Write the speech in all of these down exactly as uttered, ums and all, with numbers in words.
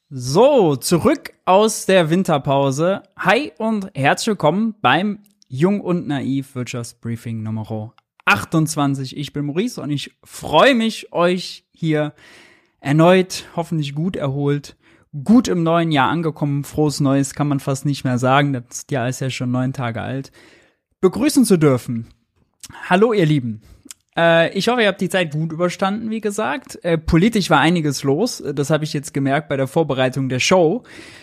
So, zurück aus der Winterpause. Hi und herzlich willkommen beim Jung und Naiv Wirtschaftsbriefing Nummer achtundzwanzig. Ich bin Maurice und ich freue mich, euch hier erneut, hoffentlich gut erholt, gut im neuen Jahr angekommen. Frohes Neues kann man fast nicht mehr sagen. Das Jahr ist ja schon neun Tage alt. Begrüßen zu dürfen. Hallo, ihr Lieben. Ich hoffe, ihr habt die Zeit gut überstanden, wie gesagt. Äh, politisch war einiges los. Das habe ich jetzt gemerkt bei der Vorbereitung der Show.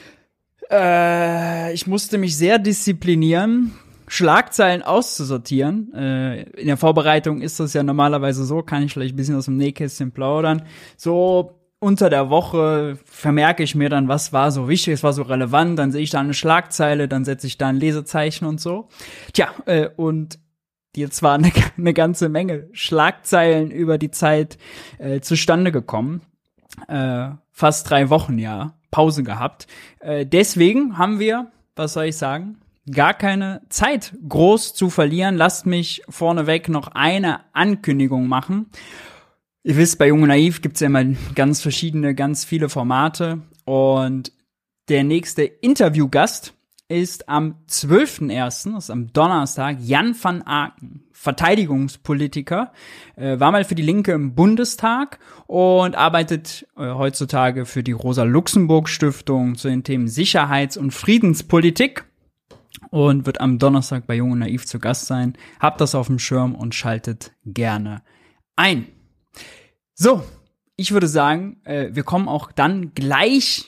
Äh, ich musste mich sehr disziplinieren, Schlagzeilen auszusortieren. Äh, in der Vorbereitung ist das ja normalerweise so, kann ich vielleicht ein bisschen aus dem Nähkästchen plaudern. So unter der Woche vermerke ich mir dann, was war so wichtig, was war so relevant. Dann sehe ich da eine Schlagzeile, dann setze ich da ein Lesezeichen und so. Tja, äh, und jetzt war eine, eine ganze Menge Schlagzeilen über die Zeit äh, zustande gekommen. Äh, fast drei Wochen, ja, Pause gehabt. Äh, deswegen haben wir, was soll ich sagen, gar keine Zeit groß zu verlieren. Lasst mich vorneweg noch eine Ankündigung machen. Ihr wisst, bei Jung und Naiv gibt's ja immer ganz verschiedene, ganz viele Formate. Und der nächste Interviewgast ist am zwölften ersten, das ist am Donnerstag, Jan van Aken, Verteidigungspolitiker, äh, war mal für die Linke im Bundestag und arbeitet äh, heutzutage für die Rosa-Luxemburg-Stiftung zu den Themen Sicherheits- und Friedenspolitik und wird am Donnerstag bei Jung und Naiv zu Gast sein. Habt das auf dem Schirm und schaltet gerne ein. So, ich würde sagen, äh, wir kommen auch dann gleich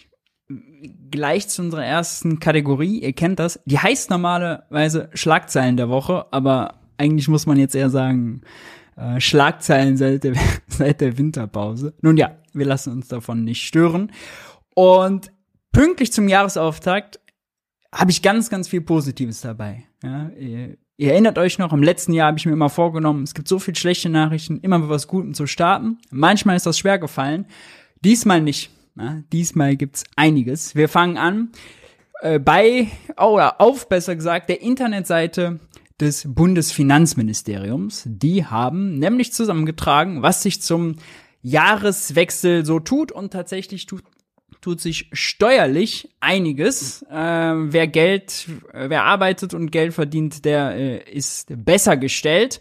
Gleich zu unserer ersten Kategorie. Ihr kennt das. Die heißt normalerweise Schlagzeilen der Woche, aber eigentlich muss man jetzt eher sagen äh, Schlagzeilen seit der, seit der Winterpause. Nun ja, wir lassen uns davon nicht stören. Und pünktlich zum Jahresauftakt habe ich ganz, ganz viel Positives dabei. Ja, ihr, ihr erinnert euch noch, im letzten Jahr habe ich mir immer vorgenommen, es gibt so viel schlechte Nachrichten, immer mit was Gutem zu starten. Manchmal ist das schwer gefallen, diesmal nicht. Na, diesmal gibt's einiges. Wir fangen an äh, bei, oder auf, besser gesagt, der Internetseite des Bundesfinanzministeriums. Die haben nämlich zusammengetragen, was sich zum Jahreswechsel so tut, und tatsächlich tut, tut sich steuerlich einiges. Äh, wer Geld, äh, wer arbeitet und Geld verdient, der äh, ist besser gestellt.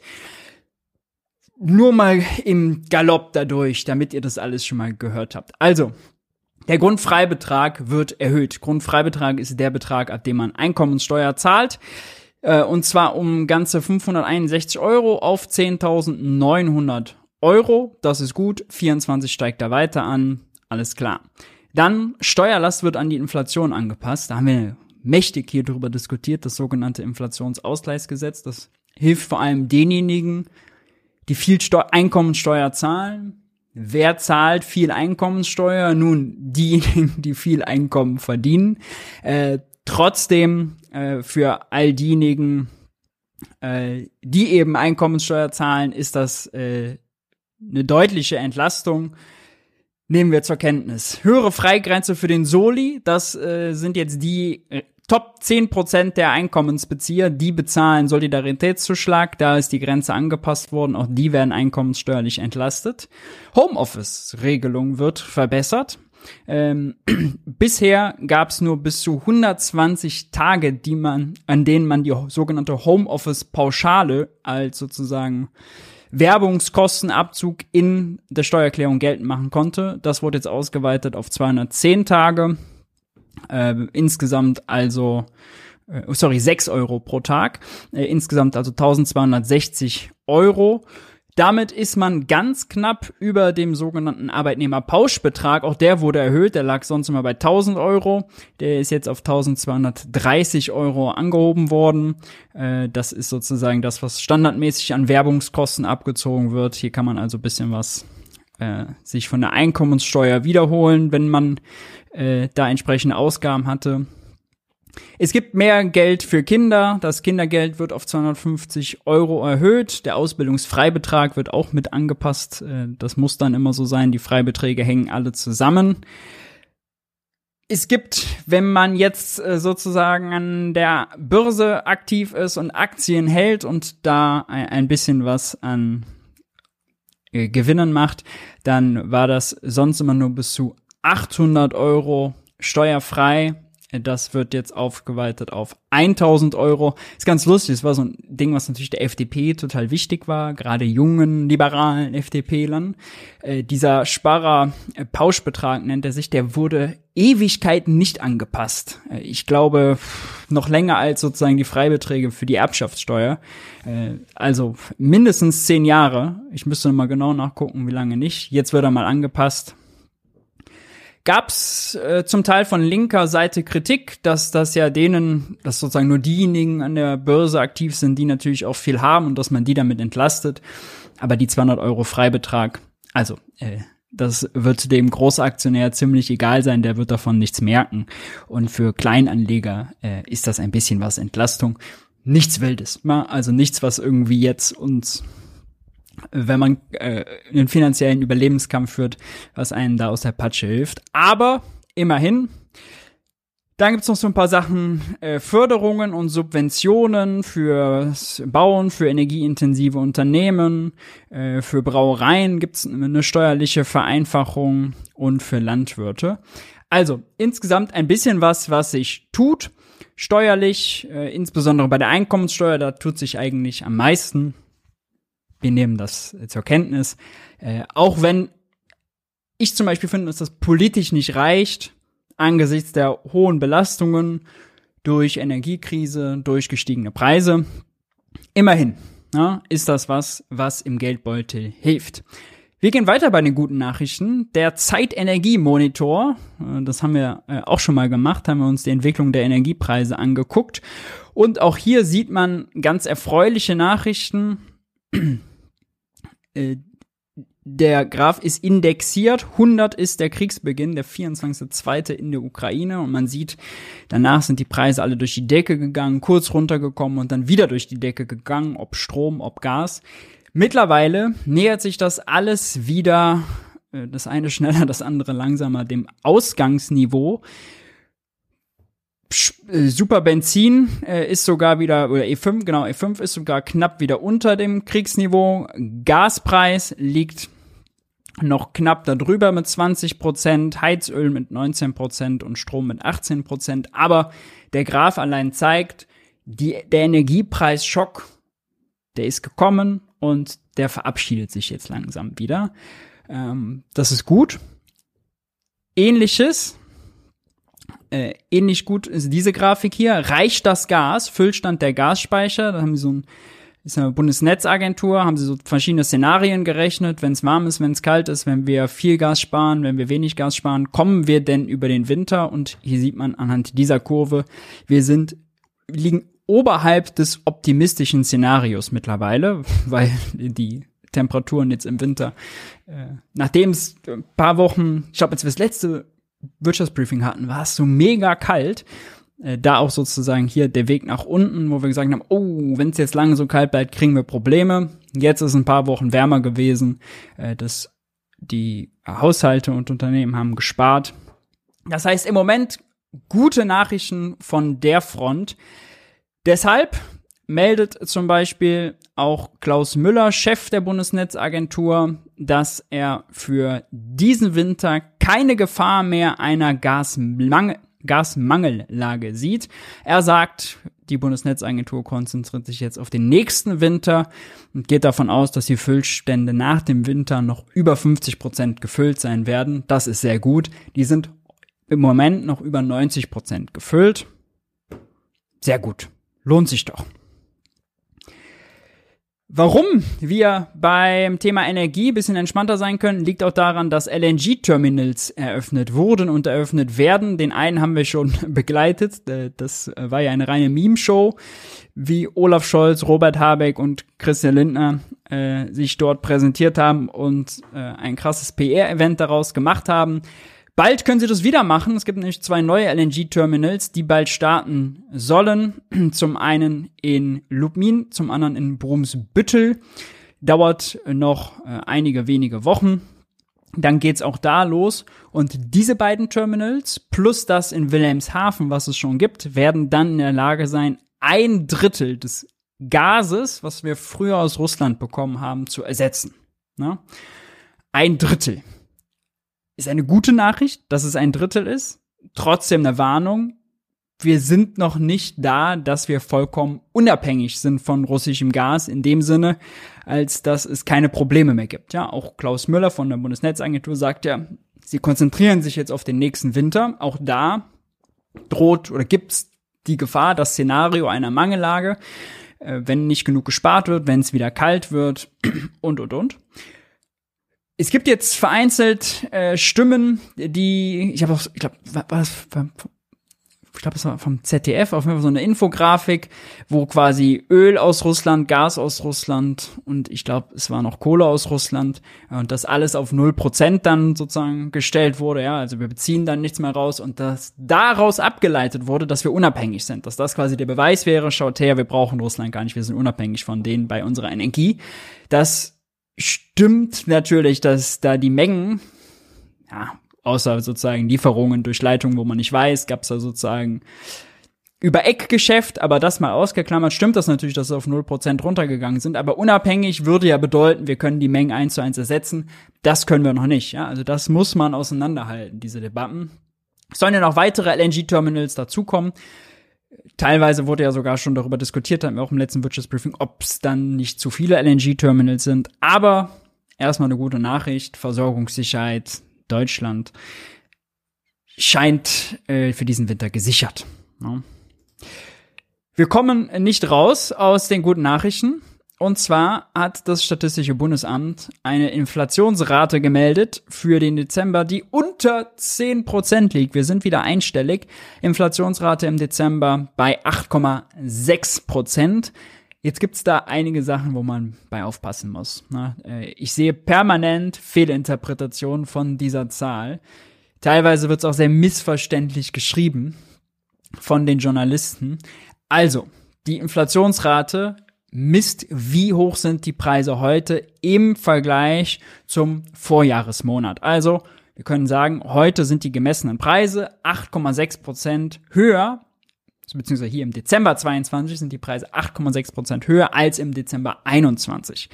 Nur mal im Galopp dadurch, damit ihr das alles schon mal gehört habt. Also, der Grundfreibetrag wird erhöht. Grundfreibetrag ist der Betrag, ab dem man Einkommenssteuer zahlt. Äh, und zwar um ganze fünfhunderteinundsechzig Euro auf zehntausendneunhundert Euro. Das ist gut. vierundzwanzig steigt da weiter an. Alles klar. Dann Steuerlast wird an die Inflation angepasst. Da haben wir mächtig hier drüber diskutiert. Das sogenannte Inflationsausgleichsgesetz. Das hilft vor allem denjenigen, die viel Steu- Einkommenssteuer zahlen. Wer zahlt viel Einkommenssteuer? Nun, diejenigen, die viel Einkommen verdienen. Äh, trotzdem äh, für all diejenigen, äh, die eben Einkommenssteuer zahlen, ist das äh, eine deutliche Entlastung. Nehmen wir zur Kenntnis. Höhere Freigrenze für den Soli, das äh, sind jetzt die äh, Top zehn Prozent der Einkommensbezieher, die bezahlen Solidaritätszuschlag, da ist die Grenze angepasst worden, auch die werden einkommenssteuerlich entlastet. Homeoffice-Regelung wird verbessert. Ähm, bisher gab es nur bis zu hundertzwanzig Tage, die man, an denen man die sogenannte Homeoffice-Pauschale als sozusagen Werbungskostenabzug in der Steuererklärung geltend machen konnte. Das wurde jetzt ausgeweitet auf zweihundertzehn Tage. Äh, insgesamt also, äh, sorry, sechs Euro pro Tag. Äh, insgesamt also eintausendzweihundertsechzig Euro. Damit ist man ganz knapp über dem sogenannten Arbeitnehmerpauschbetrag. Auch der wurde erhöht. Der lag sonst immer bei tausend Euro. Der ist jetzt auf eintausendzweihundertdreißig Euro angehoben worden. Äh, das ist sozusagen das, was standardmäßig an Werbungskosten abgezogen wird. Hier kann man also ein bisschen was äh, sich von der Einkommenssteuer wiederholen, wenn man äh, da entsprechende Ausgaben hatte. Es gibt mehr Geld für Kinder. Das Kindergeld wird auf zweihundertfünfzig Euro erhöht. Der Ausbildungsfreibetrag wird auch mit angepasst. Das muss dann immer so sein. Die Freibeträge hängen alle zusammen. Es gibt, wenn man jetzt sozusagen an der Börse aktiv ist und Aktien hält und da ein bisschen was an Gewinnen macht, dann war das sonst immer nur bis zu achthundert Euro steuerfrei. Das wird jetzt aufgeweitet auf tausend Euro. Ist ganz lustig, das war so ein Ding, was natürlich der F D P total wichtig war, gerade jungen, liberalen F D P-Lern. Äh, dieser Sparer-Pauschbetrag nennt er sich, der wurde Ewigkeiten nicht angepasst. Äh, ich glaube, noch länger als sozusagen die Freibeträge für die Erbschaftssteuer. Äh, also mindestens zehn Jahre. Ich müsste noch mal genau nachgucken, wie lange nicht. Jetzt wird er mal angepasst. Gab's äh, zum Teil von linker Seite Kritik, dass das ja denen, dass sozusagen nur diejenigen an der Börse aktiv sind, die natürlich auch viel haben und dass man die damit entlastet. Aber die zweihundert Euro Freibetrag, also äh, das wird dem Großaktionär ziemlich egal sein, der wird davon nichts merken. Und für Kleinanleger äh, ist das ein bisschen was Entlastung. Nichts Wildes, also nichts, was irgendwie jetzt uns, wenn man äh, einen finanziellen Überlebenskampf führt, was einen da aus der Patsche hilft. Aber immerhin. Dann gibt's noch so ein paar Sachen, äh, Förderungen und Subventionen fürs Bauen, für energieintensive Unternehmen, äh, für Brauereien gibt's eine steuerliche Vereinfachung und für Landwirte. Also insgesamt ein bisschen was, was sich tut, steuerlich, äh, insbesondere bei der Einkommenssteuer, da tut sich eigentlich am meisten. Wir nehmen das zur Kenntnis. Äh, auch wenn ich zum Beispiel finde, dass das politisch nicht reicht, angesichts der hohen Belastungen durch Energiekrise, durch gestiegene Preise. Immerhin, ja, ist das was, was im Geldbeutel hilft. Wir gehen weiter bei den guten Nachrichten. Der Zeitenergiemonitor, äh, das haben wir äh, auch schon mal gemacht, haben wir uns die Entwicklung der Energiepreise angeguckt. Und auch hier sieht man ganz erfreuliche Nachrichten. Der Graph ist indexiert, hundert ist der Kriegsbeginn, der vierundzwanzigster zweite in der Ukraine und man sieht, danach sind die Preise alle durch die Decke gegangen, kurz runtergekommen und dann wieder durch die Decke gegangen, ob Strom, ob Gas. Mittlerweile nähert sich das alles wieder, das eine schneller, das andere langsamer, dem Ausgangsniveau. Super Benzin äh, ist sogar wieder, oder E fünf, genau, E fünf ist sogar knapp wieder unter dem Kriegsniveau. Gaspreis liegt noch knapp darüber mit zwanzig Prozent, Heizöl mit neunzehn Prozent und Strom mit achtzehn Prozent. Aber der Graph allein zeigt, die, der Energiepreisschock, der ist gekommen und der verabschiedet sich jetzt langsam wieder. Ähm, das ist gut. Ähnliches Äh, ähnlich gut ist diese Grafik hier. Reicht das Gas? Füllstand der Gasspeicher. Da haben sie so ein, ist eine Bundesnetzagentur, haben sie so verschiedene Szenarien gerechnet. Wenn es warm ist, wenn es kalt ist, wenn wir viel Gas sparen, wenn wir wenig Gas sparen, kommen wir denn über den Winter? Und hier sieht man anhand dieser Kurve, wir sind, liegen oberhalb des optimistischen Szenarios mittlerweile, weil die Temperaturen jetzt im Winter, äh, nachdem es ein paar Wochen, ich glaube, als wir das letzte Wirtschaftsbriefing hatten, war es so mega kalt. Äh, da auch sozusagen hier der Weg nach unten, wo wir gesagt haben, oh, wenn es jetzt lange so kalt bleibt, kriegen wir Probleme. Jetzt ist ein paar Wochen wärmer gewesen. Äh, dass die Haushalte und Unternehmen haben gespart. Das heißt, im Moment gute Nachrichten von der Front. Deshalb meldet zum Beispiel auch Klaus Müller, Chef der Bundesnetzagentur, dass er für diesen Winter keine Gefahr mehr einer Gasmangel, Gasmangellage sieht. Er sagt, die Bundesnetzagentur konzentriert sich jetzt auf den nächsten Winter und geht davon aus, dass die Füllstände nach dem Winter noch über fünfzig Prozent gefüllt sein werden. Das ist sehr gut. Die sind im Moment noch über neunzig Prozent gefüllt. Sehr gut. Lohnt sich doch. Warum wir beim Thema Energie ein bisschen entspannter sein können, liegt auch daran, dass L N G-Terminals eröffnet wurden und eröffnet werden. Den einen haben wir schon begleitet. Das war ja eine reine Meme-Show, wie Olaf Scholz, Robert Habeck und Christian Lindner äh, sich dort präsentiert haben und äh, ein krasses P R-Event daraus gemacht haben. Bald können sie das wieder machen. Es gibt nämlich zwei neue L N G-Terminals, die bald starten sollen. Zum einen in Lubmin, zum anderen in Brunsbüttel. Dauert noch äh, einige wenige Wochen. Dann geht's auch da los. Und diese beiden Terminals plus das in Wilhelmshaven, was es schon gibt, werden dann in der Lage sein, ein Drittel des Gases, was wir früher aus Russland bekommen haben, zu ersetzen. Na? Ein Drittel. Ist eine gute Nachricht, dass es ein Drittel ist. trotzdem eine Warnung. Wir sind noch nicht da, dass wir vollkommen unabhängig sind von russischem Gas, in dem Sinne, als dass es keine Probleme mehr gibt. Ja, auch Klaus Müller von der Bundesnetzagentur sagt ja, sie konzentrieren sich jetzt auf den nächsten Winter. Auch da droht oder gibt's die Gefahr, das Szenario einer Mangellage, äh, wenn nicht genug gespart wird, wenn es wieder kalt wird und, und, und. Es gibt jetzt vereinzelt äh, Stimmen, die, ich habe auch, ich glaube, war das, war, ich glaube, es war vom Z D F, auf jeden Fall so eine Infografik, wo quasi Öl aus Russland, Gas aus Russland und ich glaube, es war noch Kohle aus Russland und das alles auf null Prozent dann sozusagen gestellt wurde, ja, also wir beziehen dann nichts mehr raus und dass daraus abgeleitet wurde, dass wir unabhängig sind, dass das quasi der Beweis wäre, schaut her, wir brauchen Russland gar nicht, wir sind unabhängig von denen bei unserer Energie. Das stimmt natürlich, dass da die Mengen, ja, außer sozusagen Lieferungen durch Leitungen, wo man nicht weiß, gab es da sozusagen Über-Eck-Geschäft, aber das mal ausgeklammert, stimmt das natürlich, dass sie auf null Prozent runtergegangen sind, aber unabhängig würde ja bedeuten, wir können die Mengen eins zu eins ersetzen, das können wir noch nicht, ja, also das muss man auseinanderhalten, diese Debatten. Es sollen ja noch weitere L N G-Terminals dazukommen. Teilweise wurde ja sogar schon darüber diskutiert, hatten wir auch im letzten Wirtschaftsbriefing, ob es dann nicht zu viele L N G-Terminals sind. Aber erstmal eine gute Nachricht, Versorgungssicherheit Deutschland scheint äh, für diesen Winter gesichert. Ja. Wir kommen nicht raus aus den guten Nachrichten. Und zwar hat das Statistische Bundesamt eine Inflationsrate gemeldet für den Dezember, die unter zehn Prozent liegt. Wir sind wieder einstellig. Inflationsrate im Dezember bei acht Komma sechs Prozent. Jetzt gibt's da einige Sachen, wo man bei aufpassen muss. Ich sehe permanent Fehlinterpretationen von dieser Zahl. Teilweise wird's auch sehr missverständlich geschrieben von den Journalisten. Also, die Inflationsrate misst, wie hoch sind die Preise heute im Vergleich zum Vorjahresmonat. Also, wir können sagen, heute sind die gemessenen Preise acht Komma sechs Prozent höher, beziehungsweise hier im Dezember zweiundzwanzig sind die Preise acht Komma sechs Prozent höher als im Dezember einundzwanzig.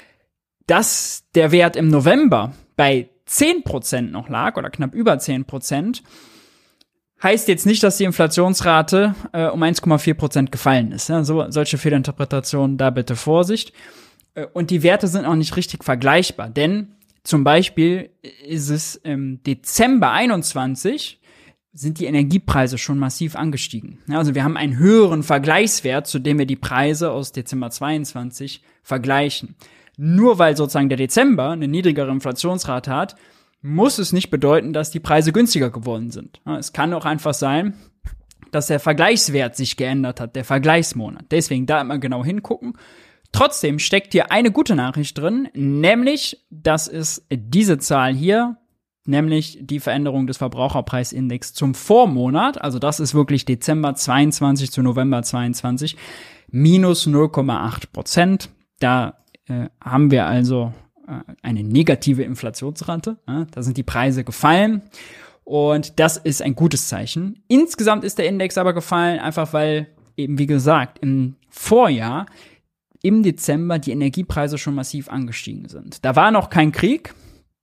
Dass der Wert im November bei zehn Prozent noch lag, oder knapp über zehn Prozent, heißt jetzt nicht, dass die Inflationsrate äh, um eins Komma vier Prozent gefallen ist. Ja, so, solche Fehlinterpretationen, da bitte Vorsicht. Äh, und die Werte sind auch nicht richtig vergleichbar, denn zum Beispiel ist es im Dezember einundzwanzig sind die Energiepreise schon massiv angestiegen. Ja, also wir haben einen höheren Vergleichswert, zu dem wir die Preise aus Dezember zweiundzwanzig vergleichen. Nur weil sozusagen der Dezember eine niedrigere Inflationsrate hat, muss es nicht bedeuten, dass die Preise günstiger geworden sind. Ja, es kann auch einfach sein, dass der Vergleichswert sich geändert hat, der Vergleichsmonat. Deswegen da immer genau hingucken. Trotzdem steckt hier eine gute Nachricht drin, nämlich, das ist diese Zahl hier, nämlich die Veränderung des Verbraucherpreisindex zum Vormonat. Also das ist wirklich Dezember zweiundzwanzig zu November zweiundzwanzig, minus null Komma acht Prozent. Da äh, haben wir also eine negative Inflationsrate. Ja, da sind die Preise gefallen und das ist ein gutes Zeichen. Insgesamt ist der Index aber gefallen, einfach weil eben, wie gesagt, im Vorjahr, im Dezember, die Energiepreise schon massiv angestiegen sind. Da war noch kein Krieg,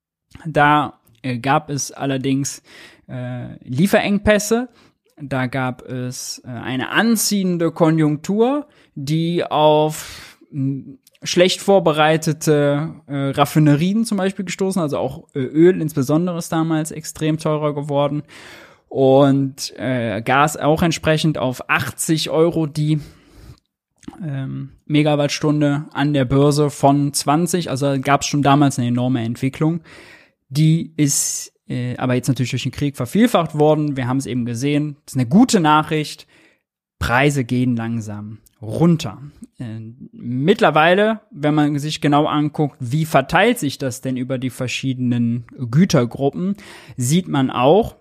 da äh, gab es allerdings äh, Lieferengpässe, da gab es äh, eine anziehende Konjunktur, die auf m, schlecht vorbereitete äh, Raffinerien zum Beispiel gestoßen, also auch äh, Öl insbesondere ist damals extrem teurer geworden und äh, Gas auch entsprechend auf achtzig Euro die ähm, Megawattstunde an der Börse von zwanzig, also gab es schon damals eine enorme Entwicklung, die ist äh, aber jetzt natürlich durch den Krieg vervielfacht worden, wir haben es eben gesehen, das ist eine gute Nachricht, Preise gehen langsam runter. Äh, mittlerweile, wenn man sich genau anguckt, wie verteilt sich das denn über die verschiedenen Gütergruppen, sieht man auch,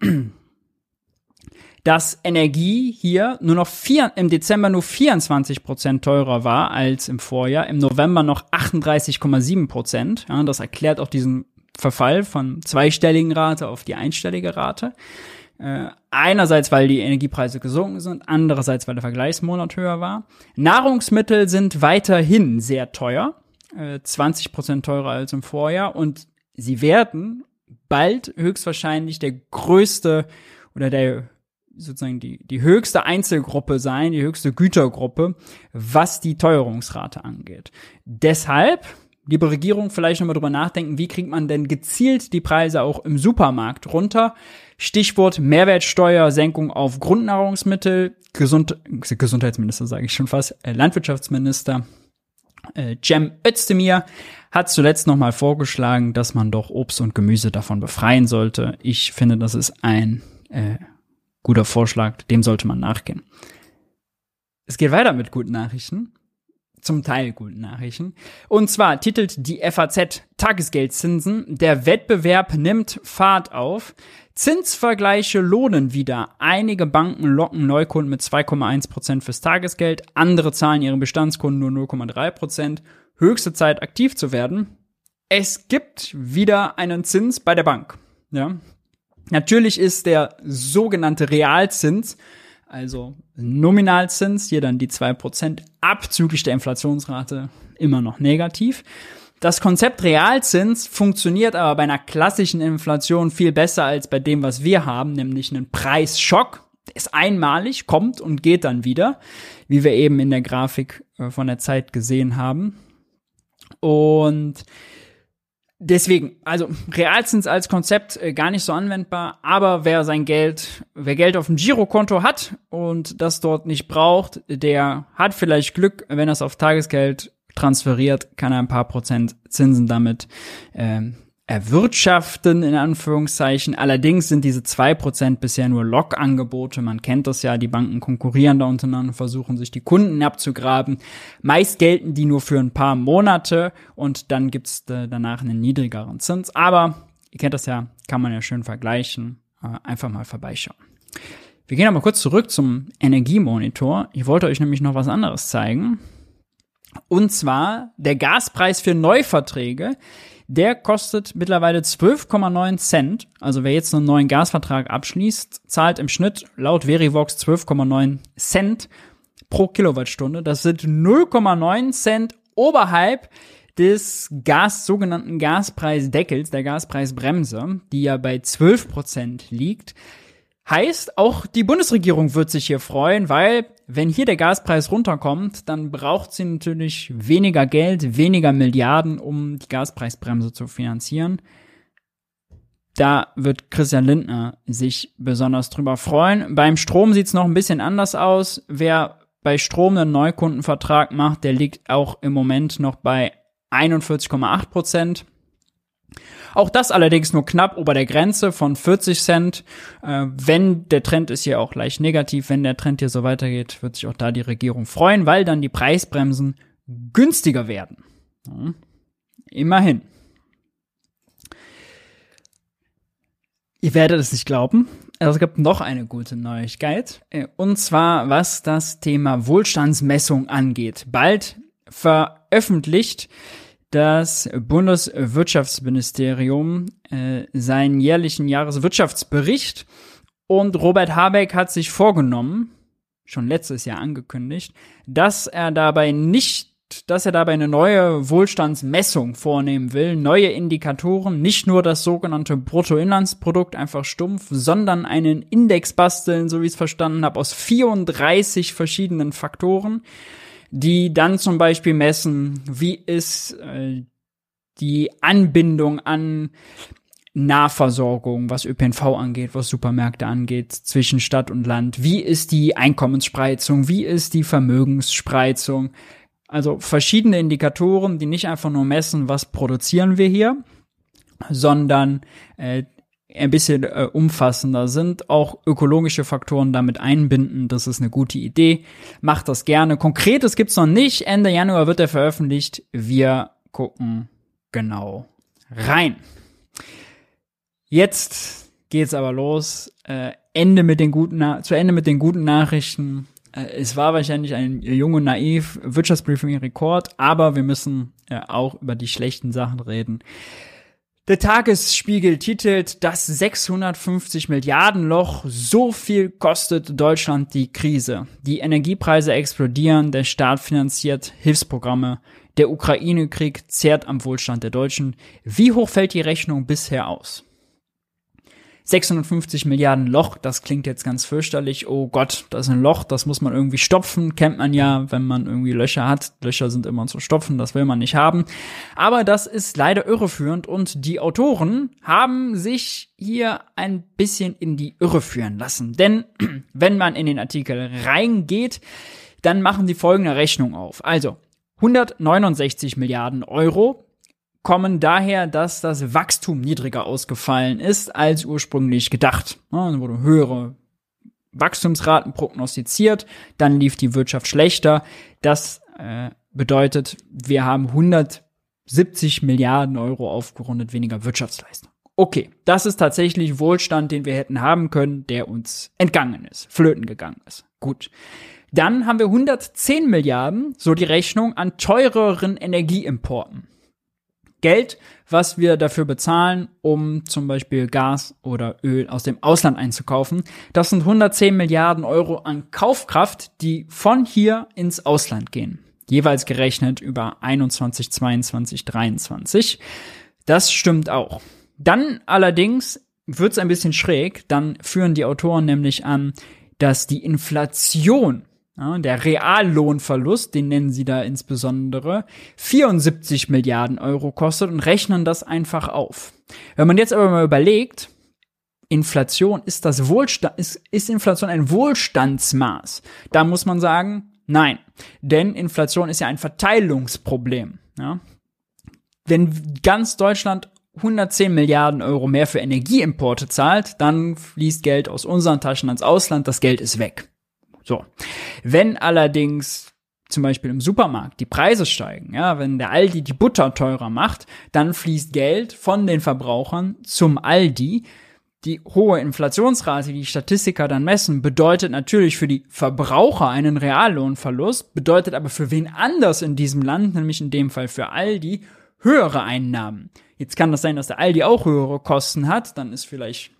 dass Energie hier nur noch vier, im Dezember nur vierundzwanzig Prozent teurer war als im Vorjahr, im November noch achtunddreißig Komma sieben Prozent. Ja, das erklärt auch diesen Verfall von zweistelligen Rate auf die einstellige Rate. Äh, einerseits, weil die Energiepreise gesunken sind, andererseits, weil der Vergleichsmonat höher war. Nahrungsmittel sind weiterhin sehr teuer, äh, zwanzig Prozent teurer als im Vorjahr und sie werden bald höchstwahrscheinlich der größte oder der sozusagen die, die höchste Einzelgruppe sein, die höchste Gütergruppe, was die Teuerungsrate angeht. Deshalb, liebe Regierung, vielleicht nochmal drüber nachdenken, wie kriegt man denn gezielt die Preise auch im Supermarkt runter? Stichwort Mehrwertsteuersenkung auf Grundnahrungsmittel, Gesund Gesundheitsminister sage ich schon fast, äh, Landwirtschaftsminister äh, Cem Özdemir hat zuletzt nochmal vorgeschlagen, dass man doch Obst und Gemüse davon befreien sollte. Ich finde, das ist ein äh, guter Vorschlag, dem sollte man nachgehen. Es geht weiter mit guten Nachrichten. Zum Teil guten Nachrichten. Und zwar titelt die F A Z Tagesgeldzinsen, der Wettbewerb nimmt Fahrt auf. Zinsvergleiche lohnen wieder. Einige Banken locken Neukunden mit zwei Komma eins Prozent fürs Tagesgeld. Andere zahlen ihren Bestandskunden nur null Komma drei Prozent. Höchste Zeit, aktiv zu werden. Es gibt wieder einen Zins bei der Bank. Ja. Natürlich ist der sogenannte Realzins, also Nominalzins, hier dann die zwei Prozent abzüglich der Inflationsrate, immer noch negativ. Das Konzept Realzins funktioniert aber bei einer klassischen Inflation viel besser als bei dem, was wir haben, nämlich einen Preisschock. Der ist einmalig, kommt und geht dann wieder, wie wir eben in der Grafik von der Zeit gesehen haben. Und deswegen, also Realzins als Konzept äh, gar nicht so anwendbar, aber wer sein Geld, wer Geld auf dem Girokonto hat und das dort nicht braucht, der hat vielleicht Glück, wenn er es auf Tagesgeld transferiert, kann er ein paar Prozent Zinsen damit ähm, erwirtschaften, in Anführungszeichen. Allerdings sind diese zwei Prozent bisher nur Lockangebote. Man kennt das ja, die Banken konkurrieren da untereinander, versuchen sich die Kunden abzugraben. Meist gelten die nur für ein paar Monate und dann gibt's äh, danach einen niedrigeren Zins. Aber ihr kennt das ja, kann man ja schön vergleichen. Äh, einfach mal vorbeischauen. Wir gehen aber kurz zurück zum Energiemonitor. Ich wollte euch nämlich noch was anderes zeigen. Und zwar der Gaspreis für Neuverträge. Der kostet mittlerweile zwölf Komma neun Cent. Also wer jetzt einen neuen Gasvertrag abschließt, zahlt im Schnitt laut Verivox zwölf Komma neun Cent pro Kilowattstunde. Das sind null Komma neun Cent oberhalb des Gas, sogenannten Gaspreisdeckels, der Gaspreisbremse, die ja bei zwölf Prozent liegt. Heißt, auch die Bundesregierung wird sich hier freuen, weil wenn hier der Gaspreis runterkommt, dann braucht sie natürlich weniger Geld, weniger Milliarden, um die Gaspreisbremse zu finanzieren. Da wird Christian Lindner sich besonders drüber freuen. Beim Strom sieht's noch ein bisschen anders aus. Wer bei Strom einen Neukundenvertrag macht, der liegt auch im Moment noch bei einundvierzig Komma acht Prozent. Auch das allerdings nur knapp ober der Grenze von vierzig Cent. Äh, wenn der Trend ist hier auch leicht negativ, wenn der Trend hier so weitergeht, wird sich auch da die Regierung freuen, weil dann die Preisbremsen günstiger werden. Ja, immerhin. Ihr werdet es nicht glauben, es gibt noch eine gute Neuigkeit. Und zwar, was das Thema Wohlstandsmessung angeht. Bald veröffentlicht das Bundeswirtschaftsministerium äh, seinen jährlichen Jahreswirtschaftsbericht und Robert Habeck hat sich vorgenommen, schon letztes Jahr angekündigt, dass er dabei nicht, dass er dabei eine neue Wohlstandsmessung vornehmen will, neue Indikatoren, nicht nur das sogenannte Bruttoinlandsprodukt einfach stumpf, sondern einen Index basteln, so wie ich es verstanden habe, aus vierunddreißig verschiedenen Faktoren, die dann zum Beispiel messen, wie ist äh, die Anbindung an Nahversorgung, was Ö P N V angeht, was Supermärkte angeht, zwischen Stadt und Land, wie ist die Einkommensspreizung, wie ist die Vermögensspreizung, also verschiedene Indikatoren, die nicht einfach nur messen, was produzieren wir hier, sondern äh, ein bisschen äh, umfassender sind, auch ökologische Faktoren damit einbinden, das ist eine gute Idee. Macht das gerne. Konkretes gibt's noch nicht. Ende Januar wird er veröffentlicht. Wir gucken genau rein. Jetzt geht's aber los. Äh, Ende mit den guten Na- zu Ende mit den guten Nachrichten. Äh, es war wahrscheinlich ein Jung und Naiv Wirtschaftsbriefing-Rekord, aber wir müssen äh, auch über die schlechten Sachen reden. Der Tagesspiegel titelt, das sechshundertfünfzig Milliarden Loch, so viel kostet Deutschland die Krise. Die Energiepreise explodieren, der Staat finanziert Hilfsprogramme, der Ukraine-Krieg zehrt am Wohlstand der Deutschen. Wie hoch fällt die Rechnung bisher aus? sechshundertfünfzig Milliarden Loch, das klingt jetzt ganz fürchterlich. Oh Gott, das ist ein Loch, das muss man irgendwie stopfen. Kennt man ja, wenn man irgendwie Löcher hat. Löcher sind immer zu stopfen, das will man nicht haben. Aber das ist leider irreführend und die Autoren haben sich hier ein bisschen in die Irre führen lassen. Denn wenn man in den Artikel reingeht, dann machen die folgende Rechnung auf. Also hundertneunundsechzig Milliarden Euro kommen daher, dass das Wachstum niedriger ausgefallen ist als ursprünglich gedacht. Ja, es wurde höhere Wachstumsraten prognostiziert, dann lief die Wirtschaft schlechter. Das äh, bedeutet, wir haben hundertsiebzig Milliarden Euro aufgerundet weniger Wirtschaftsleistung. Okay, das ist tatsächlich Wohlstand, den wir hätten haben können, der uns entgangen ist, flöten gegangen ist. Gut. Dann haben wir hundertzehn Milliarden, so die Rechnung, an teureren Energieimporten. Geld, was wir dafür bezahlen, um zum Beispiel Gas oder Öl aus dem Ausland einzukaufen. Das sind hundertzehn Milliarden Euro an Kaufkraft, die von hier ins Ausland gehen. Jeweils gerechnet über einundzwanzig, zweiundzwanzig, dreiundzwanzig. Das stimmt auch. Dann allerdings wird's ein bisschen schräg. Dann führen die Autoren nämlich an, dass die Inflation, ja, der Reallohnverlust, den nennen sie da insbesondere, vierundsiebzig Milliarden Euro kostet und rechnen das einfach auf. Wenn man jetzt aber mal überlegt, Inflation, ist das Wohlstand, ist, ist Inflation ein Wohlstandsmaß? Da muss man sagen, nein. Denn Inflation ist ja ein Verteilungsproblem. Ja? Wenn ganz Deutschland hundertzehn Milliarden Euro mehr für Energieimporte zahlt, dann fließt Geld aus unseren Taschen ans Ausland, das Geld ist weg. So. Wenn allerdings zum Beispiel im Supermarkt die Preise steigen, ja, wenn der Aldi die Butter teurer macht, dann fließt Geld von den Verbrauchern zum Aldi. Die hohe Inflationsrate, die Statistiker dann messen, bedeutet natürlich für die Verbraucher einen Reallohnverlust, bedeutet aber für wen anders in diesem Land, nämlich in dem Fall für Aldi, höhere Einnahmen. Jetzt kann das sein, dass der Aldi auch höhere Kosten hat, dann ist vielleicht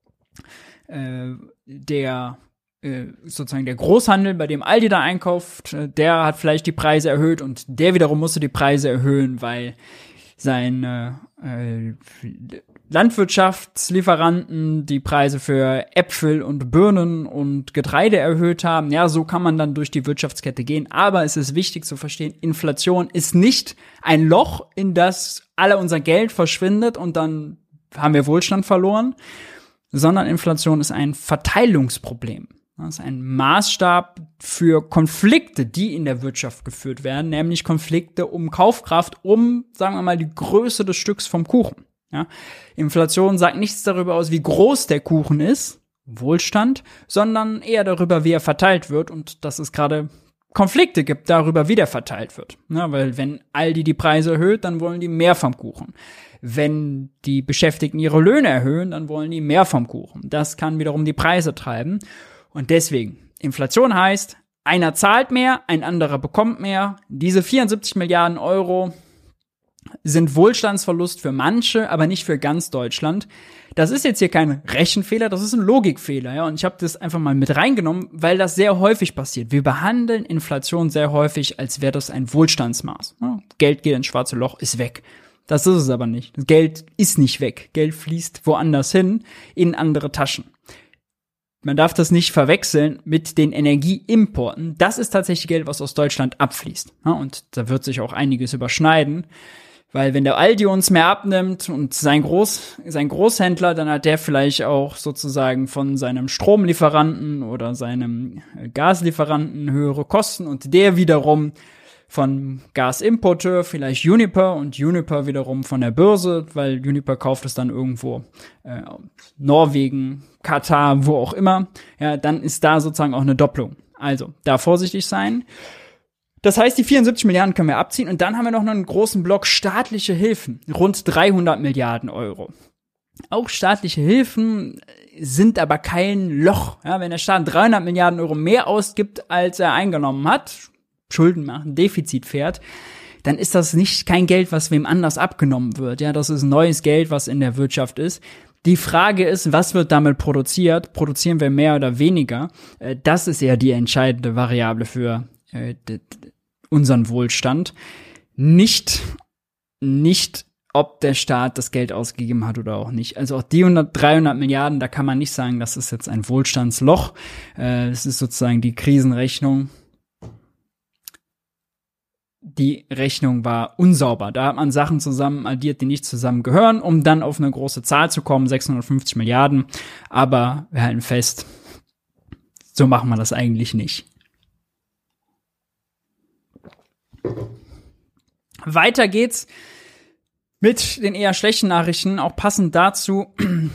äh, der äh, sozusagen der Großhandel, bei dem Aldi da einkauft, äh, der hat vielleicht die Preise erhöht und der wiederum musste die Preise erhöhen, weil seine äh, Landwirtschaftslieferanten die Preise für Äpfel und Birnen und Getreide erhöht haben. Ja, so kann man dann durch die Wirtschaftskette gehen. Aber es ist wichtig zu verstehen, Inflation ist nicht ein Loch, in das alle unser Geld verschwindet und dann haben wir Wohlstand verloren, sondern Inflation ist ein Verteilungsproblem. Das ist ein Maßstab für Konflikte, die in der Wirtschaft geführt werden, nämlich Konflikte um Kaufkraft, um, sagen wir mal, die Größe des Stücks vom Kuchen. Ja? Inflation sagt nichts darüber aus, wie groß der Kuchen ist, Wohlstand, sondern eher darüber, wie er verteilt wird und dass es gerade Konflikte gibt darüber, wie der verteilt wird. Ja, weil wenn Aldi die Preise erhöht, dann wollen die mehr vom Kuchen. Wenn die Beschäftigten ihre Löhne erhöhen, dann wollen die mehr vom Kuchen. Das kann wiederum die Preise treiben. Und deswegen, Inflation heißt, einer zahlt mehr, ein anderer bekommt mehr. Diese vierundsiebzig Milliarden Euro sind Wohlstandsverlust für manche, aber nicht für ganz Deutschland. Das ist jetzt hier kein Rechenfehler, das ist ein Logikfehler, ja. Und ich habe das einfach mal mit reingenommen, weil das sehr häufig passiert. Wir behandeln Inflation sehr häufig, als wäre das ein Wohlstandsmaß. Ja, Geld geht ins schwarze Loch, ist weg. Das ist es aber nicht. Das Geld ist nicht weg. Geld fließt woanders hin, in andere Taschen. Man darf das nicht verwechseln mit den Energieimporten. Das ist tatsächlich Geld, was aus Deutschland abfließt. Ja, und da wird sich auch einiges überschneiden. Weil wenn der Aldi uns mehr abnimmt und sein Groß, sein Großhändler, dann hat der vielleicht auch sozusagen von seinem Stromlieferanten oder seinem Gaslieferanten höhere Kosten und der wiederum von Gasimporteur, vielleicht Uniper und Uniper wiederum von der Börse, weil Uniper kauft es dann irgendwo äh, Norwegen, Katar, wo auch immer. Ja, dann ist da sozusagen auch eine Doppelung. Also, da vorsichtig sein. Das heißt, die vierundsiebzig Milliarden können wir abziehen und dann haben wir noch einen großen Block staatliche Hilfen, rund dreihundert Milliarden Euro. Auch staatliche Hilfen sind aber kein Loch. Ja, wenn der Staat dreihundert Milliarden Euro mehr ausgibt, als er eingenommen hat, Schulden machen, Defizit fährt, dann ist das nicht kein Geld, was wem anders abgenommen wird. Ja, das ist neues Geld, was in der Wirtschaft ist. Die Frage ist, was wird damit produziert? Produzieren wir mehr oder weniger? Das ist ja die entscheidende Variable für äh, d- d- unseren Wohlstand. Nicht, nicht ob der Staat das Geld ausgegeben hat oder auch nicht. Also auch die hundert, dreihundert Milliarden, da kann man nicht sagen, das ist jetzt ein Wohlstandsloch. Äh, das ist sozusagen die Krisenrechnung. Die Rechnung war unsauber. Da hat man Sachen zusammen addiert, die nicht zusammengehören, um dann auf eine große Zahl zu kommen, sechshundertfünfzig Milliarden. Aber wir halten fest, so machen wir das eigentlich nicht. Weiter geht's mit den eher schlechten Nachrichten, auch passend dazu.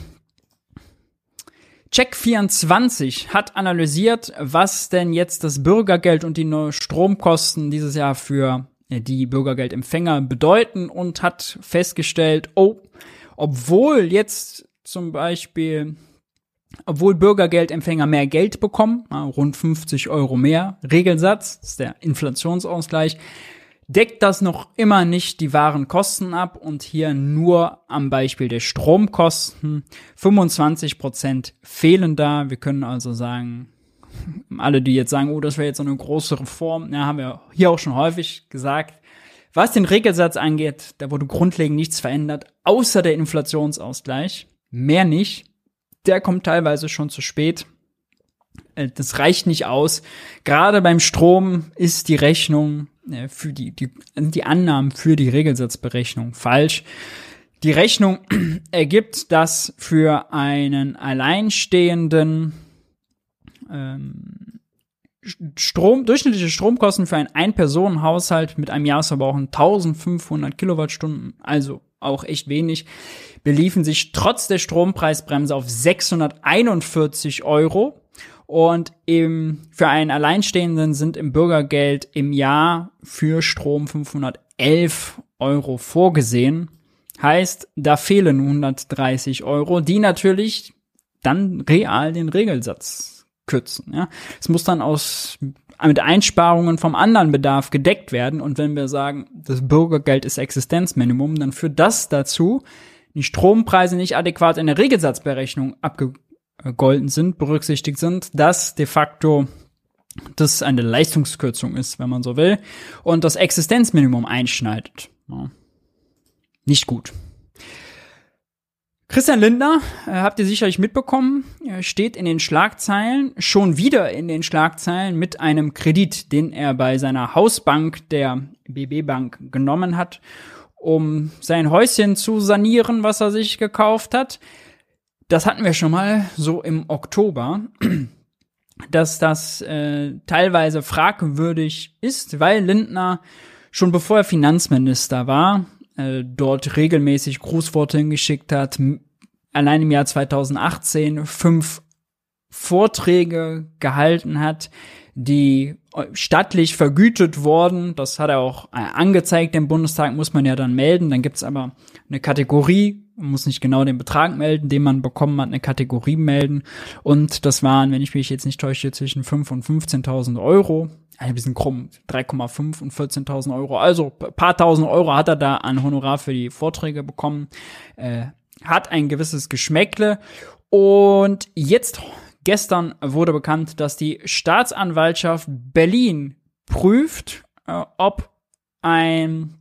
Check vierundzwanzig hat analysiert, was denn jetzt das Bürgergeld und die Stromkosten dieses Jahr für die Bürgergeldempfänger bedeuten und hat festgestellt, oh, obwohl jetzt zum Beispiel, obwohl Bürgergeldempfänger mehr Geld bekommen, rund fünfzig Euro mehr, Regelsatz, das ist der Inflationsausgleich, deckt das noch immer nicht die wahren Kosten ab und hier nur am Beispiel der Stromkosten. fünfundzwanzig Prozent fehlen da. Wir können also sagen, alle, die jetzt sagen, oh, das wäre jetzt so eine große Reform, ja, haben wir hier auch schon häufig gesagt. Was den Regelsatz angeht, da wurde grundlegend nichts verändert, außer der Inflationsausgleich. Mehr nicht. Der kommt teilweise schon zu spät. Das reicht nicht aus. Gerade beim Strom ist die Rechnung für die, die, die Annahmen für die Regelsatzberechnung falsch. Die Rechnung ergibt, dass für einen alleinstehenden ähm, Strom, durchschnittliche Stromkosten für einen Ein-Personen-Haushalt mit einem Jahresverbrauch von eintausendfünfhundert Kilowattstunden, also auch echt wenig, beliefen sich trotz der Strompreisbremse auf sechshunderteinundvierzig Euro. Und im, für einen Alleinstehenden sind im Bürgergeld im Jahr für Strom fünfhundertelf Euro vorgesehen. Heißt, da fehlen hundertdreißig Euro, die natürlich dann real den Regelsatz kürzen. Ja. Es muss dann aus mit Einsparungen vom anderen Bedarf gedeckt werden. Und wenn wir sagen, das Bürgergeld ist Existenzminimum, dann führt das dazu, die Strompreise nicht adäquat in der Regelsatzberechnung abge golden sind, berücksichtigt sind, dass de facto das eine Leistungskürzung ist, wenn man so will, und das Existenzminimum einschneidet. Ja. Nicht gut. Christian Lindner, äh, habt ihr sicherlich mitbekommen, steht in den Schlagzeilen, schon wieder in den Schlagzeilen mit einem Kredit, den er bei seiner Hausbank, der B B Bank, genommen hat, um sein Häuschen zu sanieren, was er sich gekauft hat. Das hatten wir schon mal so im Oktober, dass das äh, teilweise fragwürdig ist, weil Lindner schon bevor er Finanzminister war, äh, dort regelmäßig Grußworte hingeschickt hat, m- allein im Jahr zweitausendachtzehn fünf Vorträge gehalten hat, die stattlich vergütet wurden. Das hat er auch äh, angezeigt, im Bundestag muss man ja dann melden, dann gibt's aber eine Kategorie, man muss nicht genau den Betrag melden, den man bekommen hat, eine Kategorie melden. Und das waren, wenn ich mich jetzt nicht täusche, zwischen fünftausend und fünfzehntausend Euro. Ein bisschen krumm, drei Komma fünf und vierzehntausend Euro. Also ein paar tausend Euro hat er da an Honorar für die Vorträge bekommen. Äh, hat ein gewisses Geschmäckle. Und jetzt, gestern wurde bekannt, dass die Staatsanwaltschaft Berlin prüft, äh, ob ein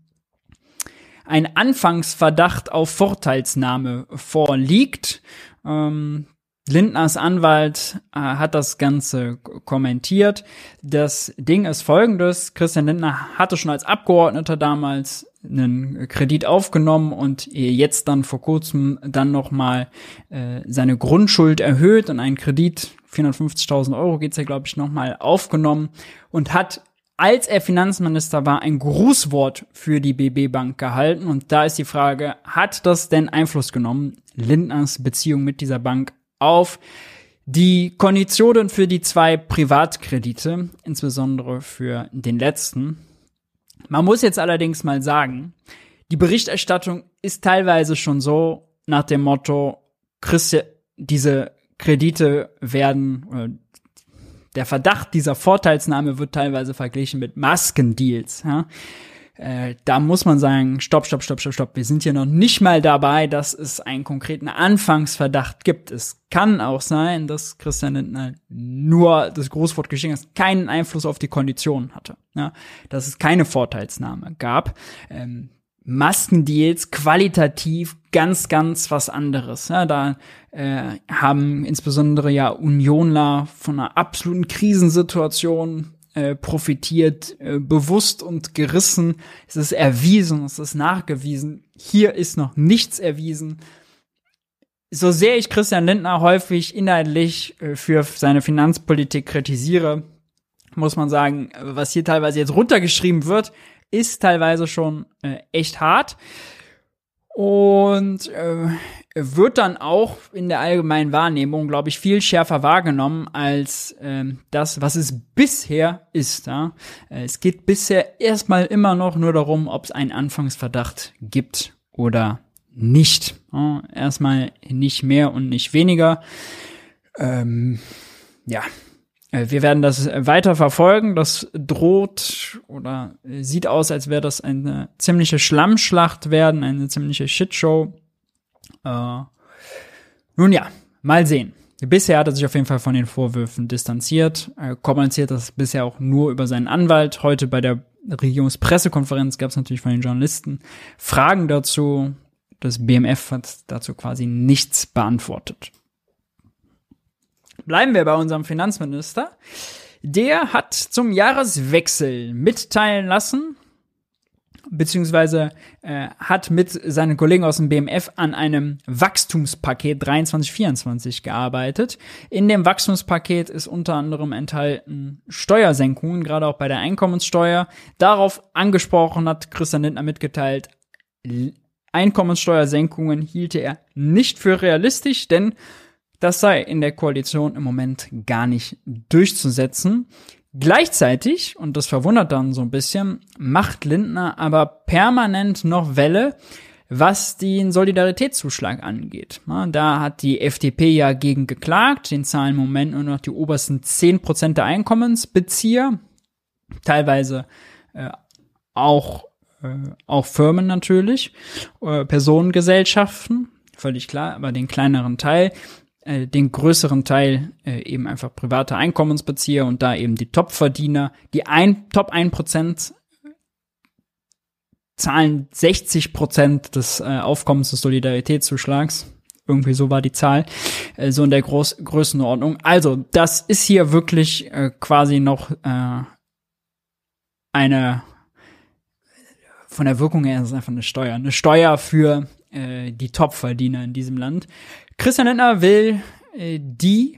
ein Anfangsverdacht auf Vorteilsnahme vorliegt. Ähm, Lindners Anwalt äh, hat das Ganze k- kommentiert. Das Ding ist folgendes: Christian Lindner hatte schon als Abgeordneter damals einen Kredit aufgenommen und jetzt dann vor kurzem dann nochmal äh, seine Grundschuld erhöht und einen Kredit, vierhundertfünfzigtausend Euro geht's ja, glaube ich, nochmal aufgenommen und hat, als er Finanzminister war, ein Grußwort für die B B Bank gehalten. Und da ist die Frage, hat das denn Einfluss genommen, Lindners Beziehung mit dieser Bank, auf die Konditionen für die zwei Privatkredite, insbesondere für den letzten? Man muss jetzt allerdings mal sagen, die Berichterstattung ist teilweise schon so nach dem Motto, Christi, diese Kredite werden, äh, der Verdacht dieser Vorteilsnahme wird teilweise verglichen mit Maskendeals. Ja? Äh, da muss man sagen, stopp, stopp, stopp, stopp, stopp. Wir sind hier noch nicht mal dabei, dass es einen konkreten Anfangsverdacht gibt. Es kann auch sein, dass Christian Lindner nur das Grußwort geschickt hat, keinen Einfluss auf die Konditionen hatte. Ja? Dass es keine Vorteilsnahme gab. Ähm, Maskendeals qualitativ ganz, ganz was anderes. Ja, da äh, haben insbesondere ja Unionler von einer absoluten Krisensituation äh, profitiert, äh, bewusst und gerissen. Es ist erwiesen, es ist nachgewiesen. Hier ist noch nichts erwiesen. So sehr ich Christian Lindner häufig inhaltlich äh, für seine Finanzpolitik kritisiere, muss man sagen, was hier teilweise jetzt runtergeschrieben wird, ist teilweise schon äh, echt hart. Und äh, wird dann auch in der allgemeinen Wahrnehmung, glaube ich, viel schärfer wahrgenommen als äh, das, was es bisher ist. Ja? Äh, es geht bisher erstmal immer noch nur darum, ob es einen Anfangsverdacht gibt oder nicht. Ja? Erstmal nicht mehr und nicht weniger. Ähm, ja, wir werden das weiter verfolgen. Das droht oder sieht aus, als wäre das eine ziemliche Schlammschlacht werden, eine ziemliche Shitshow. Äh, nun ja, mal sehen. Bisher hat er sich auf jeden Fall von den Vorwürfen distanziert. Er kommuniziert das bisher auch nur über seinen Anwalt. Heute bei der Regierungspressekonferenz gab es natürlich von den Journalisten Fragen dazu. Das B M F hat dazu quasi nichts beantwortet. Bleiben wir bei unserem Finanzminister. Der hat zum Jahreswechsel mitteilen lassen, beziehungsweise äh, hat mit seinen Kollegen aus dem B M F an einem Wachstumspaket dreiundzwanzig vierundzwanzig gearbeitet. In dem Wachstumspaket ist unter anderem enthalten Steuersenkungen, gerade auch bei der Einkommenssteuer. Darauf angesprochen hat Christian Lindner mitgeteilt, Einkommenssteuersenkungen hielte er nicht für realistisch, denn das sei in der Koalition im Moment gar nicht durchzusetzen. Gleichzeitig, und das verwundert dann so ein bisschen, macht Lindner aber permanent noch Welle, was den Solidaritätszuschlag angeht. Da hat die F D P ja gegen geklagt, den zahlen im Moment nur noch die obersten zehn Prozent der Einkommensbezieher, teilweise äh, auch, äh, auch Firmen natürlich, äh, Personengesellschaften, völlig klar, aber den kleineren Teil. Den größeren Teil äh, eben einfach private Einkommensbezieher und da eben die Topverdiener. Die ein, Top ein Prozent zahlen sechzig Prozent des äh, Aufkommens des Solidaritätszuschlags. Irgendwie so war die Zahl, äh, so in der Groß- Größenordnung. Also das ist hier wirklich äh, quasi noch äh, eine, von der Wirkung her ist es einfach eine Steuer. Eine Steuer für äh, die Topverdiener in diesem Land. Christian Lindner will äh, die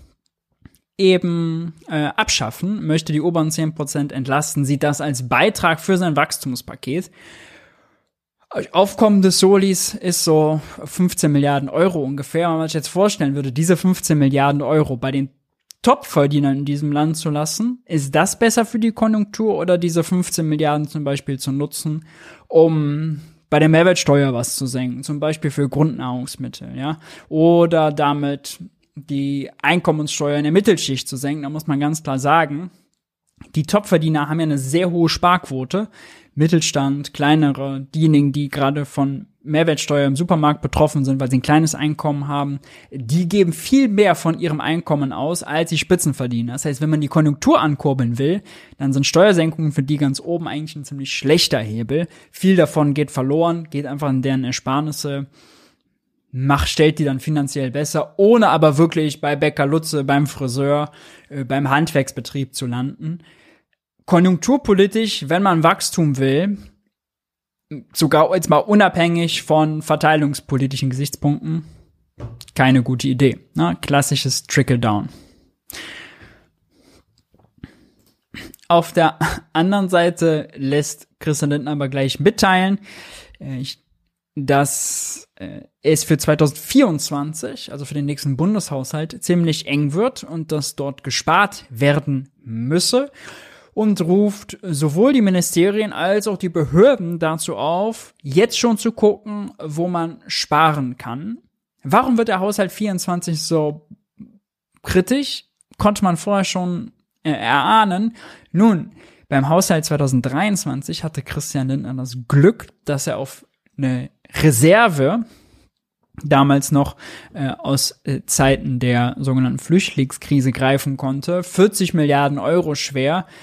eben äh, abschaffen, möchte die oberen zehn Prozent entlasten, sieht das als Beitrag für sein Wachstumspaket. Aufkommen des Solis ist so fünfzehn Milliarden Euro ungefähr. Wenn man sich jetzt vorstellen würde, diese fünfzehn Milliarden Euro bei den Topverdienern in diesem Land zu lassen, ist das besser für die Konjunktur oder diese fünfzehn Milliarden zum Beispiel zu nutzen, um bei der Mehrwertsteuer was zu senken, zum Beispiel für Grundnahrungsmittel, ja, oder damit die Einkommenssteuer in der Mittelschicht zu senken. Da muss man ganz klar sagen, die Topverdiener haben ja eine sehr hohe Sparquote. Mittelstand, kleinere, diejenigen, die gerade von Mehrwertsteuer im Supermarkt betroffen sind, weil sie ein kleines Einkommen haben, die geben viel mehr von ihrem Einkommen aus als die Spitzenverdiener. Das heißt, wenn man die Konjunktur ankurbeln will, dann sind Steuersenkungen für die ganz oben eigentlich ein ziemlich schlechter Hebel. Viel davon geht verloren, geht einfach in deren Ersparnisse, macht, stellt die dann finanziell besser, ohne aber wirklich bei Bäcker Lutze, beim Friseur, äh, beim Handwerksbetrieb zu landen. Konjunkturpolitisch, wenn man Wachstum will, sogar jetzt mal unabhängig von verteilungspolitischen Gesichtspunkten, keine gute Idee. Ne? Klassisches Trickle-Down. Auf der anderen Seite lässt Christian Lindner aber gleich mitteilen, äh, dass äh, es für zwanzig vierundzwanzig, also für den nächsten Bundeshaushalt, ziemlich eng wird und dass dort gespart werden müsse. Und ruft sowohl die Ministerien als auch die Behörden dazu auf, jetzt schon zu gucken, wo man sparen kann. Warum wird der Haushalt vierundzwanzig so kritisch? Konnte man vorher schon äh, erahnen. Nun, beim Haushalt zwanzig dreiundzwanzig hatte Christian Lindner das Glück, dass er auf eine Reserve, damals noch äh, aus äh, Zeiten der sogenannten Flüchtlingskrise greifen konnte, vierzig Milliarden Euro schwer,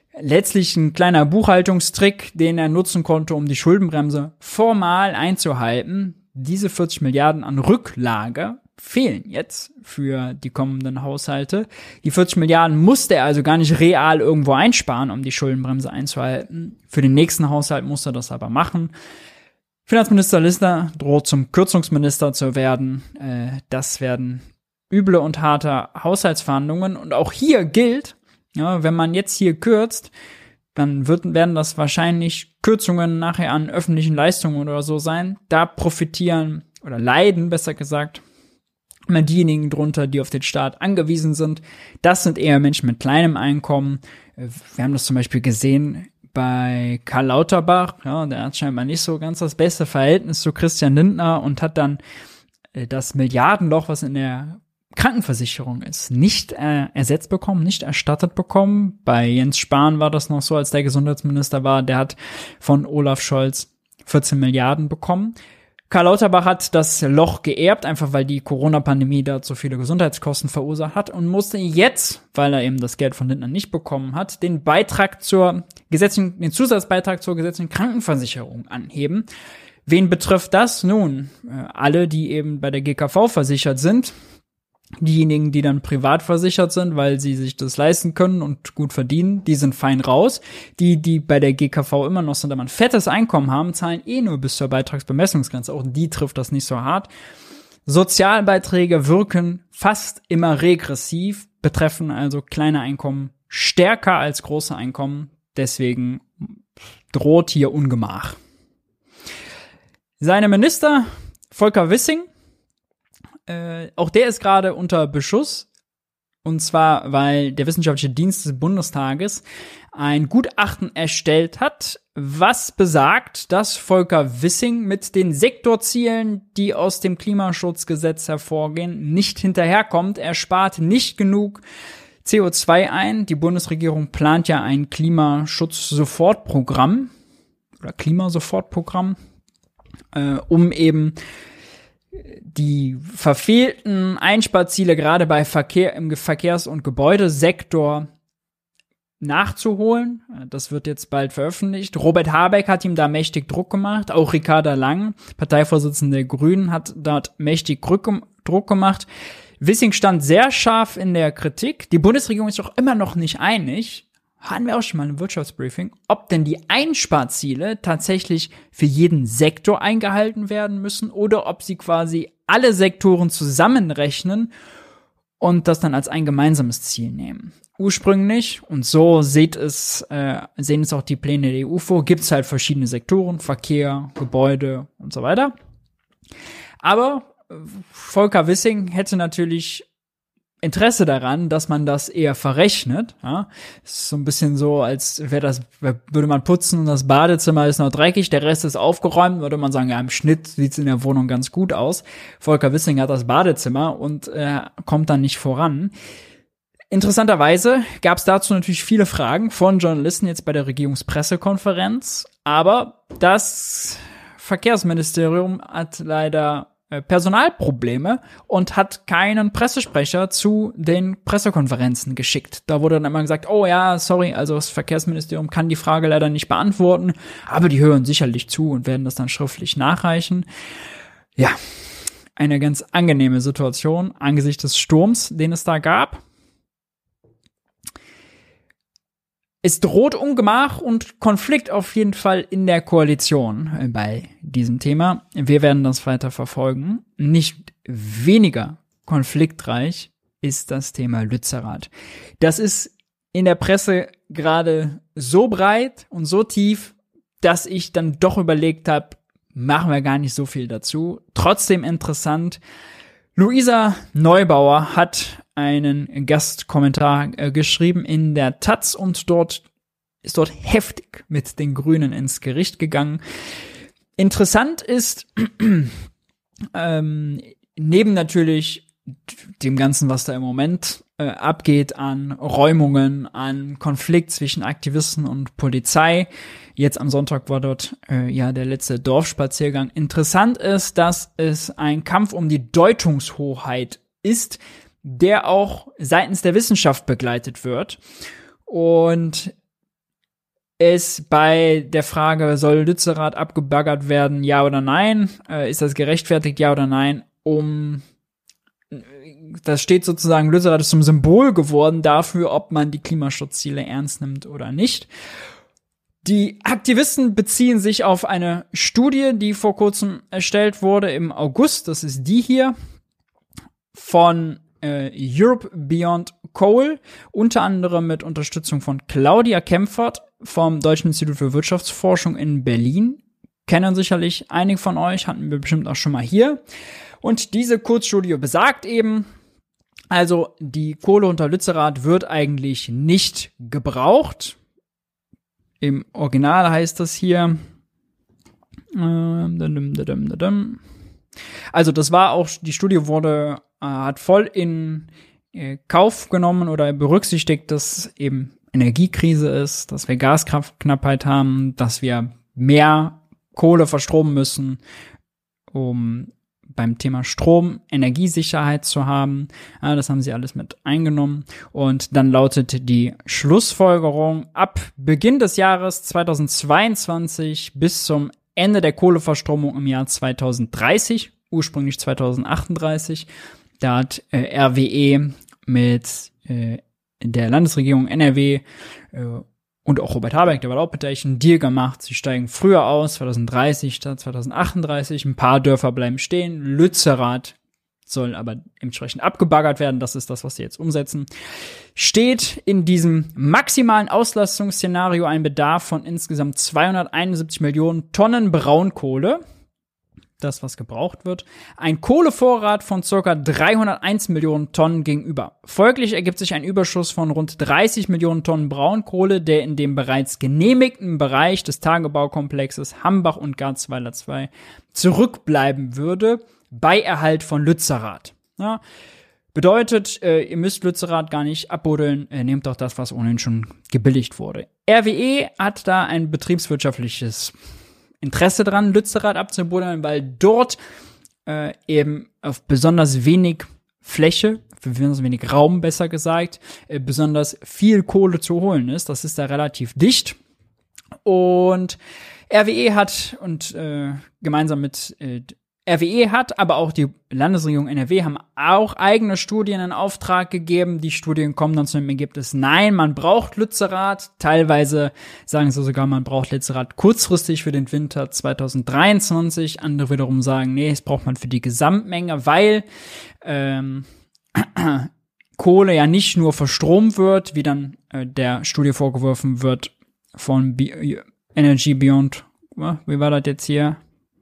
Letztlich ein kleiner Buchhaltungstrick, den er nutzen konnte, um die Schuldenbremse formal einzuhalten. Diese vierzig Milliarden an Rücklage fehlen jetzt für die kommenden Haushalte. Die vierzig Milliarden musste er also gar nicht real irgendwo einsparen, um die Schuldenbremse einzuhalten. Für den nächsten Haushalt muss er das aber machen. Finanzminister Lindner droht zum Kürzungsminister zu werden. Äh, das werden üble und harte Haushaltsverhandlungen. Und auch hier gilt, ja, wenn man jetzt hier kürzt, dann wird, werden das wahrscheinlich Kürzungen nachher an öffentlichen Leistungen oder so sein. Da profitieren oder leiden, besser gesagt, immer diejenigen drunter, die auf den Staat angewiesen sind. Das sind eher Menschen mit kleinem Einkommen. Wir haben das zum Beispiel gesehen bei Karl Lauterbach. Ja, der hat scheinbar nicht so ganz das beste Verhältnis zu Christian Lindner und hat dann das Milliardenloch, was in der Krankenversicherung ist, nicht äh, ersetzt bekommen, nicht erstattet bekommen. Bei Jens Spahn war das noch so, als der Gesundheitsminister war, der hat von Olaf Scholz vierzehn Milliarden bekommen. Karl Lauterbach hat das Loch geerbt, einfach weil die Corona-Pandemie da so viele Gesundheitskosten verursacht hat und musste jetzt, weil er eben das Geld von Lindner nicht bekommen hat, den Beitrag zur gesetzlichen, den Zusatzbeitrag zur gesetzlichen Krankenversicherung anheben. Wen betrifft das? Nun, äh, alle, die eben bei der G K V versichert sind. Diejenigen, die dann privat versichert sind, weil sie sich das leisten können und gut verdienen, die sind fein raus. Die, die bei der G K V immer noch sind, aber ein fettes Einkommen haben, zahlen eh nur bis zur Beitragsbemessungsgrenze. Auch die trifft das nicht so hart. Sozialbeiträge wirken fast immer regressiv, betreffen also kleine Einkommen stärker als große Einkommen. Deswegen droht hier Ungemach. Seine Minister, Volker Wissing, Äh, auch der ist gerade unter Beschuss. Und zwar, weil der Wissenschaftliche Dienst des Bundestages ein Gutachten erstellt hat, was besagt, dass Volker Wissing mit den Sektorzielen, die aus dem Klimaschutzgesetz hervorgehen, nicht hinterherkommt. Er spart nicht genug C O zwei ein. Die Bundesregierung plant ja ein Klimaschutz-Sofortprogramm oder Klimasofortprogramm, äh, um eben die verfehlten Einsparziele gerade bei Verkehr im Verkehrs- und Gebäudesektor nachzuholen. Das wird jetzt bald veröffentlicht. Robert Habeck hat ihm da mächtig Druck gemacht. Auch Ricarda Lang, Parteivorsitzende der Grünen, hat dort mächtig Druck gemacht. Wissing stand sehr scharf in der Kritik. Die Bundesregierung ist doch immer noch nicht einig. Hatten wir auch schon mal im Wirtschaftsbriefing, ob denn die Einsparziele tatsächlich für jeden Sektor eingehalten werden müssen oder ob sie quasi alle Sektoren zusammenrechnen und das dann als ein gemeinsames Ziel nehmen. Ursprünglich, und so sieht es, äh, sehen es auch die Pläne der E U vor, gibt es halt verschiedene Sektoren, Verkehr, Gebäude und so weiter. Aber Volker Wissing hätte natürlich Interesse daran, dass man das eher verrechnet. Ja, ist so ein bisschen so, als wäre das, würde man putzen und das Badezimmer ist noch dreckig, der Rest ist aufgeräumt, würde man sagen, ja, im Schnitt sieht's in der Wohnung ganz gut aus. Volker Wissing hat das Badezimmer und äh, kommt dann nicht voran. Interessanterweise gab es dazu natürlich viele Fragen von Journalisten jetzt bei der Regierungspressekonferenz, aber das Verkehrsministerium hat leider Personalprobleme und hat keinen Pressesprecher zu den Pressekonferenzen geschickt. Da wurde dann immer gesagt, oh ja, sorry, also das Verkehrsministerium kann die Frage leider nicht beantworten, aber die hören sicherlich zu und werden das dann schriftlich nachreichen. Ja, eine ganz angenehme Situation angesichts des Sturms, den es da gab. Es droht Ungemach und Konflikt auf jeden Fall in der Koalition bei diesem Thema. Wir werden das weiter verfolgen. Nicht weniger konfliktreich ist das Thema Lützerath. Das ist in der Presse gerade so breit und so tief, dass ich dann doch überlegt habe, machen wir gar nicht so viel dazu. Trotzdem interessant. Luisa Neubauer hat einen Gastkommentar äh, geschrieben in der Taz und dort ist dort heftig mit den Grünen ins Gericht gegangen. Interessant ist, ähm, neben natürlich dem Ganzen, was da im Moment äh, abgeht an Räumungen, an Konflikt zwischen Aktivisten und Polizei. Jetzt am Sonntag war dort äh, ja der letzte Dorfspaziergang. Interessant ist, dass es ein Kampf um die Deutungshoheit ist, der auch seitens der Wissenschaft begleitet wird. Und ist bei der Frage, soll Lützerath abgebaggert werden, ja oder nein? Äh, ist das gerechtfertigt, ja oder nein? Um, das steht sozusagen, Lützerath ist zum Symbol geworden dafür, ob man die Klimaschutzziele ernst nimmt oder nicht. Die Aktivisten beziehen sich auf eine Studie, die vor kurzem erstellt wurde im August. Das ist die hier von äh, Europe Beyond Coal, unter anderem mit Unterstützung von Claudia Kempfert vom Deutschen Institut für Wirtschaftsforschung in Berlin. Kennen sicherlich einige von euch, hatten wir bestimmt auch schon mal hier. Und diese Kurzstudie besagt eben, also die Kohle unter Lützerath wird eigentlich nicht gebraucht. Im Original heißt das hier, also das war auch, die Studie wurde, äh, hat voll in äh, Kauf genommen oder berücksichtigt, dass eben Energiekrise ist, dass wir Gasknappheit haben, dass wir mehr Kohle verstromen müssen, um beim Thema Strom Energiesicherheit zu haben. Ja, das haben sie alles mit eingenommen. Und dann lautet die Schlussfolgerung, ab Beginn des Jahres zweitausendzweiundzwanzig bis zum Ende der Kohleverstromung im Jahr zweitausenddreißig, ursprünglich zweitausendachtunddreißig, da hat äh, R W E mit äh, der Landesregierung N R W äh, und auch Robert Habeck, der war auch beteiligt, einen Deal gemacht. Sie steigen früher aus, zweitausenddreißig statt zweitausendachtunddreißig. Ein paar Dörfer bleiben stehen. Lützerath soll aber entsprechend abgebaggert werden. Das ist das, was sie jetzt umsetzen. Steht in diesem maximalen Auslastungsszenario ein Bedarf von insgesamt zweihunderteinundsiebzig Millionen Tonnen Braunkohle. Das, was gebraucht wird. Ein Kohlevorrat von ca. dreihunderteins Millionen Tonnen gegenüber. Folglich ergibt sich ein Überschuss von rund dreißig Millionen Tonnen Braunkohle, der in dem bereits genehmigten Bereich des Tagebaukomplexes Hambach und Garzweiler zwei zurückbleiben würde, bei Erhalt von Lützerath. Ja, bedeutet, äh, ihr müsst Lützerath gar nicht abbuddeln, äh, nehmt doch das, was ohnehin schon gebilligt wurde. R W E hat da ein betriebswirtschaftliches Interesse dran, Lützerath abzubuddeln, weil dort äh, eben auf besonders wenig Fläche, für besonders wenig Raum, besser gesagt, äh, besonders viel Kohle zu holen ist. Das ist da relativ dicht. Und R W E hat und äh, gemeinsam mit äh, R W E hat, aber auch die Landesregierung N R W haben auch eigene Studien in Auftrag gegeben. Die Studien kommen dann zu dem Ergebnis, nein, man braucht Lützerath. Teilweise sagen sie sogar, man braucht Lützerath kurzfristig für den Winter zweitausenddreiundzwanzig. Andere wiederum sagen, nee, das braucht man für die Gesamtmenge, weil ähm, Kohle ja nicht nur verstromt wird, wie dann äh, der Studie vorgeworfen wird von Be- Energy Beyond, wie war das jetzt hier?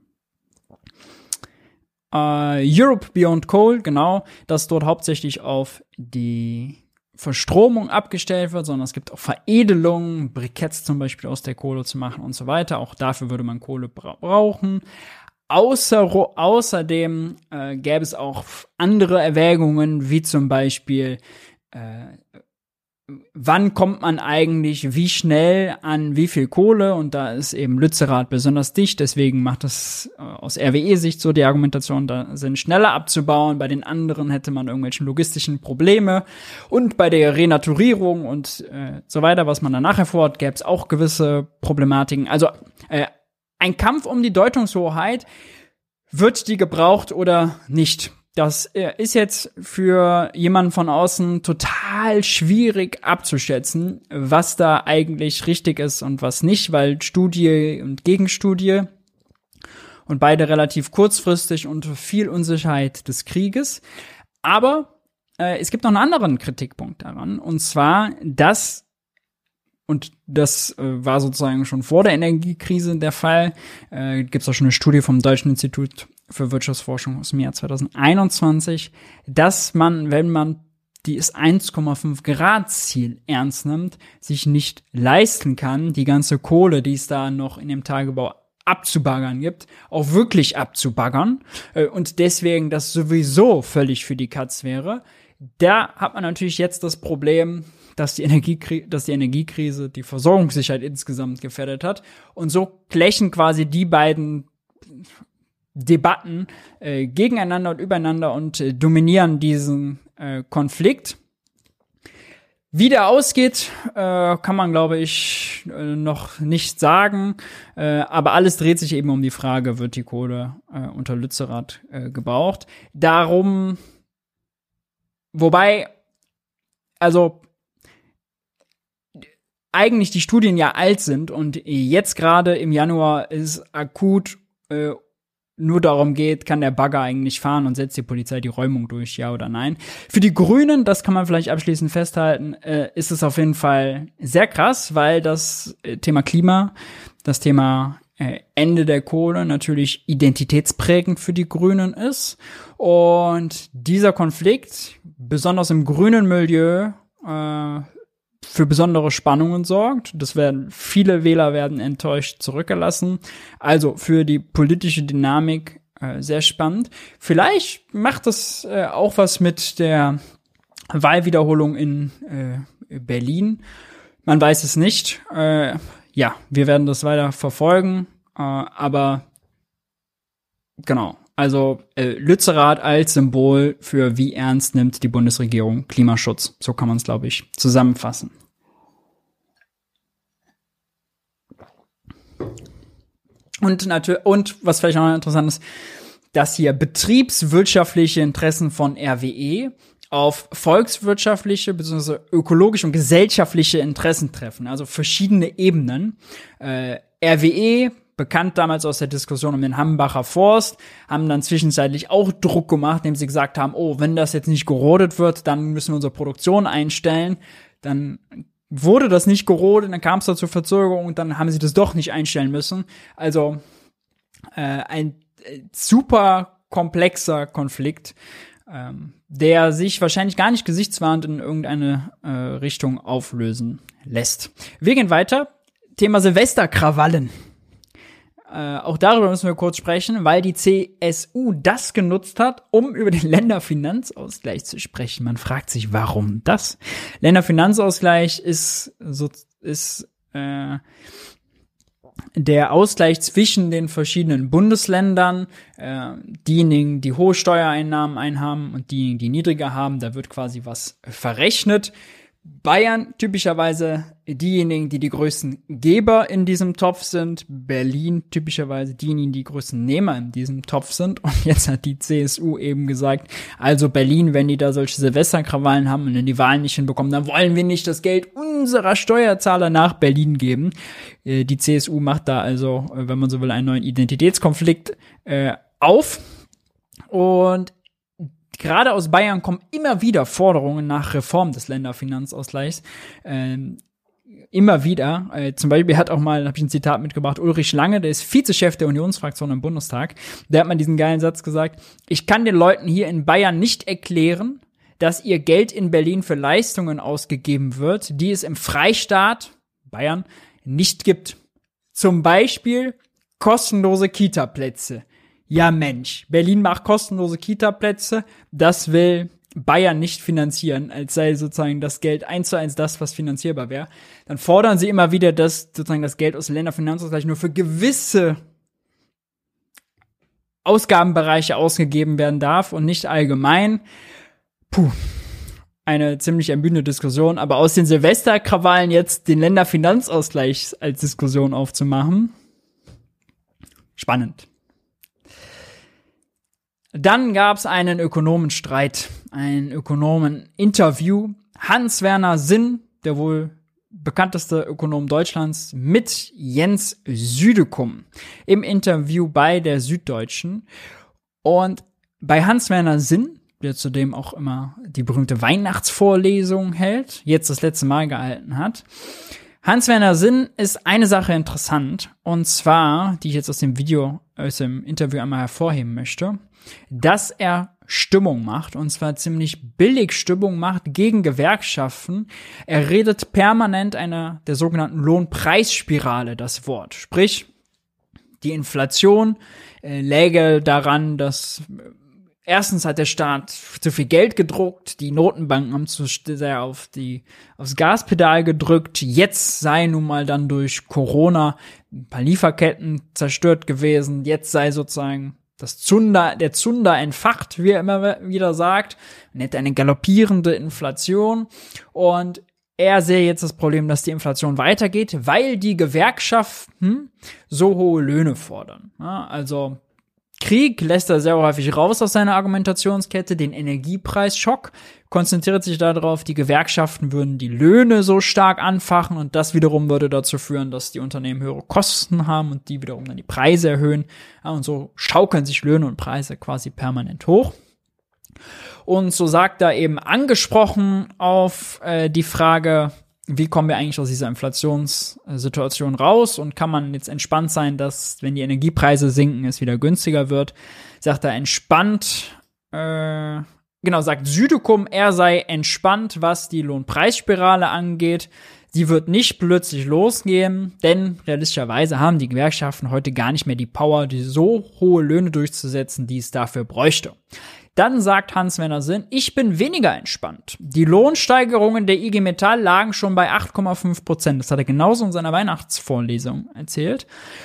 Uh, Europe Beyond Coal, genau, dass dort hauptsächlich auf die Verstromung abgestellt wird, sondern es gibt auch Veredelungen, Briketts zum Beispiel aus der Kohle zu machen und so weiter. Auch dafür würde man Kohle bra- brauchen. Außer, außerdem äh, gäbe es auch andere Erwägungen, wie zum Beispiel äh, wann kommt man eigentlich wie schnell an wie viel Kohle, und da ist eben Lützerath besonders dicht, deswegen macht es äh, aus R W E-Sicht so die Argumentation, da sind schneller abzubauen, bei den anderen hätte man irgendwelche logistischen Probleme, und bei der Renaturierung und äh, so weiter, was man danach hervorhat, gäbe es auch gewisse Problematiken. Also äh, ein Kampf um die Deutungshoheit, wird die gebraucht oder nicht? Das ist jetzt für jemanden von außen total schwierig abzuschätzen, was da eigentlich richtig ist und was nicht, weil Studie und Gegenstudie und beide relativ kurzfristig unter viel Unsicherheit des Krieges. Aber äh, es gibt noch einen anderen Kritikpunkt daran, und zwar, dass, und das äh, war sozusagen schon vor der Energiekrise der Fall, äh, gibt es auch schon eine Studie vom Deutschen Institut für Wirtschaftsforschung aus dem Jahr zweitausendeinundzwanzig, dass man, wenn man dieses eins Komma fünf Grad Ziel ernst nimmt, sich nicht leisten kann, die ganze Kohle, die es da noch in dem Tagebau abzubaggern gibt, auch wirklich abzubaggern, und deswegen das sowieso völlig für die Katz wäre. Da hat man natürlich jetzt das Problem, dass die Energiekrise, dass die Energiekrise die Versorgungssicherheit insgesamt gefährdet hat, und so clashen quasi die beiden Debatten äh, gegeneinander und übereinander und äh, dominieren diesen äh, Konflikt. Wie der ausgeht, äh, kann man, glaube ich, äh, noch nicht sagen. Äh, aber alles dreht sich eben um die Frage, wird die Kohle äh, unter Lützerath äh, gebraucht? Darum, wobei, also eigentlich die Studien ja alt sind und jetzt gerade im Januar ist akut äh, nur darum geht, kann der Bagger eigentlich fahren und setzt die Polizei die Räumung durch, ja oder nein. Für die Grünen, das kann man vielleicht abschließend festhalten, äh, ist es auf jeden Fall sehr krass, weil das äh, Thema Klima, das Thema äh, Ende der Kohle natürlich identitätsprägend für die Grünen ist. Und dieser Konflikt, besonders im grünen Milieu, äh, für besondere Spannungen sorgt. Das werden, viele Wähler werden enttäuscht zurückgelassen. Also für die politische Dynamik äh, sehr spannend. Vielleicht macht das äh, auch was mit der Wahlwiederholung in äh, Berlin. Man weiß es nicht. Äh, ja, wir werden das weiter verfolgen. Äh, aber genau. Also äh, Lützerath als Symbol für wie ernst nimmt die Bundesregierung Klimaschutz. So kann man es, glaube ich, zusammenfassen. Und natürlich, und was vielleicht auch noch interessant ist, dass hier betriebswirtschaftliche Interessen von R W E auf volkswirtschaftliche bzw. ökologische und gesellschaftliche Interessen treffen. Also verschiedene Ebenen. Äh, R W E, bekannt damals aus der Diskussion um den Hambacher Forst, haben dann zwischenzeitlich auch Druck gemacht, indem sie gesagt haben, oh, wenn das jetzt nicht gerodet wird, dann müssen wir unsere Produktion einstellen. Dann wurde das nicht gerodet, dann kam es da zur Verzögerung und dann haben sie das doch nicht einstellen müssen. Also äh, ein äh, super komplexer Konflikt, ähm, der sich wahrscheinlich gar nicht gesichtswahrend in irgendeine äh, Richtung auflösen lässt. Wir gehen weiter. Thema Silvesterkrawallen. Äh, auch darüber müssen wir kurz sprechen, weil die C S U das genutzt hat, um über den Länderfinanzausgleich zu sprechen. Man fragt sich, warum das? Länderfinanzausgleich ist so ist äh, der Ausgleich zwischen den verschiedenen Bundesländern. Äh, diejenigen, die hohe Steuereinnahmen einhaben und diejenigen, die niedriger haben, da wird quasi was verrechnet. Bayern typischerweise diejenigen, die die größten Geber in diesem Topf sind. Berlin typischerweise diejenigen, die die größten Nehmer in diesem Topf sind. Und jetzt hat die C S U eben gesagt, also Berlin, wenn die da solche Silvesterkrawallen haben und dann die Wahlen nicht hinbekommen, dann wollen wir nicht das Geld unserer Steuerzahler nach Berlin geben. Äh, die C S U macht da also, wenn man so will, einen neuen Identitätskonflikt äh, auf. Und gerade aus Bayern kommen immer wieder Forderungen nach Reform des Länderfinanzausgleichs. Ähm, immer wieder. Äh, zum Beispiel hat auch mal, habe ich ein Zitat mitgebracht, Ulrich Lange, der ist Vizechef der Unionsfraktion im Bundestag. Der hat mal diesen geilen Satz gesagt: Ich kann den Leuten hier in Bayern nicht erklären, dass ihr Geld in Berlin für Leistungen ausgegeben wird, die es im Freistaat Bayern nicht gibt. Zum Beispiel kostenlose Kita-Plätze. Ja Mensch, Berlin macht kostenlose Kita-Plätze, das will Bayern nicht finanzieren, als sei sozusagen das Geld eins zu eins das, was finanzierbar wäre. Dann fordern sie immer wieder, dass sozusagen das Geld aus dem Länderfinanzausgleich nur für gewisse Ausgabenbereiche ausgegeben werden darf und nicht allgemein. Puh, eine ziemlich ermüdende Diskussion, aber aus den Silvesterkrawallen jetzt den Länderfinanzausgleich als Diskussion aufzumachen, spannend. Dann gab es einen Ökonomenstreit, ein Ökonomeninterview. Hans-Werner Sinn, der wohl bekannteste Ökonom Deutschlands, mit Jens Südekum im Interview bei der Süddeutschen. Und bei Hans-Werner Sinn, der zudem auch immer die berühmte Weihnachtsvorlesung hält, jetzt das letzte Mal gehalten hat, Hans-Werner Sinn ist eine Sache interessant, und zwar, die ich jetzt aus dem Video, aus dem Interview einmal hervorheben möchte, dass er Stimmung macht, und zwar ziemlich billig Stimmung macht gegen Gewerkschaften. Er redet permanent einer der sogenannten Lohnpreisspirale das Wort. Sprich, die Inflation äh, läge daran, dass äh, erstens hat der Staat zu viel Geld gedruckt, die Notenbanken haben zu sehr auf die, aufs Gaspedal gedrückt. Jetzt sei nun mal dann durch Corona ein paar Lieferketten zerstört gewesen. Jetzt sei sozusagen das Zunder, der Zunder entfacht, wie er immer wieder sagt. Man hätte eine galoppierende Inflation. Und er sehe jetzt das Problem, dass die Inflation weitergeht, weil die Gewerkschaften so hohe Löhne fordern. Ja, also Krieg lässt er sehr häufig raus aus seiner Argumentationskette, den Energiepreisschock, konzentriert sich darauf, die Gewerkschaften würden die Löhne so stark anfachen und das wiederum würde dazu führen, dass die Unternehmen höhere Kosten haben und die wiederum dann die Preise erhöhen. Ja, und so schaukeln sich Löhne und Preise quasi permanent hoch. Und so sagt er eben angesprochen auf äh, die Frage, wie kommen wir eigentlich aus dieser Inflationssituation raus und kann man jetzt entspannt sein, dass, wenn die Energiepreise sinken, es wieder günstiger wird, sagt er entspannt, äh, genau, sagt Südekum, er sei entspannt, was die Lohnpreisspirale angeht. Sie wird nicht plötzlich losgehen, denn realistischerweise haben die Gewerkschaften heute gar nicht mehr die Power, die so hohe Löhne durchzusetzen, die es dafür bräuchte. Dann sagt Hans-Werner Sinn, ich bin weniger entspannt. Die Lohnsteigerungen der I G Metall lagen schon bei acht Komma fünf Prozent. Das hat er genauso in seiner Weihnachtsvorlesung erzählt.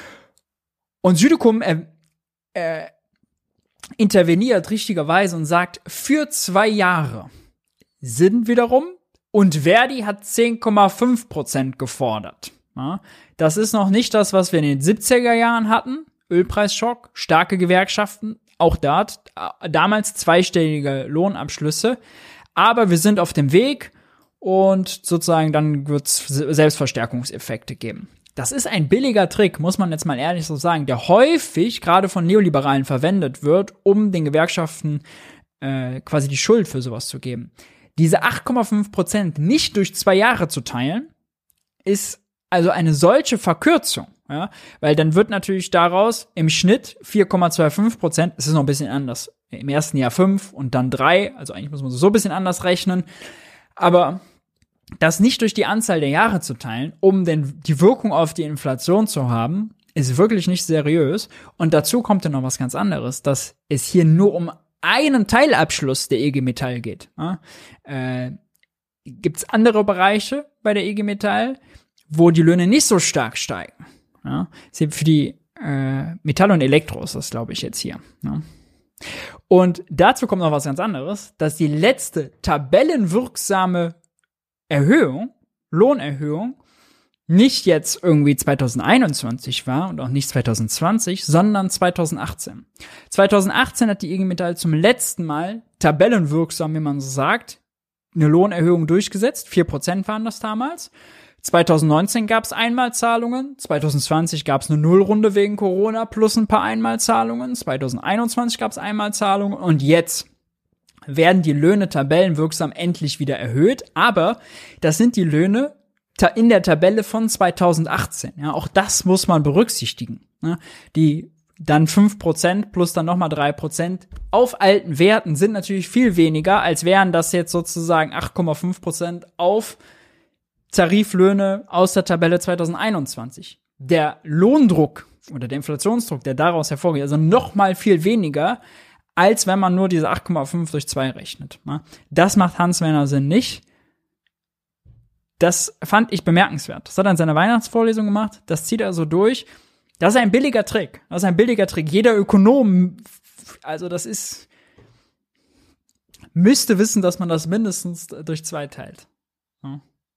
Und Südekum äh, äh, interveniert richtigerweise und sagt, für zwei Jahre sind wiederum, und Verdi hat zehn Komma fünf Prozent gefordert. Ja, das ist noch nicht das, was wir in den siebziger Jahren hatten. Ölpreisschock, starke Gewerkschaften, auch dort, damals zweistellige Lohnabschlüsse. Aber wir sind auf dem Weg und sozusagen dann wird es Selbstverstärkungseffekte geben. Das ist ein billiger Trick, muss man jetzt mal ehrlich so sagen, der häufig gerade von Neoliberalen verwendet wird, um den Gewerkschaften äh, quasi die Schuld für sowas zu geben. Diese acht Komma fünf Prozent nicht durch zwei Jahre zu teilen, ist also eine solche Verkürzung. Ja, weil dann wird natürlich daraus im Schnitt vier Komma fünfundzwanzig Prozent, es ist noch ein bisschen anders, im ersten Jahr fünf und dann drei, also eigentlich muss man so ein bisschen anders rechnen, aber das nicht durch die Anzahl der Jahre zu teilen, um denn die Wirkung auf die Inflation zu haben, ist wirklich nicht seriös. Und dazu kommt dann noch was ganz anderes, dass es hier nur um einen Teilabschluss der I G Metall geht. Ja, äh, gibt's andere Bereiche bei der I G Metall, wo die Löhne nicht so stark steigen. Ja, für die äh, Metall und Elektro ist das, glaube ich, jetzt hier. Ja. Und dazu kommt noch was ganz anderes, dass die letzte tabellenwirksame Erhöhung, Lohnerhöhung, nicht jetzt irgendwie zwanzig einundzwanzig war und auch nicht zwanzig zwanzig, sondern zwanzig achtzehn. zwanzig achtzehn hat die I G Metall zum letzten Mal tabellenwirksam, wie man so sagt, eine Lohnerhöhung durchgesetzt. vier Prozent waren das damals. zwanzig neunzehn gab es Einmalzahlungen, zwanzig zwanzig gab es eine Nullrunde wegen Corona plus ein paar Einmalzahlungen, zwanzig einundzwanzig gab es Einmalzahlungen und jetzt werden die Löhne tabellenwirksam endlich wieder erhöht, aber das sind die Löhne in der Tabelle von zwanzig achtzehn. Ja, auch das muss man berücksichtigen. Ja, die dann fünf Prozent plus dann nochmal drei Prozent auf alten Werten sind natürlich viel weniger, als wären das jetzt sozusagen acht Komma fünf Prozent auf Tariflöhne aus der Tabelle zwanzig einundzwanzig. Der Lohndruck oder der Inflationsdruck, der daraus hervorgeht, also noch mal viel weniger, als wenn man nur diese acht Komma fünf durch zwei rechnet. Das macht Hans-Werner Sinn nicht. Das fand ich bemerkenswert. Das hat er in seiner Weihnachtsvorlesung gemacht. Das zieht er so durch. Das ist ein billiger Trick. Das ist ein billiger Trick. Jeder Ökonom, also das ist, müsste wissen, dass man das mindestens durch zwei teilt. Ja.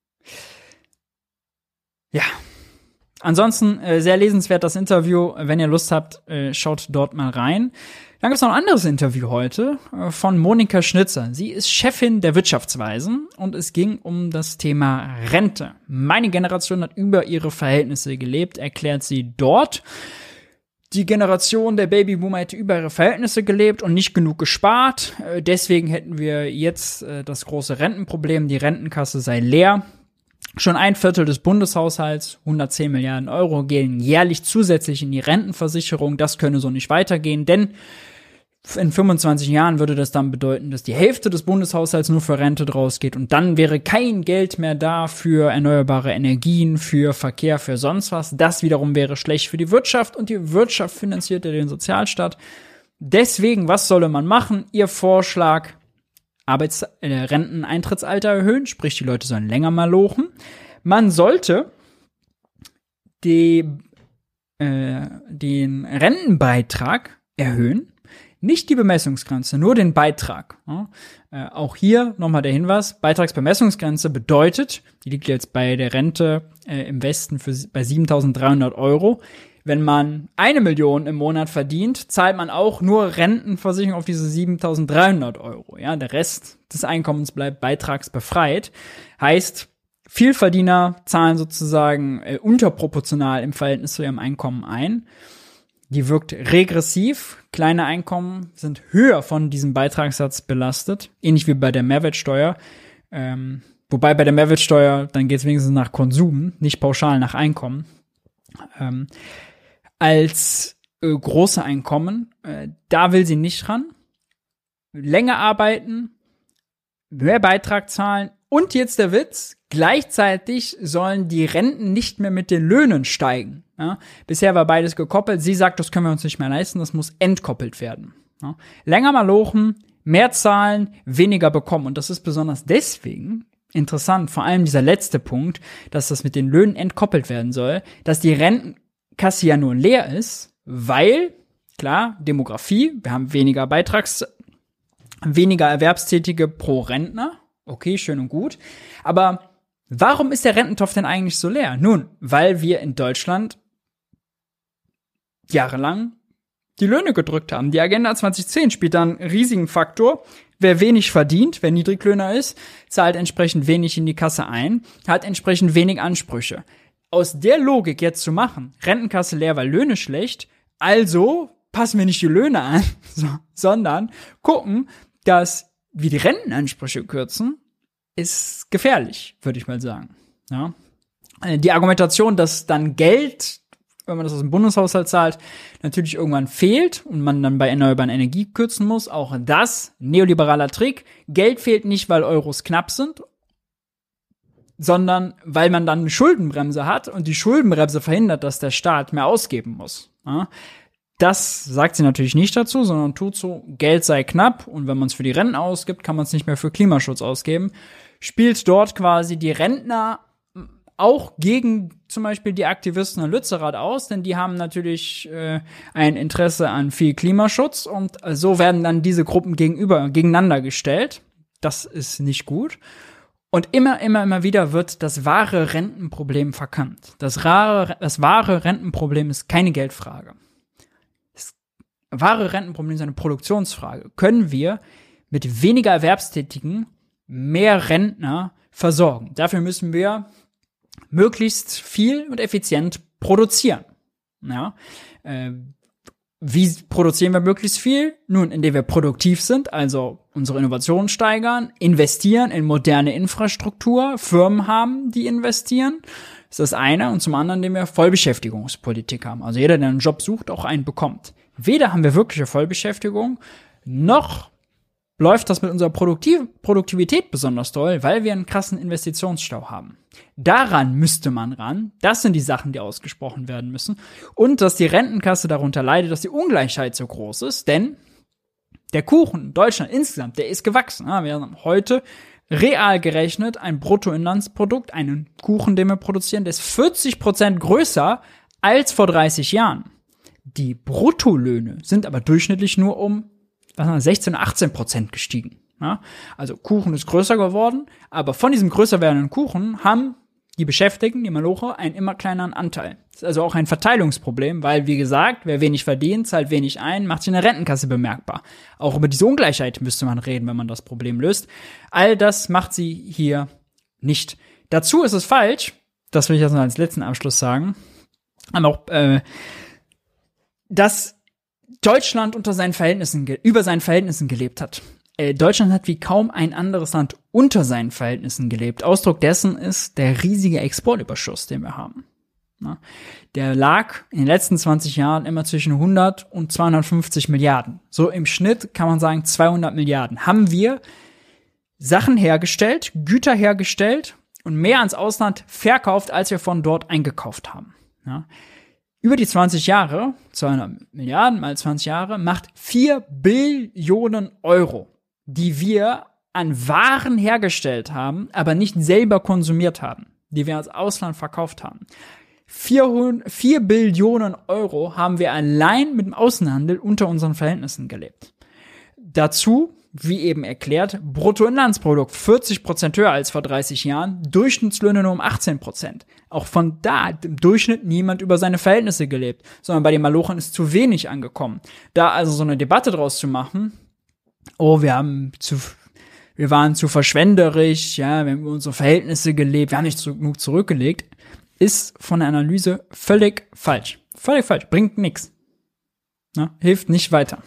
Ja, ansonsten äh, sehr lesenswert das Interview. Wenn ihr Lust habt, äh, schaut dort mal rein. Dann gibt es noch ein anderes Interview heute äh, von Monika Schnitzer. Sie ist Chefin der Wirtschaftsweisen und es ging um das Thema Rente. Meine Generation hat über ihre Verhältnisse gelebt, erklärt sie dort. Die Generation der Babyboomer hätte über ihre Verhältnisse gelebt und nicht genug gespart. Äh, deswegen hätten wir jetzt äh, das große Rentenproblem. Die Rentenkasse sei leer. Schon ein Viertel des Bundeshaushalts, hundertzehn Milliarden Euro, gehen jährlich zusätzlich in die Rentenversicherung. Das könne so nicht weitergehen, denn in fünfundzwanzig Jahren würde das dann bedeuten, dass die Hälfte des Bundeshaushalts nur für Rente draus geht und dann wäre kein Geld mehr da für erneuerbare Energien, für Verkehr, für sonst was. Das wiederum wäre schlecht für die Wirtschaft und die Wirtschaft finanziert ja den Sozialstaat. Deswegen, was solle man machen? Ihr Vorschlag: Arbeits- äh, Renteneintrittsalter erhöhen, sprich die Leute sollen länger mal lochen. Man sollte die, äh, den Rentenbeitrag erhöhen. nicht die Bemessungsgrenze, nur den Beitrag. Ja, äh, auch hier nochmal der Hinweis, Beitragsbemessungsgrenze bedeutet, die liegt jetzt bei der Rente äh, im Westen für, bei siebentausenddreihundert Euro. Wenn man eine Million im Monat verdient, zahlt man auch nur Rentenversicherung auf diese siebentausenddreihundert Euro. Ja, der Rest des Einkommens bleibt beitragsbefreit. Heißt, Vielverdiener zahlen sozusagen äh, unterproportional im Verhältnis zu ihrem Einkommen ein. Die wirkt regressiv. Kleine Einkommen sind höher von diesem Beitragssatz belastet. Ähnlich wie bei der Mehrwertsteuer. Ähm, wobei bei der Mehrwertsteuer, dann geht es wenigstens nach Konsum, nicht pauschal nach Einkommen. Ähm, als äh, große Einkommen, äh, da will sie nicht ran. Länger arbeiten, mehr Beitrag zahlen und jetzt der Witz, gleichzeitig sollen die Renten nicht mehr mit den Löhnen steigen. Ja? Bisher war beides gekoppelt. Sie sagt, das können wir uns nicht mehr leisten, das muss entkoppelt werden. Ja? Länger mal lochen, mehr zahlen, weniger bekommen. Und das ist besonders deswegen interessant, vor allem dieser letzte Punkt, dass das mit den Löhnen entkoppelt werden soll, dass die Rentenkasse ja nur leer ist, weil, klar, Demografie, wir haben weniger Beitrags, weniger Erwerbstätige pro Rentner, okay, schön und gut, aber warum ist der Rententopf denn eigentlich so leer? Nun, weil wir in Deutschland jahrelang die Löhne gedrückt haben. Die Agenda zwanzig zehn spielt da einen riesigen Faktor. Wer wenig verdient, wer Niedriglöhner ist, zahlt entsprechend wenig in die Kasse ein, hat entsprechend wenig Ansprüche. Aus der Logik jetzt zu machen, Rentenkasse leer, weil Löhne schlecht, also passen wir nicht die Löhne an, so, sondern gucken, dass wir die Rentenansprüche kürzen, ist gefährlich, würde ich mal sagen. Ja. Die Argumentation, dass dann Geld, wenn man das aus dem Bundeshaushalt zahlt, natürlich irgendwann fehlt und man dann bei erneuerbaren Energie kürzen muss, auch das, neoliberaler Trick. Geld fehlt nicht, weil Euros knapp sind, sondern weil man dann eine Schuldenbremse hat und die Schuldenbremse verhindert, dass der Staat mehr ausgeben muss. Ja. Das sagt sie natürlich nicht dazu, sondern tut so, Geld sei knapp und wenn man es für die Renten ausgibt, kann man es nicht mehr für Klimaschutz ausgeben. Spielt dort quasi die Rentner auch gegen zum Beispiel die Aktivisten in Lützerath aus, denn die haben natürlich äh, ein Interesse an viel Klimaschutz und so werden dann diese Gruppen gegenüber, gegeneinander gestellt. Das ist nicht gut. Und immer, immer, immer wieder wird das wahre Rentenproblem verkannt. Das, rare, das wahre Rentenproblem ist keine Geldfrage. Das wahre Rentenproblem ist eine Produktionsfrage. Können wir mit weniger Erwerbstätigen mehr Rentner versorgen? Dafür müssen wir möglichst viel und effizient produzieren. Ja, äh, wie produzieren wir möglichst viel? Nun, indem wir produktiv sind, also unsere Innovationen steigern, investieren in moderne Infrastruktur, Firmen haben, die investieren. Das ist das eine. Und zum anderen, indem wir Vollbeschäftigungspolitik haben. Also jeder, der einen Job sucht, auch einen bekommt. Weder haben wir wirkliche Vollbeschäftigung, noch läuft das mit unserer Produktiv- Produktivität besonders toll, weil wir einen krassen Investitionsstau haben. Daran müsste man ran. Das sind die Sachen, die ausgesprochen werden müssen. Und dass die Rentenkasse darunter leidet, dass die Ungleichheit so groß ist. Denn der Kuchen in Deutschland insgesamt, der ist gewachsen. Wir haben heute real gerechnet ein Bruttoinlandsprodukt, einen Kuchen, den wir produzieren, der ist vierzig Prozent größer als vor dreißig Jahren. Die Bruttolöhne sind aber durchschnittlich nur um sechzehn, achtzehn Prozent gestiegen. Ja? Also Kuchen ist größer geworden, aber von diesem größer werdenden Kuchen haben die Beschäftigten, die Maloche, einen immer kleineren Anteil. Das ist also auch ein Verteilungsproblem, weil, wie gesagt, wer wenig verdient, zahlt wenig ein, macht sich in der Rentenkasse bemerkbar. Auch über diese Ungleichheit müsste man reden, wenn man das Problem löst. All das macht sie hier nicht. Dazu ist es falsch, das will ich jetzt noch als letzten Abschluss sagen, aber auch, äh, dass Deutschland unter seinen Verhältnissen, über seinen Verhältnissen gelebt hat. Äh, Deutschland hat wie kaum ein anderes Land unter seinen Verhältnissen gelebt. Ausdruck dessen ist der riesige Exportüberschuss, den wir haben. Ja, der lag in den letzten zwanzig Jahren immer zwischen hundert und zweihundertfünfzig Milliarden. So im Schnitt kann man sagen zweihundert Milliarden. Haben wir Sachen hergestellt, Güter hergestellt und mehr ans Ausland verkauft, als wir von dort eingekauft haben. Ja. Über die zwanzig Jahre, zweihundert Milliarden mal zwanzig Jahre, macht vier Billionen Euro, die wir an Waren hergestellt haben, aber nicht selber konsumiert haben, die wir als Ausland verkauft haben. vier Billionen Euro haben wir allein mit dem Außenhandel unter unseren Verhältnissen gelebt. Dazu, wie eben erklärt, Bruttoinlandsprodukt vierzig Prozent höher als vor dreißig Jahren, Durchschnittslöhne nur um achtzehn Prozent. Auch von da hat im Durchschnitt niemand über seine Verhältnisse gelebt, sondern bei den Malochern ist zu wenig angekommen. Da also so eine Debatte draus zu machen, oh, wir haben zu, wir waren zu verschwenderisch, ja, wir haben über unsere Verhältnisse gelebt, wir haben nicht genug zurückgelegt, ist von der Analyse völlig falsch. Völlig falsch, bringt nichts. Ne? Hilft nicht weiter.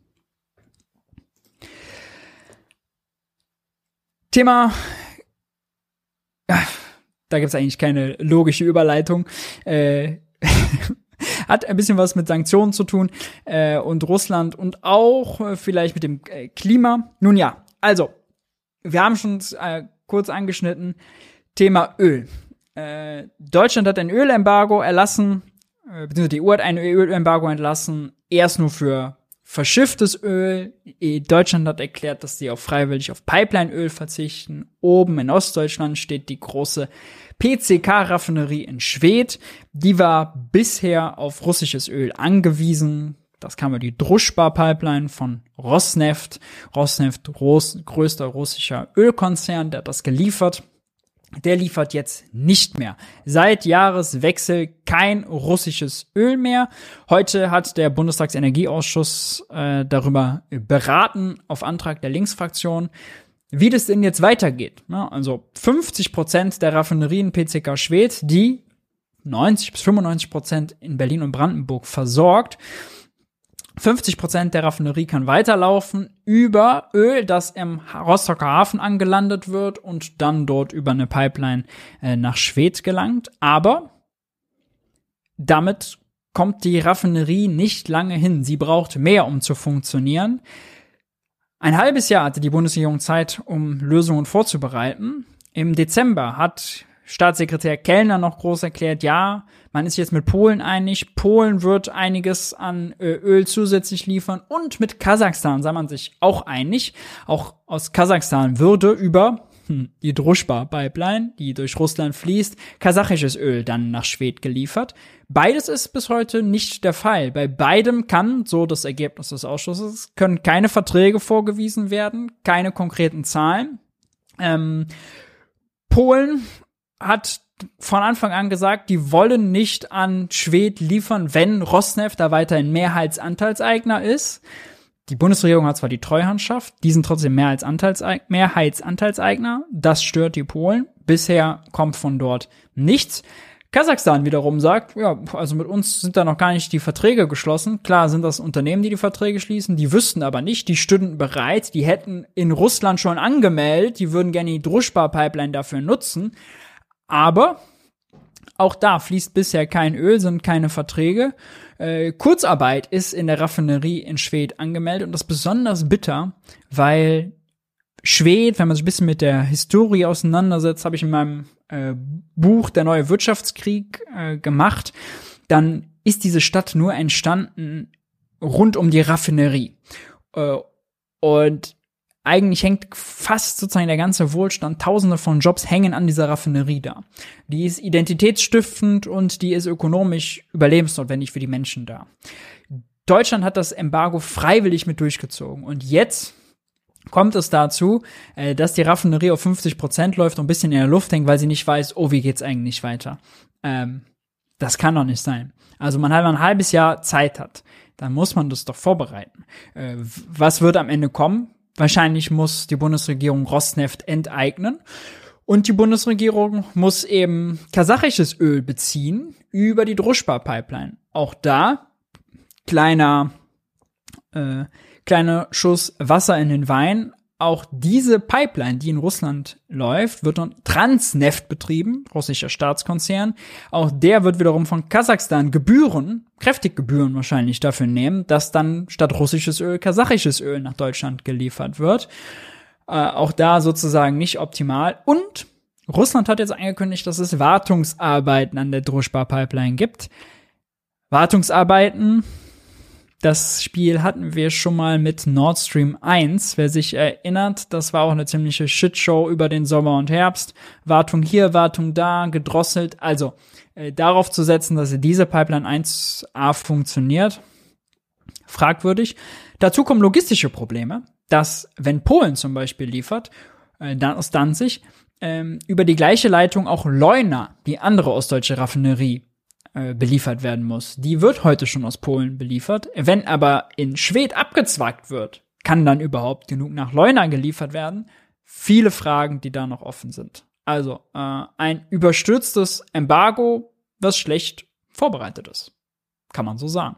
Thema, ja, da gibt's eigentlich keine logische Überleitung, äh, hat ein bisschen was mit Sanktionen zu tun äh, und Russland und auch äh, vielleicht mit dem äh, Klima. Nun ja, also, wir haben schon äh, kurz angeschnitten, Thema Öl. Äh, Deutschland hat ein Ölembargo erlassen, äh, beziehungsweise die E U hat ein Ölembargo entlassen, erst nur für verschifftes Öl. Deutschland hat erklärt, dass sie auch freiwillig auf Pipeline-Öl verzichten. Oben in Ostdeutschland steht die große P C K-Raffinerie in Schwedt. Die war bisher auf russisches Öl angewiesen. Das kam über die Druschba-Pipeline von Rosneft. Rosneft, Ros- größter russischer Ölkonzern, der hat das geliefert. Der liefert jetzt nicht mehr. Seit Jahreswechsel kein russisches Öl mehr. Heute hat der Bundestagsenergieausschuss äh, darüber beraten, auf Antrag der Linksfraktion, wie das denn jetzt weitergeht. Ja, also fünfzig Prozent der Raffinerien P C K Schwedt, die neunzig bis fünfundneunzig Prozent in Berlin und Brandenburg versorgt. fünfzig Prozent der Raffinerie kann weiterlaufen über Öl, das im Rostocker Hafen angelandet wird und dann dort über eine Pipeline äh, nach Schwedt gelangt. Aber damit kommt die Raffinerie nicht lange hin. Sie braucht mehr, um zu funktionieren. Ein halbes Jahr hatte die Bundesregierung Zeit, um Lösungen vorzubereiten. Im Dezember hat Staatssekretär Kellner noch groß erklärt, ja, man ist jetzt mit Polen einig, Polen wird einiges an äh, Öl zusätzlich liefern und mit Kasachstan sei man sich auch einig. Auch aus Kasachstan würde über hm, die Druschba-Pipeline, die durch Russland fließt, kasachisches Öl dann nach Schwedt geliefert. Beides ist bis heute nicht der Fall. Bei beidem kann, so das Ergebnis des Ausschusses, können keine Verträge vorgewiesen werden, keine konkreten Zahlen. Ähm, Polen hat von Anfang an gesagt, die wollen nicht an Schwedt liefern, wenn Rosneft da weiterhin Mehrheitsanteilseigner ist. Die Bundesregierung hat zwar die Treuhandschaft, die sind trotzdem Mehrheitsanteilseigner, Mehrheitsanteilseigner. Das stört die Polen. Bisher kommt von dort nichts. Kasachstan wiederum sagt, ja, also mit uns sind da noch gar nicht die Verträge geschlossen. Klar sind das Unternehmen, die die Verträge schließen, die wüssten aber nicht, die stünden bereit, die hätten in Russland schon angemeldet, die würden gerne die Druschba-Pipeline dafür nutzen. Aber auch da fließt bisher kein Öl, sind keine Verträge. Äh, Kurzarbeit ist in der Raffinerie in Schwedt angemeldet und das ist besonders bitter, weil Schwedt, wenn man sich ein bisschen mit der Historie auseinandersetzt, habe ich in meinem äh, Buch Der neue Wirtschaftskrieg äh, gemacht, dann ist diese Stadt nur entstanden rund um die Raffinerie. Äh, und eigentlich hängt fast sozusagen der ganze Wohlstand, tausende von Jobs hängen an dieser Raffinerie da. Die ist identitätsstiftend und die ist ökonomisch überlebensnotwendig für die Menschen da. Deutschland hat das Embargo freiwillig mit durchgezogen und jetzt kommt es dazu, äh, dass die Raffinerie auf fünfzig Prozent läuft und ein bisschen in der Luft hängt, weil sie nicht weiß, oh, wie geht's eigentlich weiter. Ähm, das kann doch nicht sein. Also man halt ein halbes Jahr Zeit hat, dann muss man das doch vorbereiten. Äh, was wird am Ende kommen? Wahrscheinlich muss die Bundesregierung Rosneft enteignen und die Bundesregierung muss eben kasachisches Öl beziehen über die Druschba-Pipeline. Auch da kleiner äh, kleiner Schuss Wasser in den Wein. Auch diese Pipeline, die in Russland läuft, wird von Transneft betrieben, russischer Staatskonzern. Auch der wird wiederum von Kasachstan Gebühren, kräftig Gebühren wahrscheinlich dafür nehmen, dass dann statt russisches Öl kasachisches Öl nach Deutschland geliefert wird. Äh, auch da sozusagen nicht optimal. Und Russland hat jetzt angekündigt, dass es Wartungsarbeiten an der Druschba-Pipeline gibt. Wartungsarbeiten Das Spiel hatten wir schon mal mit Nord Stream eins. Wer sich erinnert, das war auch eine ziemliche Shitshow über den Sommer und Herbst. Wartung hier, Wartung da, gedrosselt. Also äh, darauf zu setzen, dass diese Pipeline eins a funktioniert, fragwürdig. Dazu kommen logistische Probleme, dass wenn Polen zum Beispiel liefert, äh, dann aus Danzig, ähm, über die gleiche Leitung auch Leuna, die andere ostdeutsche Raffinerie, beliefert werden muss. Die wird heute schon aus Polen beliefert. Wenn aber in Schwedt abgezwackt wird, kann dann überhaupt genug nach Leuna geliefert werden? Viele Fragen, die da noch offen sind. Also äh, ein überstürztes Embargo, was schlecht vorbereitet ist. Kann man so sagen.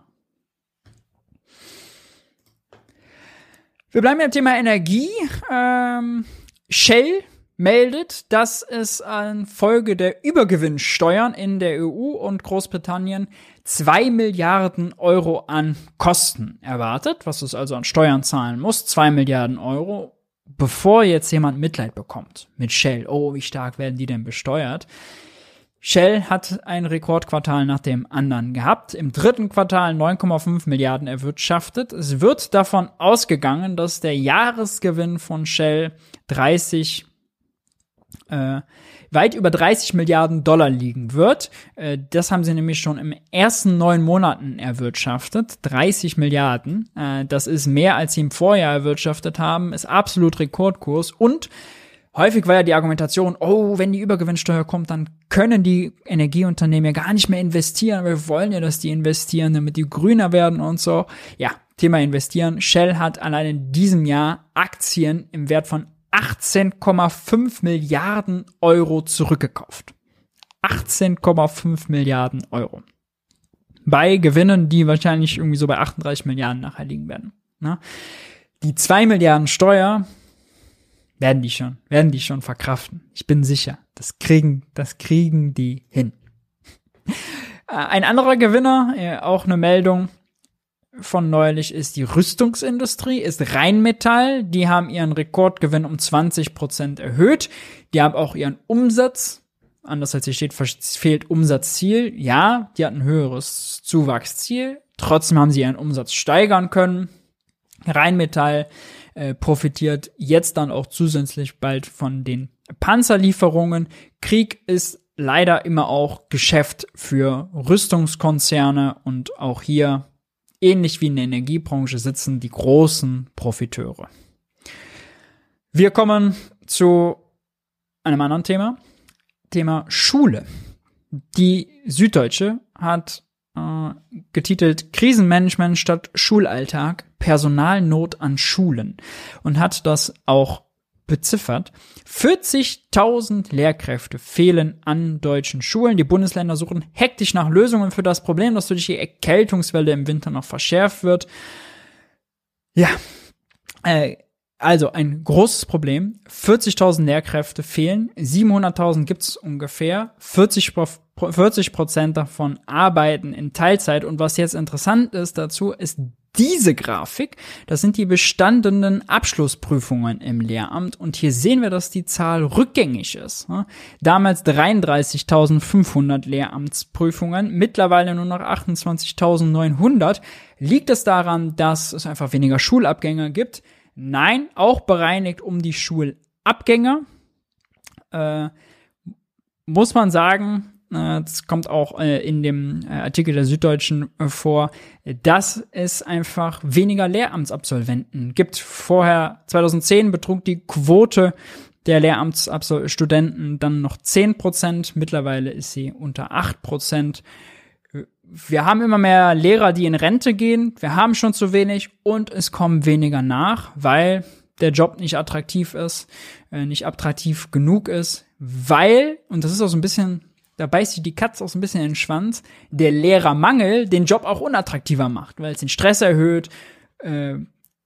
Wir bleiben beim Thema Energie. Ähm, Shell meldet, dass es an Folge der Übergewinnsteuern in der E U und Großbritannien zwei Milliarden Euro an Kosten erwartet, was es also an Steuern zahlen muss, zwei Milliarden Euro, bevor jetzt jemand Mitleid bekommt mit Shell. Oh, wie stark werden die denn besteuert? Shell hat ein Rekordquartal nach dem anderen gehabt. Im dritten Quartal neun Komma fünf Milliarden erwirtschaftet. Es wird davon ausgegangen, dass der Jahresgewinn von Shell dreißig Äh, weit über dreißig Milliarden Dollar liegen wird. Äh, das haben sie nämlich schon im ersten neun Monaten erwirtschaftet. dreißig Milliarden. Äh, das ist mehr, als sie im Vorjahr erwirtschaftet haben. Ist absolut Rekordkurs. Und häufig war ja die Argumentation, oh, wenn die Übergewinnsteuer kommt, dann können die Energieunternehmen ja gar nicht mehr investieren. Wir wollen ja, dass die investieren, damit die grüner werden und so. Ja, Thema investieren. Shell hat allein in diesem Jahr Aktien im Wert von achtzehn Komma fünf Milliarden Euro zurückgekauft. achtzehn Komma fünf Milliarden Euro. Bei Gewinnen, die wahrscheinlich irgendwie so bei achtunddreißig Milliarden nachher liegen werden. Na? Die zwei Milliarden Steuer werden die schon, werden die schon verkraften. Ich bin sicher. Das kriegen, das kriegen die hin. Ein anderer Gewinner, auch eine Meldung von neulich, ist die Rüstungsindustrie, ist Rheinmetall. Die haben ihren Rekordgewinn um zwanzig Prozent erhöht. Die haben auch ihren Umsatz, anders als hier steht, fehlt Umsatzziel. Ja, die hatten ein höheres Zuwachsziel. Trotzdem haben sie ihren Umsatz steigern können. Rheinmetall äh, profitiert jetzt dann auch zusätzlich bald von den Panzerlieferungen. Krieg ist leider immer auch Geschäft für Rüstungskonzerne und auch hier ähnlich wie in der Energiebranche sitzen die großen Profiteure. Wir kommen zu einem anderen Thema. Thema Schule. Die Süddeutsche hat äh, getitelt Krisenmanagement statt Schulalltag, Personalnot an Schulen und hat das auch beziffert. vierzigtausend Lehrkräfte fehlen an deutschen Schulen. Die Bundesländer suchen hektisch nach Lösungen für das Problem, das durch die Erkältungswelle im Winter noch verschärft wird. Ja, äh, also ein großes Problem. vierzigtausend Lehrkräfte fehlen. siebenhunderttausend gibt es ungefähr. vierzig Prozent davon arbeiten in Teilzeit. Und was jetzt interessant ist dazu, ist diese Grafik. Das sind die bestandenen Abschlussprüfungen im Lehramt. Und hier sehen wir, dass die Zahl rückgängig ist. Damals dreiunddreißigtausendfünfhundert Lehramtsprüfungen, mittlerweile nur noch achtundzwanzigtausendneunhundert. Liegt es daran, dass es einfach weniger Schulabgänger gibt? Nein, auch bereinigt um die Schulabgänger. Äh, muss man sagen, das kommt auch in dem Artikel der Süddeutschen vor, dass es einfach weniger Lehramtsabsolventen gibt. Vorher, zweitausendzehn, betrug die Quote der Lehramtsstudenten dann noch zehn Prozent. Mittlerweile ist sie unter acht Prozent. Wir haben immer mehr Lehrer, die in Rente gehen. Wir haben schon zu wenig und es kommen weniger nach, weil der Job nicht attraktiv ist, nicht attraktiv genug ist, weil, und das ist auch so ein bisschen, da beißt sich die Katze auch so ein bisschen in den Schwanz, der Lehrermangel den Job auch unattraktiver macht, weil es den Stress erhöht, äh,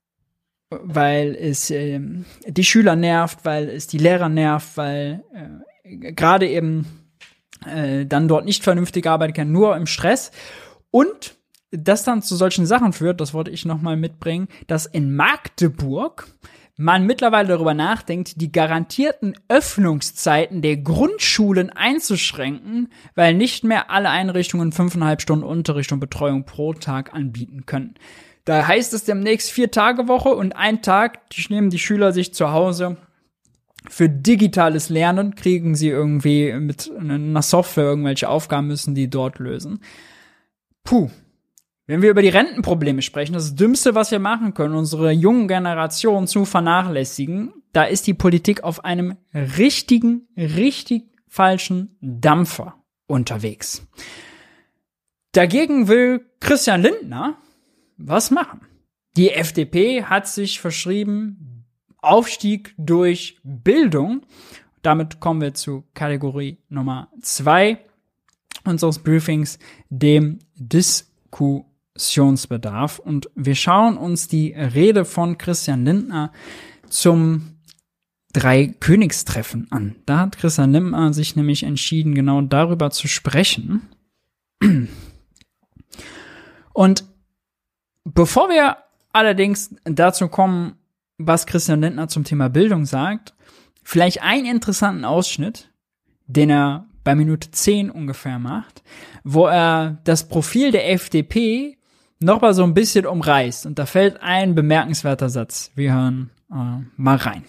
weil es äh, die Schüler nervt, weil es die Lehrer nervt, weil äh, gerade eben äh, dann dort nicht vernünftig arbeiten kann, nur im Stress. Und das dann zu solchen Sachen führt, das wollte ich nochmal mitbringen, dass in Magdeburg man mittlerweile darüber nachdenkt, die garantierten Öffnungszeiten der Grundschulen einzuschränken, weil nicht mehr alle Einrichtungen fünfeinhalb Stunden Unterricht und Betreuung pro Tag anbieten können. Da heißt es demnächst Vier-Tage-Woche und ein Tag, die nehmen die Schüler sich zu Hause für digitales Lernen, kriegen sie irgendwie mit einer Software irgendwelche Aufgaben, müssen die dort lösen. Puh. Wenn wir über die Rentenprobleme sprechen, das Dümmste, was wir machen können, unsere jungen Generationen zu vernachlässigen, da ist die Politik auf einem richtigen, richtig falschen Dampfer unterwegs. Dagegen will Christian Lindner was machen. Die F D P hat sich verschrieben, Aufstieg durch Bildung. Damit kommen wir zu Kategorie Nummer zwei unseres Briefings, dem Diskussionsbedarf. Und wir schauen uns die Rede von Christian Lindner zum Drei-Königstreffen an. Da hat Christian Lindner sich nämlich entschieden, genau darüber zu sprechen. Und bevor wir allerdings dazu kommen, was Christian Lindner zum Thema Bildung sagt, vielleicht einen interessanten Ausschnitt, den er bei Minute zehn ungefähr macht, wo er das Profil der F D P noch mal so ein bisschen umreißt. Und da fällt ein bemerkenswerter Satz. Wir hören äh, mal rein.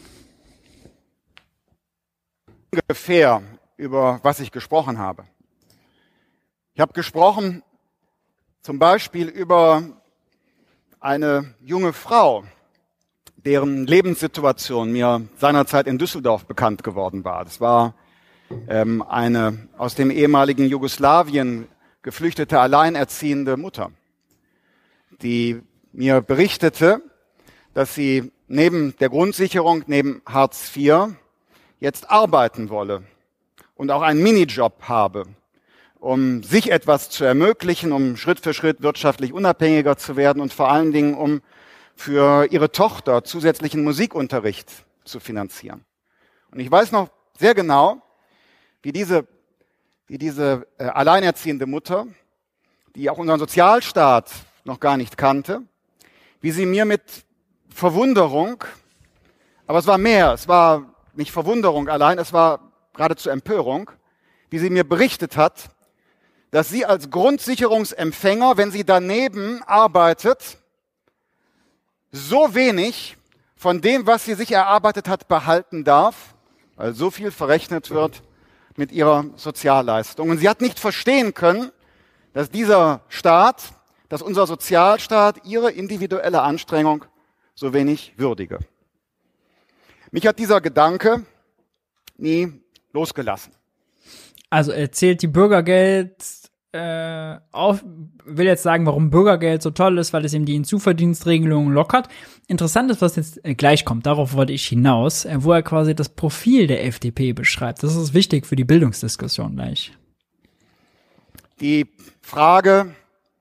Ungefähr über was ich gesprochen habe. Ich habe gesprochen zum Beispiel über eine junge Frau, deren Lebenssituation mir seinerzeit in Düsseldorf bekannt geworden war. Das war ähm, eine aus dem ehemaligen Jugoslawien geflüchtete alleinerziehende Mutter, die mir berichtete, dass sie neben der Grundsicherung, neben Hartz vier, jetzt arbeiten wolle und auch einen Minijob habe, um sich etwas zu ermöglichen, um Schritt für Schritt wirtschaftlich unabhängiger zu werden und vor allen Dingen, um für ihre Tochter zusätzlichen Musikunterricht zu finanzieren. Und ich weiß noch sehr genau, wie diese, wie diese äh, alleinerziehende Mutter, die auch unseren Sozialstaat noch gar nicht kannte, wie sie mir mit Verwunderung, aber es war mehr, es war nicht Verwunderung allein, es war geradezu Empörung, wie sie mir berichtet hat, dass sie als Grundsicherungsempfänger, wenn sie daneben arbeitet, so wenig von dem, was sie sich erarbeitet hat, behalten darf, weil so viel verrechnet wird mit ihrer Sozialleistung. Und sie hat nicht verstehen können, dass dieser Staat, dass unser Sozialstaat ihre individuelle Anstrengung so wenig würdige. Mich hat dieser Gedanke nie losgelassen. Also er zählt die Bürgergeld äh, auf, will jetzt sagen, warum Bürgergeld so toll ist, weil es eben die Hinzuverdienstregelungen lockert. Interessant ist, was jetzt äh, gleich kommt, darauf wollte ich hinaus, äh, wo er quasi das Profil der F D P beschreibt. Das ist wichtig für die Bildungsdiskussion gleich. Die Frage,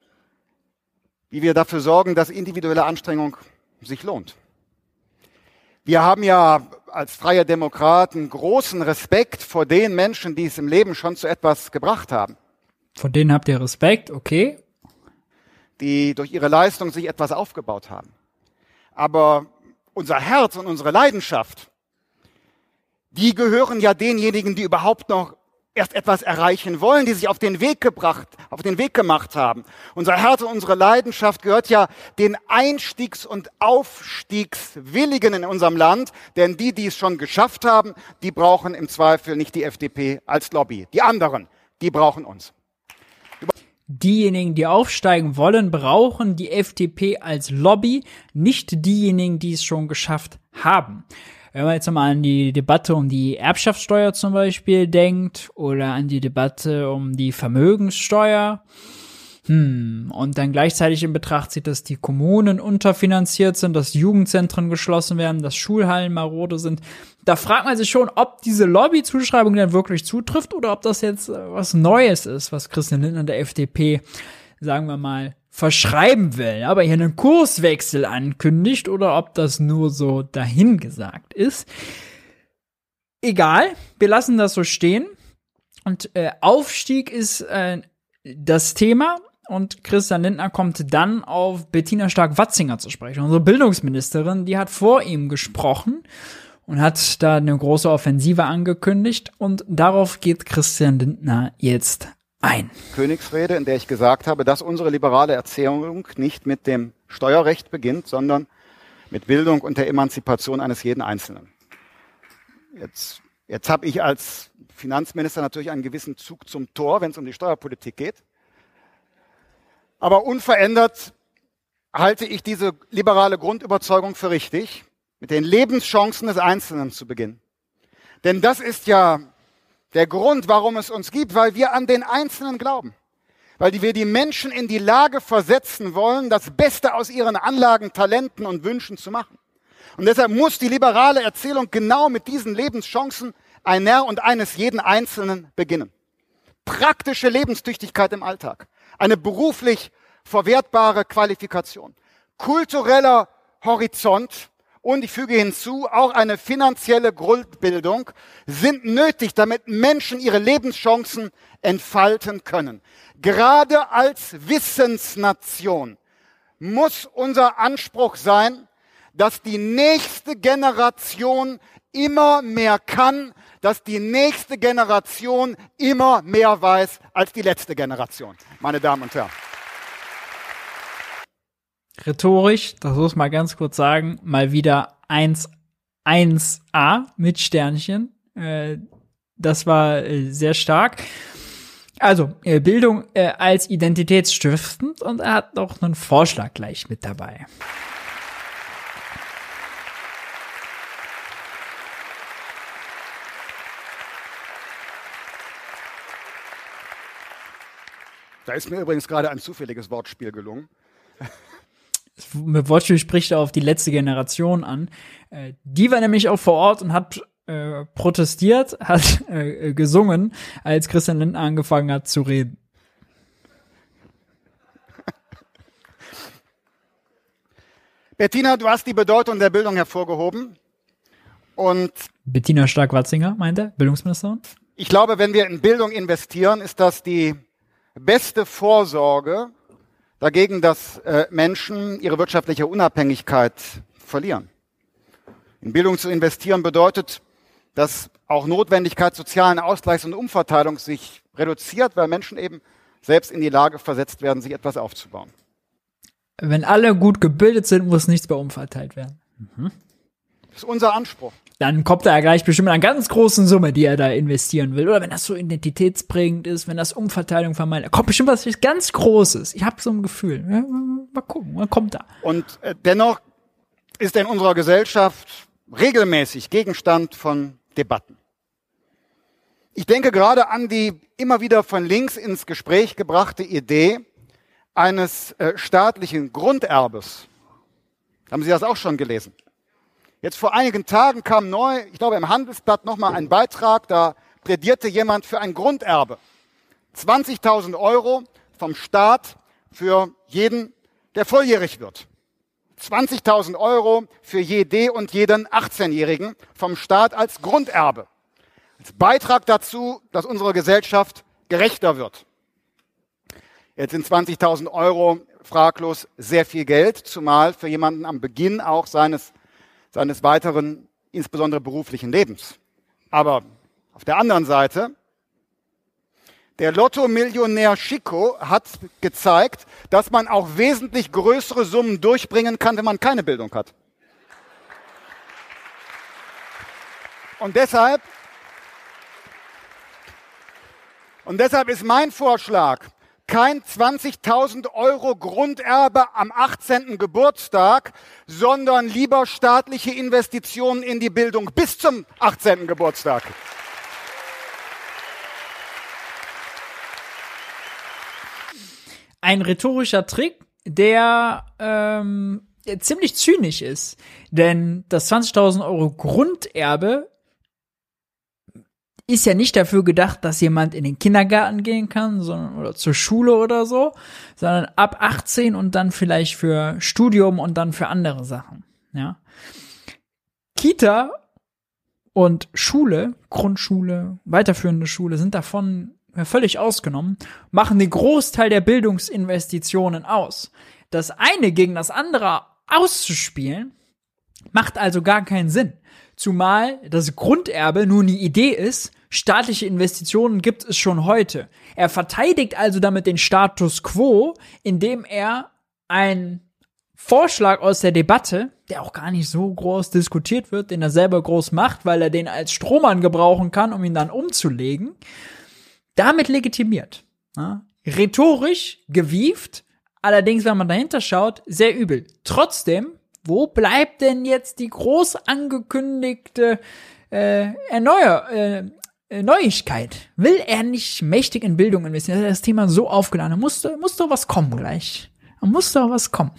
wie wir dafür sorgen, dass individuelle Anstrengung sich lohnt. Wir haben ja als freie Demokraten großen Respekt vor den Menschen, die es im Leben schon zu etwas gebracht haben. Vor denen habt ihr Respekt, okay. Die durch ihre Leistung sich etwas aufgebaut haben. Aber unser Herz und unsere Leidenschaft, die gehören ja denjenigen, die überhaupt noch erst etwas erreichen wollen, die sich auf den Weg gebracht, auf den Weg gemacht haben. Unser Herz und unsere Leidenschaft gehört ja den Einstiegs- und Aufstiegswilligen in unserem Land, denn die, die es schon geschafft haben, die brauchen im Zweifel nicht die F D P als Lobby. Die anderen, die brauchen uns. Diejenigen, die aufsteigen wollen, brauchen die F D P als Lobby, nicht diejenigen, die es schon geschafft haben. Wenn man jetzt mal an die Debatte um die Erbschaftssteuer zum Beispiel denkt oder an die Debatte um die Vermögenssteuer, hm, und dann gleichzeitig in Betracht zieht, dass die Kommunen unterfinanziert sind, dass Jugendzentren geschlossen werden, dass Schulhallen marode sind, da fragt man sich schon, ob diese Lobbyzuschreibung dann wirklich zutrifft oder ob das jetzt was Neues ist, was Christian Lindner der F D P, sagen wir mal, verschreiben will, aber hier einen Kurswechsel ankündigt oder ob das nur so dahingesagt ist. Egal, wir lassen das so stehen. Und äh, Aufstieg ist äh, das Thema und Christian Lindner kommt dann auf Bettina Stark-Watzinger zu sprechen. Unsere Bildungsministerin, die hat vor ihm gesprochen und hat da eine große Offensive angekündigt und darauf geht Christian Lindner jetzt ein. Königsrede, in der ich gesagt habe, dass unsere liberale Erzählung nicht mit dem Steuerrecht beginnt, sondern mit Bildung und der Emanzipation eines jeden Einzelnen. Jetzt, jetzt habe ich als Finanzminister natürlich einen gewissen Zug zum Tor, wenn es um die Steuerpolitik geht. Aber unverändert halte ich diese liberale Grundüberzeugung für richtig, mit den Lebenschancen des Einzelnen zu beginnen. Denn das ist ja der Grund, warum es uns gibt, weil wir an den Einzelnen glauben. Weil wir die Menschen in die Lage versetzen wollen, das Beste aus ihren Anlagen, Talenten und Wünschen zu machen. Und deshalb muss die liberale Erzählung genau mit diesen Lebenschancen einer und eines jeden Einzelnen beginnen. Praktische Lebenstüchtigkeit im Alltag, eine beruflich verwertbare Qualifikation, kultureller Horizont und ich füge hinzu, auch eine finanzielle Grundbildung sind nötig, damit Menschen ihre Lebenschancen entfalten können. Gerade als Wissensnation muss unser Anspruch sein, dass die nächste Generation immer mehr kann, dass die nächste Generation immer mehr weiß als die letzte Generation, meine Damen und Herren. Rhetorisch, das muss man ganz kurz sagen, mal wieder eins eins a mit Sternchen. Äh, das war äh, sehr stark. Also, äh, Bildung äh, als identitätsstiftend und er hat noch einen Vorschlag gleich mit dabei. Da ist mir übrigens gerade ein zufälliges Wortspiel gelungen. Mit Wortspiel spricht er auf die letzte Generation an. Äh, die war nämlich auch vor Ort und hat äh, protestiert, hat äh, gesungen, als Christian Lindner angefangen hat zu reden. Bettina, du hast die Bedeutung der Bildung hervorgehoben. Und Bettina Stark-Watzinger, meint er, Bildungsministerin? Ich glaube, wenn wir in Bildung investieren, ist das die beste Vorsorge dagegen, dass äh, Menschen ihre wirtschaftliche Unabhängigkeit verlieren. In Bildung zu investieren bedeutet, dass auch Notwendigkeit sozialen Ausgleichs und Umverteilung sich reduziert, weil Menschen eben selbst in die Lage versetzt werden, sich etwas aufzubauen. Wenn alle gut gebildet sind, muss nichts mehr umverteilt werden. Mhm. Das ist unser Anspruch. Dann kommt er ja gleich bestimmt mit einer ganz großen Summe, die er da investieren will. Oder wenn das so identitätsprägend ist, wenn das Umverteilung vermeidet. Da kommt bestimmt was ganz Großes. Ich habe so ein Gefühl. Ja, mal gucken, was kommt da? Und äh, dennoch ist er in unserer Gesellschaft regelmäßig Gegenstand von Debatten. Ich denke gerade an die immer wieder von links ins Gespräch gebrachte Idee eines äh, staatlichen Grunderbes. Haben Sie das auch schon gelesen? Jetzt vor einigen Tagen kam neu, ich glaube im Handelsblatt, nochmal ein Beitrag, da plädierte jemand für ein Grunderbe. zwanzigtausend Euro vom Staat für jeden, der volljährig wird. zwanzigtausend Euro für jede und jeden achtzehnjährigen vom Staat als Grunderbe. Als Beitrag dazu, dass unsere Gesellschaft gerechter wird. Jetzt sind zwanzigtausend Euro fraglos sehr viel Geld, zumal für jemanden am Beginn auch seines seines weiteren, insbesondere beruflichen Lebens. Aber auf der anderen Seite, der Lotto-Millionär Chico hat gezeigt, dass man auch wesentlich größere Summen durchbringen kann, wenn man keine Bildung hat. Und deshalb, und deshalb ist mein Vorschlag, kein zwanzigtausend Euro Grunderbe am achtzehnten Geburtstag, sondern lieber staatliche Investitionen in die Bildung bis zum achtzehnten Geburtstag. Ein rhetorischer Trick, der ähm, ziemlich zynisch ist. Denn das zwanzigtausend Euro Grunderbe ist ja nicht dafür gedacht, dass jemand in den Kindergarten gehen kann, sondern oder zur Schule oder so, sondern ab achtzehn und dann vielleicht für Studium und dann für andere Sachen. Ja. Kita und Schule, Grundschule, weiterführende Schule sind davon völlig ausgenommen, machen den Großteil der Bildungsinvestitionen aus. Das eine gegen das andere auszuspielen, macht also gar keinen Sinn. Zumal das Grunderbe nur eine Idee ist, Staatliche Investitionen gibt es schon heute. Er verteidigt also damit den Status quo, indem er einen Vorschlag aus der Debatte, der auch gar nicht so groß diskutiert wird, den er selber groß macht, weil er den als Strohmann gebrauchen kann, um ihn dann umzulegen, damit legitimiert. Ja? Rhetorisch gewieft, allerdings, wenn man dahinter schaut, sehr übel. Trotzdem, wo bleibt denn jetzt die groß angekündigte äh, Erneuer, äh, Neuigkeit? Will er nicht mächtig in Bildung investieren? Er hat das Thema so aufgeladen. Da muss, muss doch was kommen gleich. Da muss doch was kommen.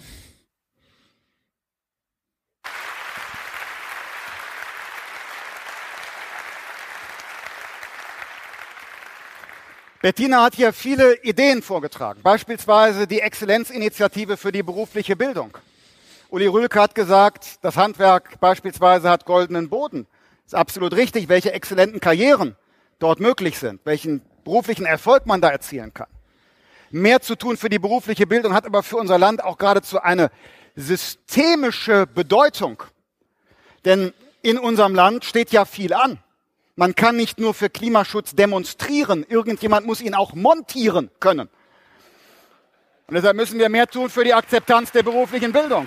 Bettina hat hier viele Ideen vorgetragen, beispielsweise die Exzellenzinitiative für die berufliche Bildung. Uli Rülke hat gesagt, das Handwerk beispielsweise hat goldenen Boden. Das ist absolut richtig, welche exzellenten Karrieren dort möglich sind, welchen beruflichen Erfolg man da erzielen kann. Mehr zu tun für die berufliche Bildung hat aber für unser Land auch geradezu eine systemische Bedeutung. Denn in unserem Land steht ja viel an. Man kann nicht nur für Klimaschutz demonstrieren, irgendjemand muss ihn auch montieren können. Und deshalb müssen wir mehr tun für die Akzeptanz der beruflichen Bildung.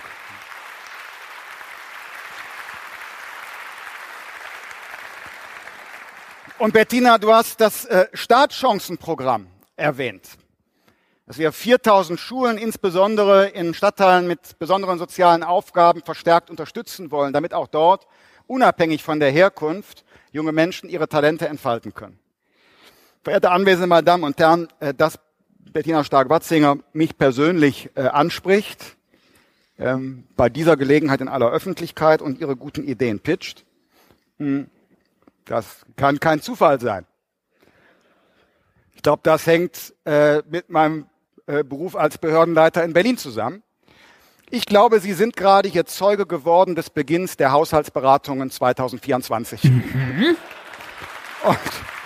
Und Bettina, du hast das äh, Startchancenprogramm erwähnt, dass wir viertausend Schulen, insbesondere in Stadtteilen mit besonderen sozialen Aufgaben, verstärkt unterstützen wollen, damit auch dort, unabhängig von der Herkunft, junge Menschen ihre Talente entfalten können. Verehrte anwesende meine Damen und Herren, dass Bettina Stark-Watzinger mich persönlich äh, anspricht, ähm, bei dieser Gelegenheit in aller Öffentlichkeit und ihre guten Ideen pitcht, hm, das kann kein Zufall sein. Ich glaube, das hängt äh, mit meinem äh, Beruf als Behördenleiter in Berlin zusammen. Ich glaube, Sie sind gerade hier Zeuge geworden des Beginns der Haushaltsberatungen zweitausendvierundzwanzig. Mhm. Und,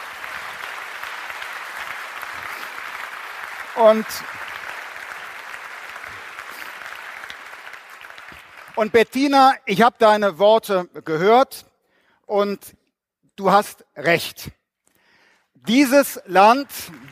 und, und Bettina, ich habe deine Worte gehört und du hast recht. Dieses Land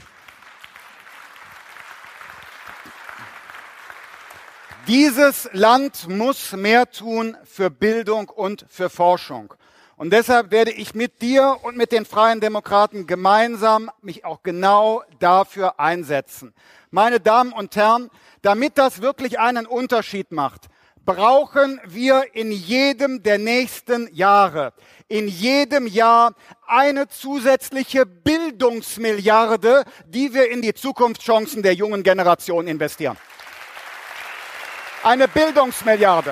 Dieses Land muss mehr tun für Bildung und für Forschung. Und deshalb werde ich mit dir und mit den Freien Demokraten gemeinsam mich auch genau dafür einsetzen. Meine Damen und Herren, damit das wirklich einen Unterschied macht, brauchen wir in jedem der nächsten Jahre, in jedem Jahr eine zusätzliche Bildungsmilliarde, die wir in die Zukunftschancen der jungen Generation investieren. Eine Bildungsmilliarde.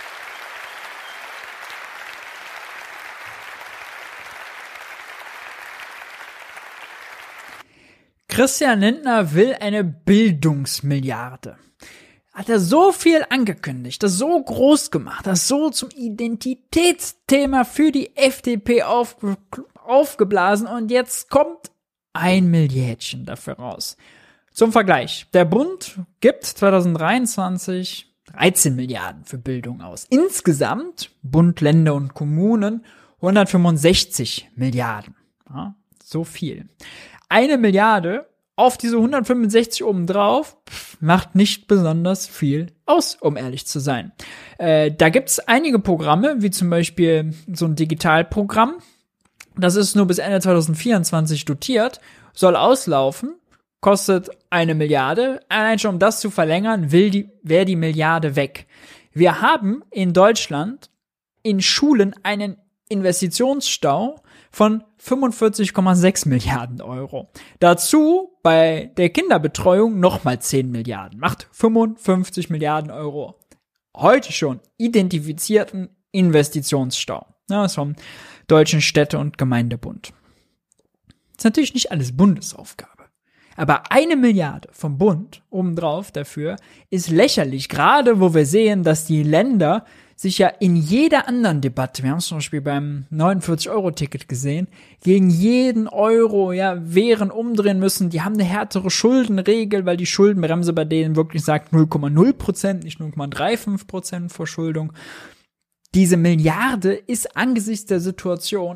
Christian Lindner will eine Bildungsmilliarde. Hat er so viel angekündigt, das so groß gemacht, das so zum Identitätsthema für die F D P aufge- aufgeblasen und jetzt kommt ein Milliardchen dafür raus. Zum Vergleich, der Bund gibt zweitausenddreiundzwanzig dreizehn Milliarden für Bildung aus. Insgesamt, Bund, Länder und Kommunen, hundertfünfundsechzig Milliarden. Ja, so viel. Eine Milliarde auf diese hundertfünfundsechzig obendrauf pff, macht nicht besonders viel aus, um ehrlich zu sein. Äh, da gibt's einige Programme, wie zum Beispiel so ein Digitalprogramm. Das ist nur bis Ende zweitausendvierundzwanzig dotiert, soll auslaufen, kostet eine Milliarde. Allein schon um das zu verlängern, will die, wäre die Milliarde weg. Wir haben in Deutschland in Schulen einen Investitionsstau von fünfundvierzig Komma sechs Milliarden Euro. Dazu bei der Kinderbetreuung nochmal zehn Milliarden. Macht fünfundfünfzig Milliarden Euro. Heute schon identifizierten Investitionsstau. Ja, das ist vom Deutschen Städte- und Gemeindebund. Das ist natürlich nicht alles Bundesaufgabe. Aber eine Milliarde vom Bund obendrauf dafür ist lächerlich. Gerade wo wir sehen, dass die Länder sich ja in jeder anderen Debatte, wir haben es zum Beispiel beim neunundvierzig Euro Ticket gesehen, gegen jeden Euro ja wehren, umdrehen müssen. Die haben eine härtere Schuldenregel, weil die Schuldenbremse bei denen wirklich sagt null Komma null Prozent, nicht null Komma fünfunddreißig Prozent Verschuldung. Diese Milliarde ist angesichts der Situation auch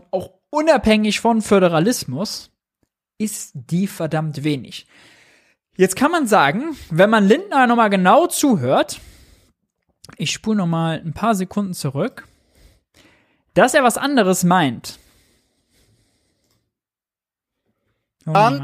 unabhängig von Föderalismus ist die verdammt wenig. Jetzt kann man sagen, wenn man Lindner nochmal genau zuhört, ich spule nochmal ein paar Sekunden zurück, dass er was anderes meint. Und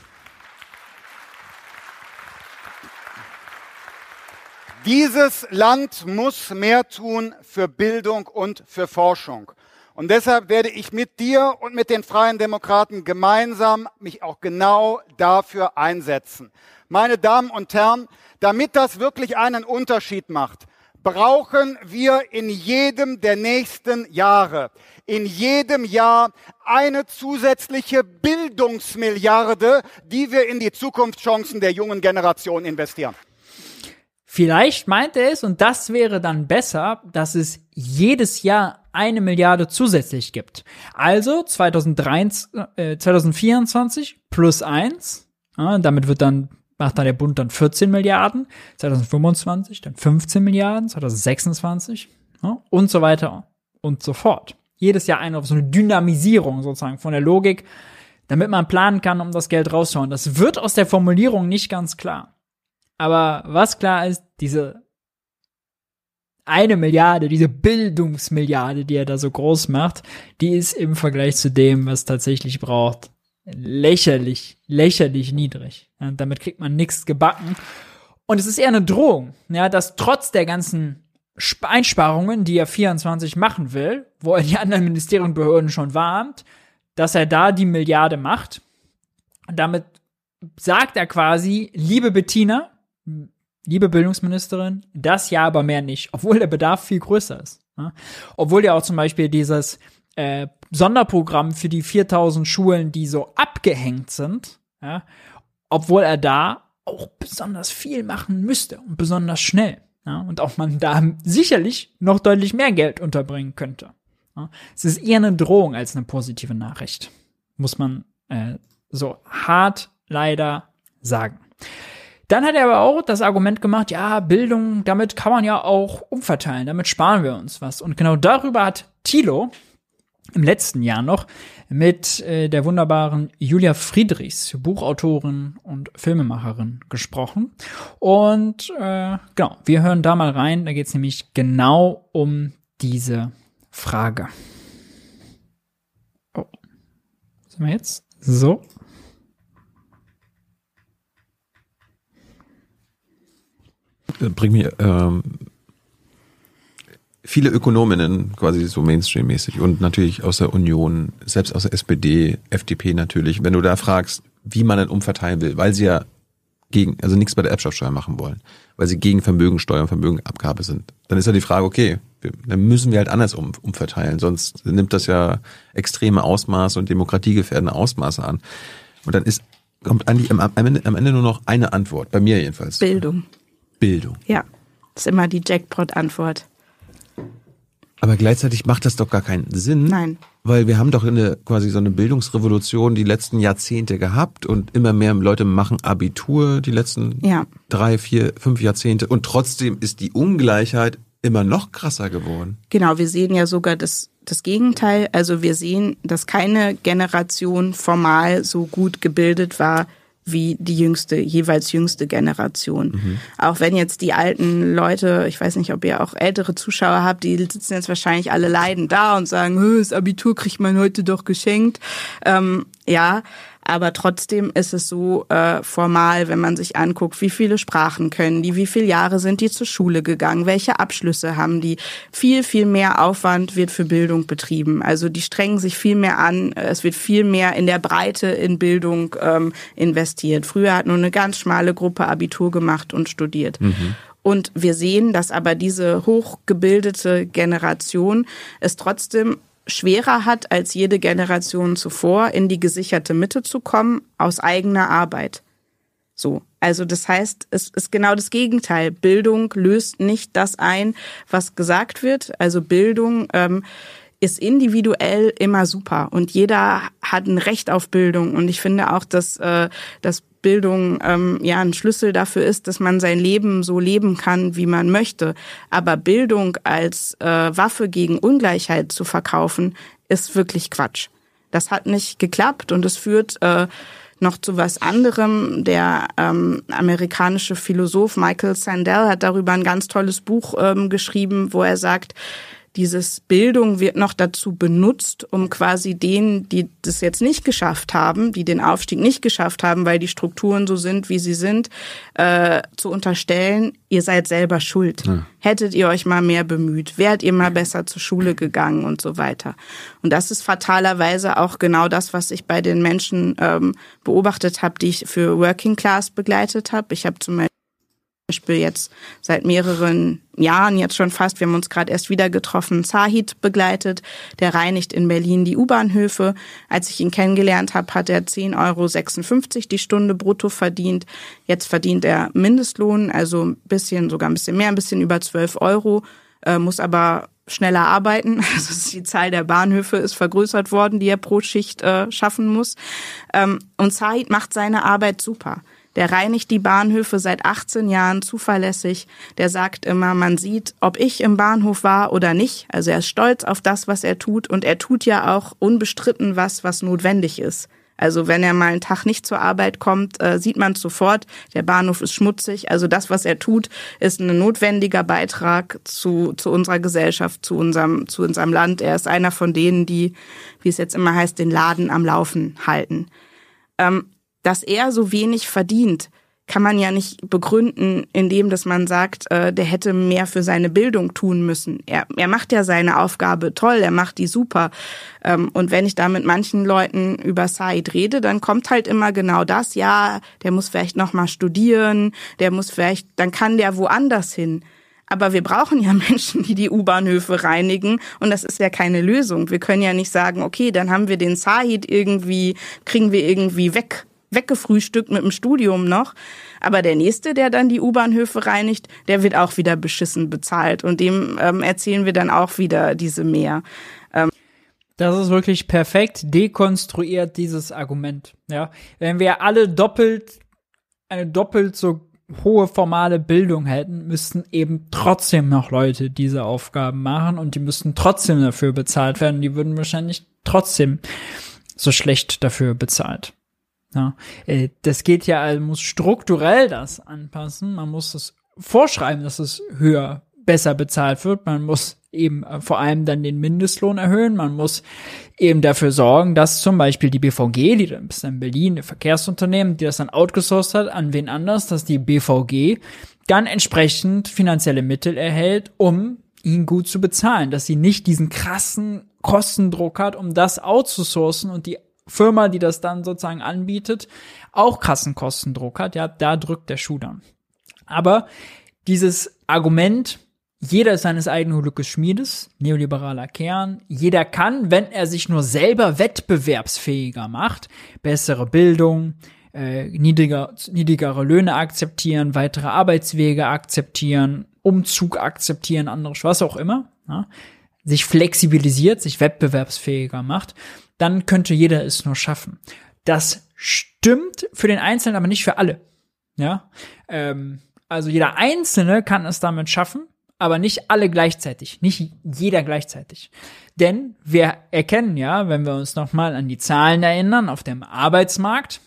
dieses Land muss mehr tun für Bildung und für Forschung. Und deshalb werde ich mit dir und mit den Freien Demokraten gemeinsam mich auch genau dafür einsetzen. Meine Damen und Herren, damit das wirklich einen Unterschied macht, brauchen wir in jedem der nächsten Jahre, in jedem Jahr eine zusätzliche Bildungsmilliarde, die wir in die Zukunftschancen der jungen Generation investieren. Vielleicht meint er es, und das wäre dann besser, dass es jedes Jahr eine Milliarde zusätzlich gibt. Also zweitausenddreiundzwanzig, äh, zweitausendvierundzwanzig plus eins, ja, damit wird dann, macht dann der Bund dann vierzehn Milliarden, zweitausendfünfundzwanzig dann fünfzehn Milliarden, zweitausendsechsundzwanzig ja, und so weiter und so fort. Jedes Jahr eine auf so eine Dynamisierung sozusagen von der Logik, damit man planen kann, um das Geld rauszuhauen. Das wird aus der Formulierung nicht ganz klar. Aber was klar ist, diese eine Milliarde, diese Bildungsmilliarde, die er da so groß macht, die ist im Vergleich zu dem, was tatsächlich braucht, lächerlich, lächerlich niedrig. Ja, damit kriegt man nichts gebacken. Und es ist eher eine Drohung, ja, dass trotz der ganzen Einsparungen, die er vierundzwanzig machen will, wo er die anderen Ministerien und Behörden schon warnt, dass er da die Milliarde macht. Und damit sagt er quasi, liebe Bettina, liebe Bildungsministerin, das ja, aber mehr nicht, obwohl der Bedarf viel größer ist. Ja? Obwohl ja auch zum Beispiel dieses äh, Sonderprogramm für die viertausend Schulen, die so abgehängt sind, ja, obwohl er da auch besonders viel machen müsste und besonders schnell. Ja? Und auch man da sicherlich noch deutlich mehr Geld unterbringen könnte. Ja? Es ist eher eine Drohung als eine positive Nachricht. Muss man äh, so hart leider sagen. Dann hat er aber auch das Argument gemacht, ja, Bildung, damit kann man ja auch umverteilen, damit sparen wir uns was. Und genau darüber hat Thilo im letzten Jahr noch mit äh, der wunderbaren Julia Friedrichs, Buchautorin und Filmemacherin, gesprochen. Und äh, genau, wir hören da mal rein, da geht es nämlich genau um diese Frage. Oh, was sind wir jetzt? So. Bringt mir ähm, viele Ökonominnen quasi so Mainstream-mäßig und natürlich aus der Union, selbst aus der S P D, F D P natürlich, wenn du da fragst, wie man dann umverteilen will, weil sie ja gegen, also nichts bei der Erbschaftssteuer machen wollen, weil sie gegen Vermögensteuer und Vermögenabgabe sind, dann ist ja die Frage, okay, wir, dann müssen wir halt anders um, umverteilen, sonst nimmt das ja extreme Ausmaße und demokratiegefährdende Ausmaße an. Und dann ist, kommt eigentlich am, am, Ende, am Ende nur noch eine Antwort, bei mir jedenfalls. Bildung. Bildung. Ja, das ist immer die Jackpot-Antwort. Aber gleichzeitig macht das doch gar keinen Sinn. Nein. Weil wir haben doch eine, quasi so eine Bildungsrevolution die letzten Jahrzehnte gehabt und immer mehr Leute machen Abitur die letzten ja. drei, vier, fünf Jahrzehnte und trotzdem ist die Ungleichheit immer noch krasser geworden. Genau, wir sehen ja sogar das, das Gegenteil. Also wir sehen, dass keine Generation formal so gut gebildet war wie die jüngste, jeweils jüngste Generation. Mhm. Auch wenn jetzt die alten Leute, ich weiß nicht, ob ihr auch ältere Zuschauer habt, die sitzen jetzt wahrscheinlich alle leidend da und sagen, das Abitur kriegt man heute doch geschenkt. Ähm, ja, aber trotzdem ist es so äh, formal, wenn man sich anguckt, wie viele Sprachen können die, wie viele Jahre sind die zur Schule gegangen, welche Abschlüsse haben die. Viel, viel mehr Aufwand wird für Bildung betrieben. Also die strengen sich viel mehr an, es wird viel mehr in der Breite in Bildung ähm, investiert. Früher hat nur eine ganz schmale Gruppe Abitur gemacht und studiert. Mhm. Und wir sehen, dass aber diese hochgebildete Generation es trotzdem schwerer hat, als jede Generation zuvor, in die gesicherte Mitte zu kommen, aus eigener Arbeit. So. Also das heißt, es ist genau das Gegenteil. Bildung löst nicht das ein, was gesagt wird. Also Bildung ähm, ist individuell immer super und jeder hat ein Recht auf Bildung. Und ich finde auch, dass, äh, dass Bildung ähm, ja ein Schlüssel dafür ist, dass man sein Leben so leben kann, wie man möchte. Aber Bildung als äh, Waffe gegen Ungleichheit zu verkaufen, ist wirklich Quatsch. Das hat nicht geklappt und es führt äh, noch zu was anderem. Der ähm, amerikanische Philosoph Michael Sandel hat darüber ein ganz tolles Buch ähm, geschrieben, wo er sagt, dieses Bildung wird noch dazu benutzt, um quasi denen, die das jetzt nicht geschafft haben, die den Aufstieg nicht geschafft haben, weil die Strukturen so sind, wie sie sind, äh, zu unterstellen, ihr seid selber schuld. Ja. Hättet ihr euch mal mehr bemüht, wärt ihr mal besser zur Schule gegangen und so weiter. Und das ist fatalerweise auch genau das, was ich bei den Menschen ähm, beobachtet habe, die ich für Working Class begleitet habe. Ich habe zum Beispiel jetzt seit mehreren Jahren, jetzt schon fast, wir haben uns gerade erst wieder getroffen, Zahid begleitet, der reinigt in Berlin die U-Bahnhöfe. Als ich ihn kennengelernt habe, hat er zehn Euro sechsundfünfzig die Stunde brutto verdient. Jetzt verdient er Mindestlohn, also ein bisschen, sogar ein bisschen mehr, ein bisschen über zwölf Euro, äh, muss aber schneller arbeiten. Also die Zahl der Bahnhöfe ist vergrößert worden, die er pro Schicht äh, schaffen muss. Ähm, und Zahid macht seine Arbeit super. Der reinigt die Bahnhöfe seit achtzehn Jahren zuverlässig. Der sagt immer, man sieht, ob ich im Bahnhof war oder nicht. Also er ist stolz auf das, was er tut. Und er tut ja auch unbestritten was, was notwendig ist. Also wenn er mal einen Tag nicht zur Arbeit kommt, äh, sieht man sofort, der Bahnhof ist schmutzig. Also das, was er tut, ist ein notwendiger Beitrag zu, zu unserer Gesellschaft, zu unserem, zu unserem Land. Er ist einer von denen, die, wie es jetzt immer heißt, den Laden am Laufen halten. Ähm, Dass er so wenig verdient, kann man ja nicht begründen, indem dass man sagt, äh, der hätte mehr für seine Bildung tun müssen. Er, er macht ja seine Aufgabe toll, er macht die super. Ähm, und wenn ich da mit manchen Leuten über Said rede, dann kommt halt immer genau das, ja, der muss vielleicht noch mal studieren, der muss vielleicht, dann kann der woanders hin. Aber wir brauchen ja Menschen, die die U-Bahnhöfe reinigen und das ist ja keine Lösung. Wir können ja nicht sagen, okay, dann haben wir den Said irgendwie, kriegen wir irgendwie weg. weggefrühstückt mit dem Studium noch. Aber der Nächste, der dann die U-Bahnhöfe reinigt, der wird auch wieder beschissen bezahlt. Und dem ähm, erzählen wir dann auch wieder diese mehr. Ähm Das ist wirklich perfekt dekonstruiert, dieses Argument. Ja, wenn wir alle doppelt, eine doppelt so hohe formale Bildung hätten, müssten eben trotzdem noch Leute diese Aufgaben machen und die müssten trotzdem dafür bezahlt werden. Die würden wahrscheinlich trotzdem so schlecht dafür bezahlt. Ja, das geht ja, man muss strukturell das anpassen, man muss es vorschreiben, dass es höher, besser bezahlt wird, man muss eben vor allem dann den Mindestlohn erhöhen, man muss eben dafür sorgen, dass zum Beispiel die B V G, die dann bis in Berlin, ein Verkehrsunternehmen, die das dann outgesourced hat, an wen anders, dass die B V G dann entsprechend finanzielle Mittel erhält, um ihn gut zu bezahlen, dass sie nicht diesen krassen Kostendruck hat, um das outzusourcen und die Firma, die das dann sozusagen anbietet, auch krassen Kostendruck hat, ja, da drückt der Schuh dann. Aber dieses Argument, jeder ist seines eigenen Glückes Schmiedes, neoliberaler Kern, jeder kann, wenn er sich nur selber wettbewerbsfähiger macht, bessere Bildung, äh, niedriger, niedrigere Löhne akzeptieren, weitere Arbeitswege akzeptieren, Umzug akzeptieren, anderes, was auch immer, ja, sich flexibilisiert, sich wettbewerbsfähiger macht, dann könnte jeder es nur schaffen. Das stimmt für den Einzelnen, aber nicht für alle. Ja, ähm, also jeder Einzelne kann es damit schaffen, aber nicht alle gleichzeitig, nicht jeder gleichzeitig. Denn wir erkennen ja, wenn wir uns nochmal an die Zahlen erinnern, auf dem Arbeitsmarkt,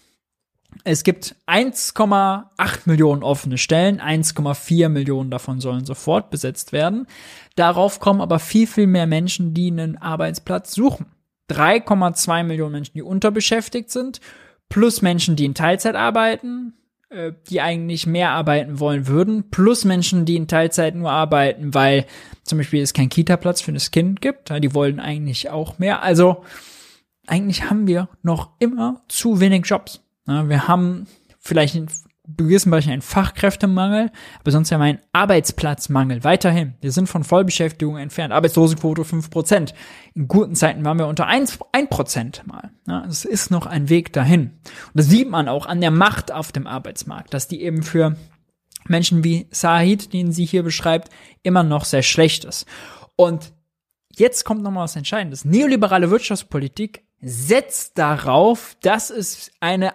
es gibt eins Komma acht Millionen offene Stellen, eins Komma vier Millionen davon sollen sofort besetzt werden. Darauf kommen aber viel, viel mehr Menschen, die einen Arbeitsplatz suchen. drei Komma zwei Millionen Menschen, die unterbeschäftigt sind, plus Menschen, die in Teilzeit arbeiten, äh, die eigentlich mehr arbeiten wollen würden, plus Menschen, die in Teilzeit nur arbeiten, weil zum Beispiel es keinen Kita-Platz für das Kind gibt. Ja, die wollen eigentlich auch mehr. Also eigentlich haben wir noch immer zu wenig Jobs. Ja, wir haben vielleicht in gewissen Bereichen einen Fachkräftemangel, aber sonst haben wir einen Arbeitsplatzmangel. Weiterhin. Wir sind von Vollbeschäftigung entfernt. Arbeitslosenquote fünf Prozent. In guten Zeiten waren wir unter ein Prozent mal. Ja, es ist noch ein Weg dahin. Und das sieht man auch an der Macht auf dem Arbeitsmarkt, dass die eben für Menschen wie Said, den sie hier beschreibt, immer noch sehr schlecht ist. Und jetzt kommt nochmal was Entscheidendes. Neoliberale Wirtschaftspolitik setzt darauf, dass es eine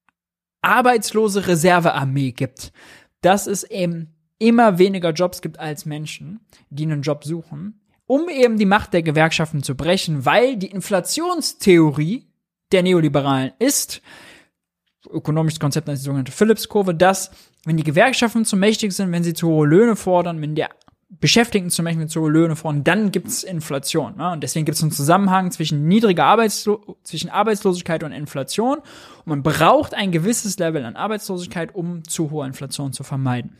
arbeitslose Reservearmee gibt, dass es eben immer weniger Jobs gibt als Menschen, die einen Job suchen um eben die Macht der Gewerkschaften zu brechen, weil die Inflationstheorie der Neoliberalen ist, ökonomisches Konzept als die sogenannte Phillips-Kurve, dass, wenn die Gewerkschaften zu mächtig sind, wenn sie zu hohe Löhne fordern, wenn der Beschäftigten zum Beispiel zu hohe Löhne fordern, dann gibt's Inflation. Ne? Und deswegen gibt's einen Zusammenhang zwischen niedriger Arbeitslo- zwischen Arbeitslosigkeit und Inflation. Und man braucht ein gewisses Level an Arbeitslosigkeit, um zu hohe Inflation zu vermeiden.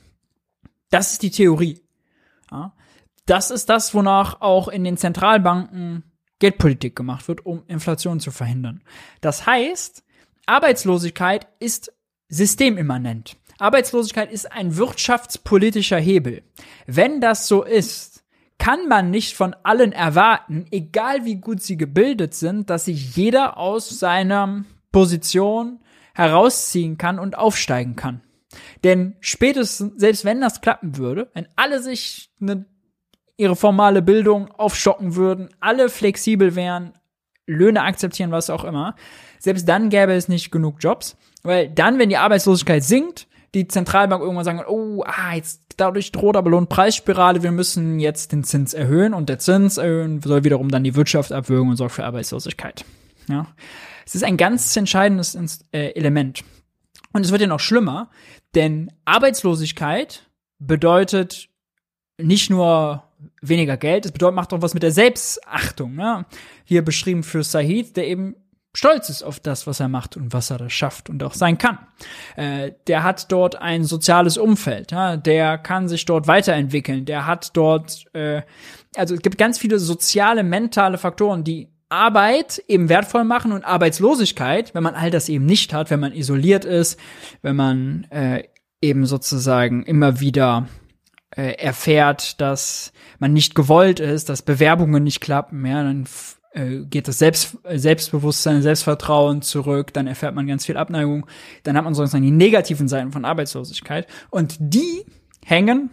Das ist die Theorie. Ja? Das ist das, wonach auch in den Zentralbanken Geldpolitik gemacht wird, um Inflation zu verhindern. Das heißt, Arbeitslosigkeit ist systemimmanent. Arbeitslosigkeit ist ein wirtschaftspolitischer Hebel. Wenn das so ist, kann man nicht von allen erwarten, egal wie gut sie gebildet sind, dass sich jeder aus seiner Position herausziehen kann und aufsteigen kann. Denn spätestens, selbst wenn das klappen würde, wenn alle sich eine, ihre formale Bildung aufstocken würden, alle flexibel wären, Löhne akzeptieren, was auch immer, selbst dann gäbe es nicht genug Jobs, weil dann, wenn die Arbeitslosigkeit sinkt, die Zentralbank irgendwann sagen, oh, ah, jetzt dadurch droht aber Lohnpreisspirale, wir müssen jetzt den Zins erhöhen und der Zins erhöhen soll wiederum dann die Wirtschaft abwürgen und sorgt für Arbeitslosigkeit. Ja, es ist ein ganz entscheidendes äh, Element. Und es wird ja noch schlimmer, denn Arbeitslosigkeit bedeutet nicht nur weniger Geld, es bedeutet, macht auch was mit der Selbstachtung. Ne? Hier beschrieben für Said, der eben stolz ist auf das, was er macht und was er da schafft und auch sein kann. Äh, der hat dort ein soziales Umfeld, ja? Der kann sich dort weiterentwickeln, der hat dort, äh, also es gibt ganz viele soziale, mentale Faktoren, die Arbeit eben wertvoll machen und Arbeitslosigkeit, wenn man all das eben nicht hat, wenn man isoliert ist, wenn man äh, eben sozusagen immer wieder äh, erfährt, dass man nicht gewollt ist, dass Bewerbungen nicht klappen, ja, dann äh, geht das Selbst, Selbstbewusstsein, Selbstvertrauen zurück, dann erfährt man ganz viel Abneigung, dann hat man sozusagen die negativen Seiten von Arbeitslosigkeit und die hängen,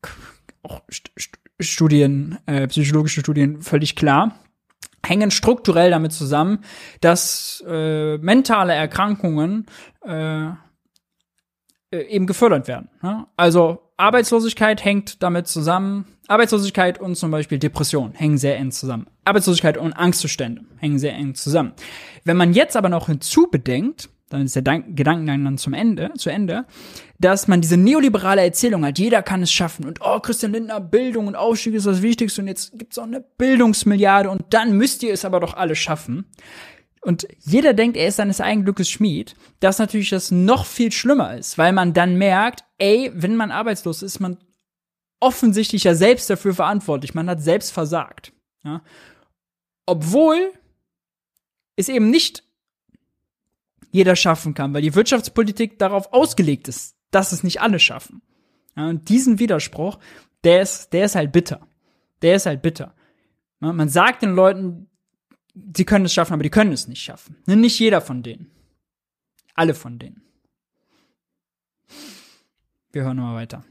auch St- St- Studien, äh, psychologische Studien völlig klar, hängen strukturell damit zusammen, dass äh, mentale Erkrankungen äh, eben gefördert werden. Ne? Also Arbeitslosigkeit hängt damit zusammen, Arbeitslosigkeit und zum Beispiel Depression hängen sehr eng zusammen. Arbeitslosigkeit und Angstzustände hängen sehr eng zusammen. Wenn man jetzt aber noch hinzubedenkt, dann ist der Dank- Gedankengang dann zum Ende, zu Ende, dass man diese neoliberale Erzählung hat, jeder kann es schaffen und oh, Christian Lindner, Bildung und Aufstieg ist das Wichtigste und jetzt gibt's auch eine Bildungsmilliarde und dann müsst ihr es aber doch alle schaffen. Und jeder denkt, er ist seines eigenen Glückes Schmied, dass natürlich das noch viel schlimmer ist, weil man dann merkt, ey, wenn man arbeitslos ist, ist man offensichtlich ja selbst dafür verantwortlich, man hat selbst versagt. Ja? Obwohl es eben nicht jeder schaffen kann, weil die Wirtschaftspolitik darauf ausgelegt ist, dass es nicht alle schaffen. Ja, und diesen Widerspruch, der ist, der ist halt bitter. Der ist halt bitter. Ja, man sagt den Leuten, sie können es schaffen, aber die können es nicht schaffen. Nicht jeder von denen. Alle von denen. Wir hören mal weiter.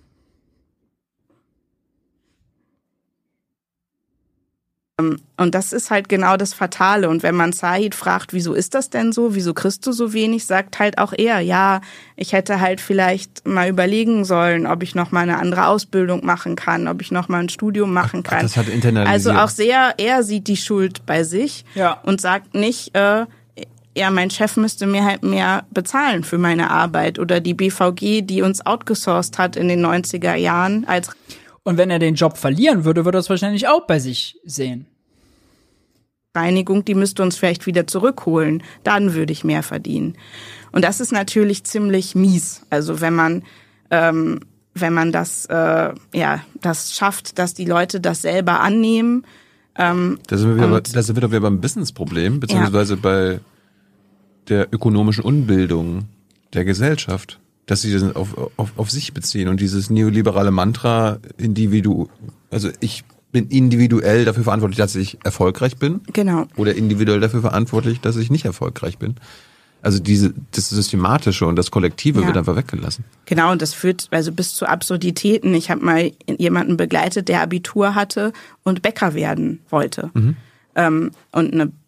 Und das ist halt genau das Fatale. Und wenn man Said fragt, wieso ist das denn so, wieso kriegst du so wenig, sagt halt auch er, ja, ich hätte halt vielleicht mal überlegen sollen, ob ich noch mal eine andere Ausbildung machen kann, ob ich noch mal ein Studium machen kann. Ach, das hat internalisiert. Also auch sehr, er sieht die Schuld bei sich ja. und sagt nicht, äh, ja, mein Chef müsste mir halt mehr bezahlen für meine Arbeit oder die B V G, die uns outgesourced hat in den neunziger Jahren als Und wenn er den Job verlieren würde, würde er es wahrscheinlich auch bei sich sehen. Reinigung, die müsste uns vielleicht wieder zurückholen. Dann würde ich mehr verdienen. Und das ist natürlich ziemlich mies. Also wenn man, ähm, wenn man das, äh, ja, das schafft, dass die Leute das selber annehmen. Ähm, da sind wir wieder, da sind wir doch wieder beim Business-Problem, beziehungsweise ja. bei der ökonomischen Unbildung der Gesellschaft. Dass sie das auf, auf, auf sich beziehen und dieses neoliberale Mantra, Individu, also ich bin individuell dafür verantwortlich, dass ich erfolgreich bin. Genau. Oder individuell dafür verantwortlich, dass ich nicht erfolgreich bin. Also diese, das Systematische und das Kollektive ja. wird einfach weggelassen. Genau, und das führt also bis zu Absurditäten. Ich habe mal jemanden begleitet, der Abitur hatte und Bäcker werden wollte. Mhm. Ähm, und eine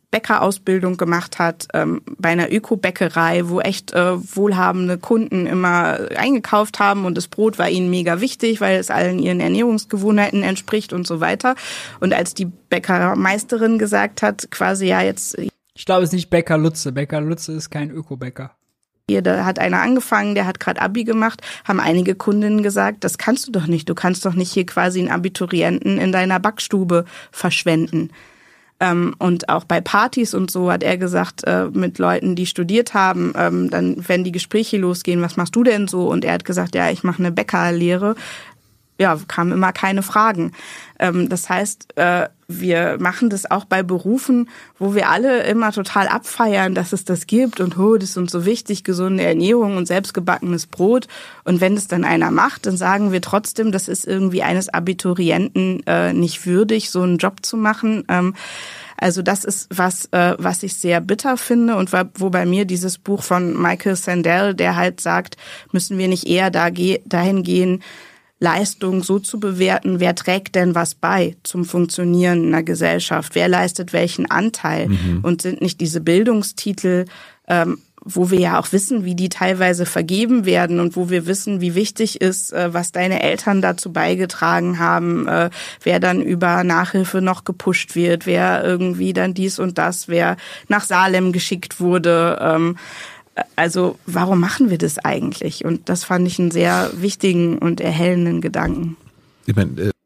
Bäckerausbildung gemacht hat, ähm, bei einer Öko-Bäckerei, wo echt äh, wohlhabende Kunden immer eingekauft haben und das Brot war ihnen mega wichtig, weil es allen ihren Ernährungsgewohnheiten entspricht und so weiter. Und als die Bäckermeisterin gesagt hat, quasi ja jetzt... Ich glaube, es ist nicht Bäcker Lutze. Bäcker Lutze ist kein Öko-Bäcker. Hier, da hat einer angefangen, der hat gerade Abi gemacht, haben einige Kundinnen gesagt, das kannst du doch nicht. Du kannst doch nicht hier quasi einen Abiturienten in deiner Backstube verschwenden. Ähm, und auch bei Partys und so hat er gesagt, äh, mit Leuten, die studiert haben, ähm, dann, wenn die Gespräche losgehen, was machst du denn so? Und er hat gesagt, ja, ich mache eine Bäckerlehre. Ja, kamen immer keine Fragen. Ähm, das heißt, äh, wir machen das auch bei Berufen, wo wir alle immer total abfeiern, dass es das gibt und oh, das ist uns so wichtig, gesunde Ernährung und selbstgebackenes Brot. Und wenn es dann einer macht, dann sagen wir trotzdem, das ist irgendwie eines Abiturienten äh, nicht würdig, so einen Job zu machen. Ähm, Also das ist was, äh, was ich sehr bitter finde und wo bei mir dieses Buch von Michael Sandel, der halt sagt, müssen wir nicht eher da ge- dahin gehen, Leistung so zu bewerten, wer trägt denn was bei zum Funktionieren einer Gesellschaft, wer leistet welchen Anteil mhm. und sind nicht diese Bildungstitel, ähm, wo wir ja auch wissen, wie die teilweise vergeben werden und wo wir wissen, wie wichtig ist, äh, was deine Eltern dazu beigetragen haben, äh, wer dann über Nachhilfe noch gepusht wird, wer irgendwie dann dies und das, wer nach Salem geschickt wurde, ähm, also warum machen wir das eigentlich? Und das fand ich einen sehr wichtigen und erhellenden Gedanken. Ich meine, äh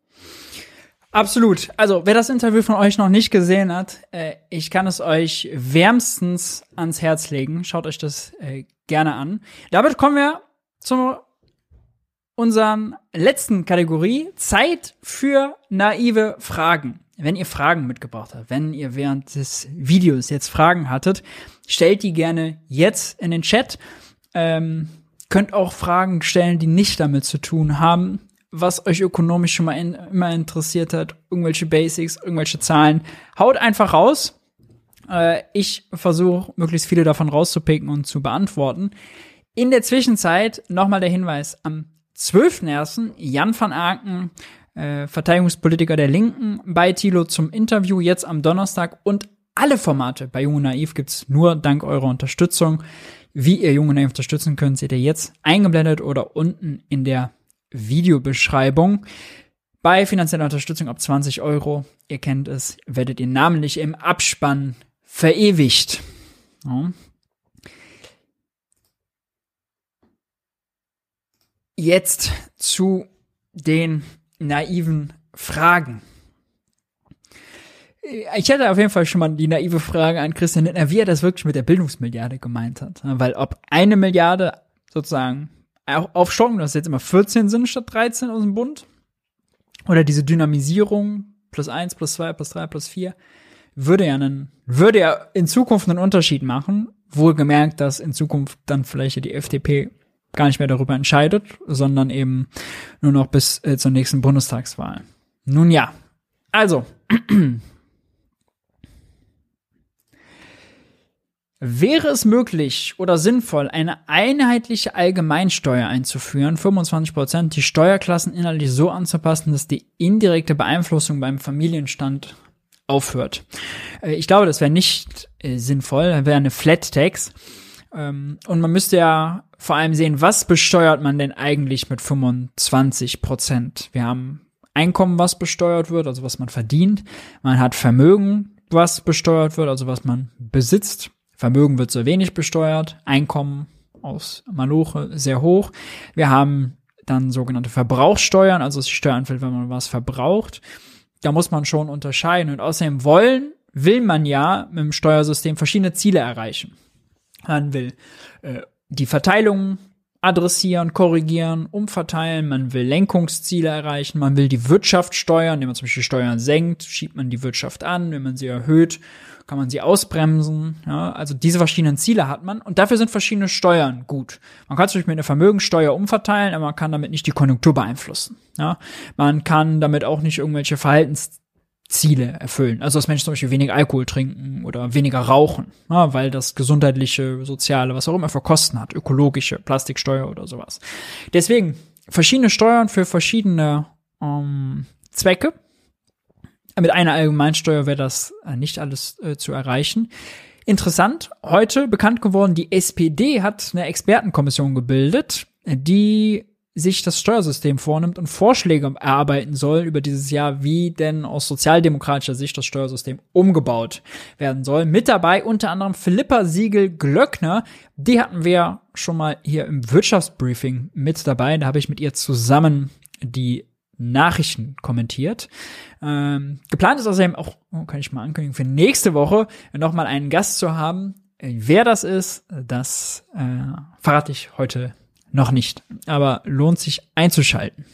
Absolut. Also wer das Interview von euch noch nicht gesehen hat, äh, ich kann es euch wärmstens ans Herz legen. Schaut euch das äh, gerne an. Damit kommen wir zu unserer letzten Kategorie. Zeit für naive Fragen. Wenn ihr Fragen mitgebracht habt, wenn ihr während des Videos jetzt Fragen hattet, stellt die gerne jetzt in den Chat. Ähm, könnt auch Fragen stellen, die nicht damit zu tun haben, was euch ökonomisch schon mal in, immer interessiert hat, irgendwelche Basics, irgendwelche Zahlen. Haut einfach raus. Äh, ich versuche, möglichst viele davon rauszupicken und zu beantworten. In der Zwischenzeit nochmal der Hinweis, am zwölften ersten Jan van Aken, Äh, Verteidigungspolitiker der Linken, bei Thilo zum Interview, jetzt am Donnerstag. Und alle Formate bei Jung und Naiv gibt's nur dank eurer Unterstützung. Wie ihr Jung und Naiv unterstützen könnt, seht ihr jetzt eingeblendet oder unten in der Videobeschreibung. Bei finanzieller Unterstützung ab zwanzig Euro, ihr kennt es, werdet ihr namentlich im Abspann verewigt. Ja. Jetzt zu den naiven Fragen. Ich hätte auf jeden Fall schon mal die naive Frage an Christian Lindner, wie er das wirklich mit der Bildungsmilliarde gemeint hat. Weil ob eine Milliarde sozusagen aufstocken, dass jetzt immer vierzehn sind statt dreizehn aus dem Bund, oder diese Dynamisierung plus eins, plus zwei, plus drei, plus vier, würde ja einen, würde ja in Zukunft einen Unterschied machen. Wohlgemerkt, dass in Zukunft dann vielleicht die F D P gar nicht mehr darüber entscheidet, sondern eben nur noch bis äh, zur nächsten Bundestagswahl. Nun ja, also wäre es möglich oder sinnvoll, eine einheitliche Allgemeinsteuer einzuführen, fünfundzwanzig Prozent, die Steuerklassen inhaltlich so anzupassen, dass die indirekte Beeinflussung beim Familienstand aufhört? Äh, ich glaube, das wäre nicht äh, sinnvoll, das wäre eine Flat Tax. Ähm, und man müsste ja vor allem sehen, was besteuert man denn eigentlich mit fünfundzwanzig Prozent? Wir haben Einkommen, was besteuert wird, also was man verdient. Man hat Vermögen, was besteuert wird, also was man besitzt. Vermögen wird sehr wenig besteuert, Einkommen aus Maloche sehr hoch. Wir haben dann sogenannte Verbrauchssteuern, also die Steuer anfällt, wenn man was verbraucht. Da muss man schon unterscheiden. Und außerdem wollen, will man ja mit dem Steuersystem verschiedene Ziele erreichen. Man will äh, die Verteilung adressieren, korrigieren, umverteilen, man will Lenkungsziele erreichen, man will die Wirtschaft steuern, indem man zum Beispiel Steuern senkt, schiebt man die Wirtschaft an, wenn man sie erhöht, kann man sie ausbremsen. Ja, also diese verschiedenen Ziele hat man und dafür sind verschiedene Steuern gut. Man kann zum Beispiel mit einer Vermögenssteuer umverteilen, aber man kann damit nicht die Konjunktur beeinflussen. Ja, man kann damit auch nicht irgendwelche Verhaltens Ziele erfüllen. Also dass Menschen zum Beispiel weniger Alkohol trinken oder weniger rauchen, ja, weil das gesundheitliche, soziale, was auch immer für Kosten hat, ökologische, Plastiksteuer oder sowas. Deswegen verschiedene Steuern für verschiedene ähm, Zwecke. mit einer Allgemeinsteuer wäre das äh, nicht alles äh, zu erreichen. Interessant, heute bekannt geworden, die S P D hat eine Expertenkommission gebildet, die sich das Steuersystem vornimmt und Vorschläge erarbeiten soll über dieses Jahr, wie denn aus sozialdemokratischer Sicht das Steuersystem umgebaut werden soll. Mit dabei unter anderem Philippa Siegel-Glöckner, die hatten wir schon mal hier im Wirtschaftsbriefing mit dabei, da habe ich mit ihr zusammen die Nachrichten kommentiert. Ähm, geplant ist außerdem auch, oh, kann ich mal ankündigen, für nächste Woche nochmal einen Gast zu haben. Wer das ist, das äh, verrate ich heute noch nicht. Aber lohnt sich einzuschalten.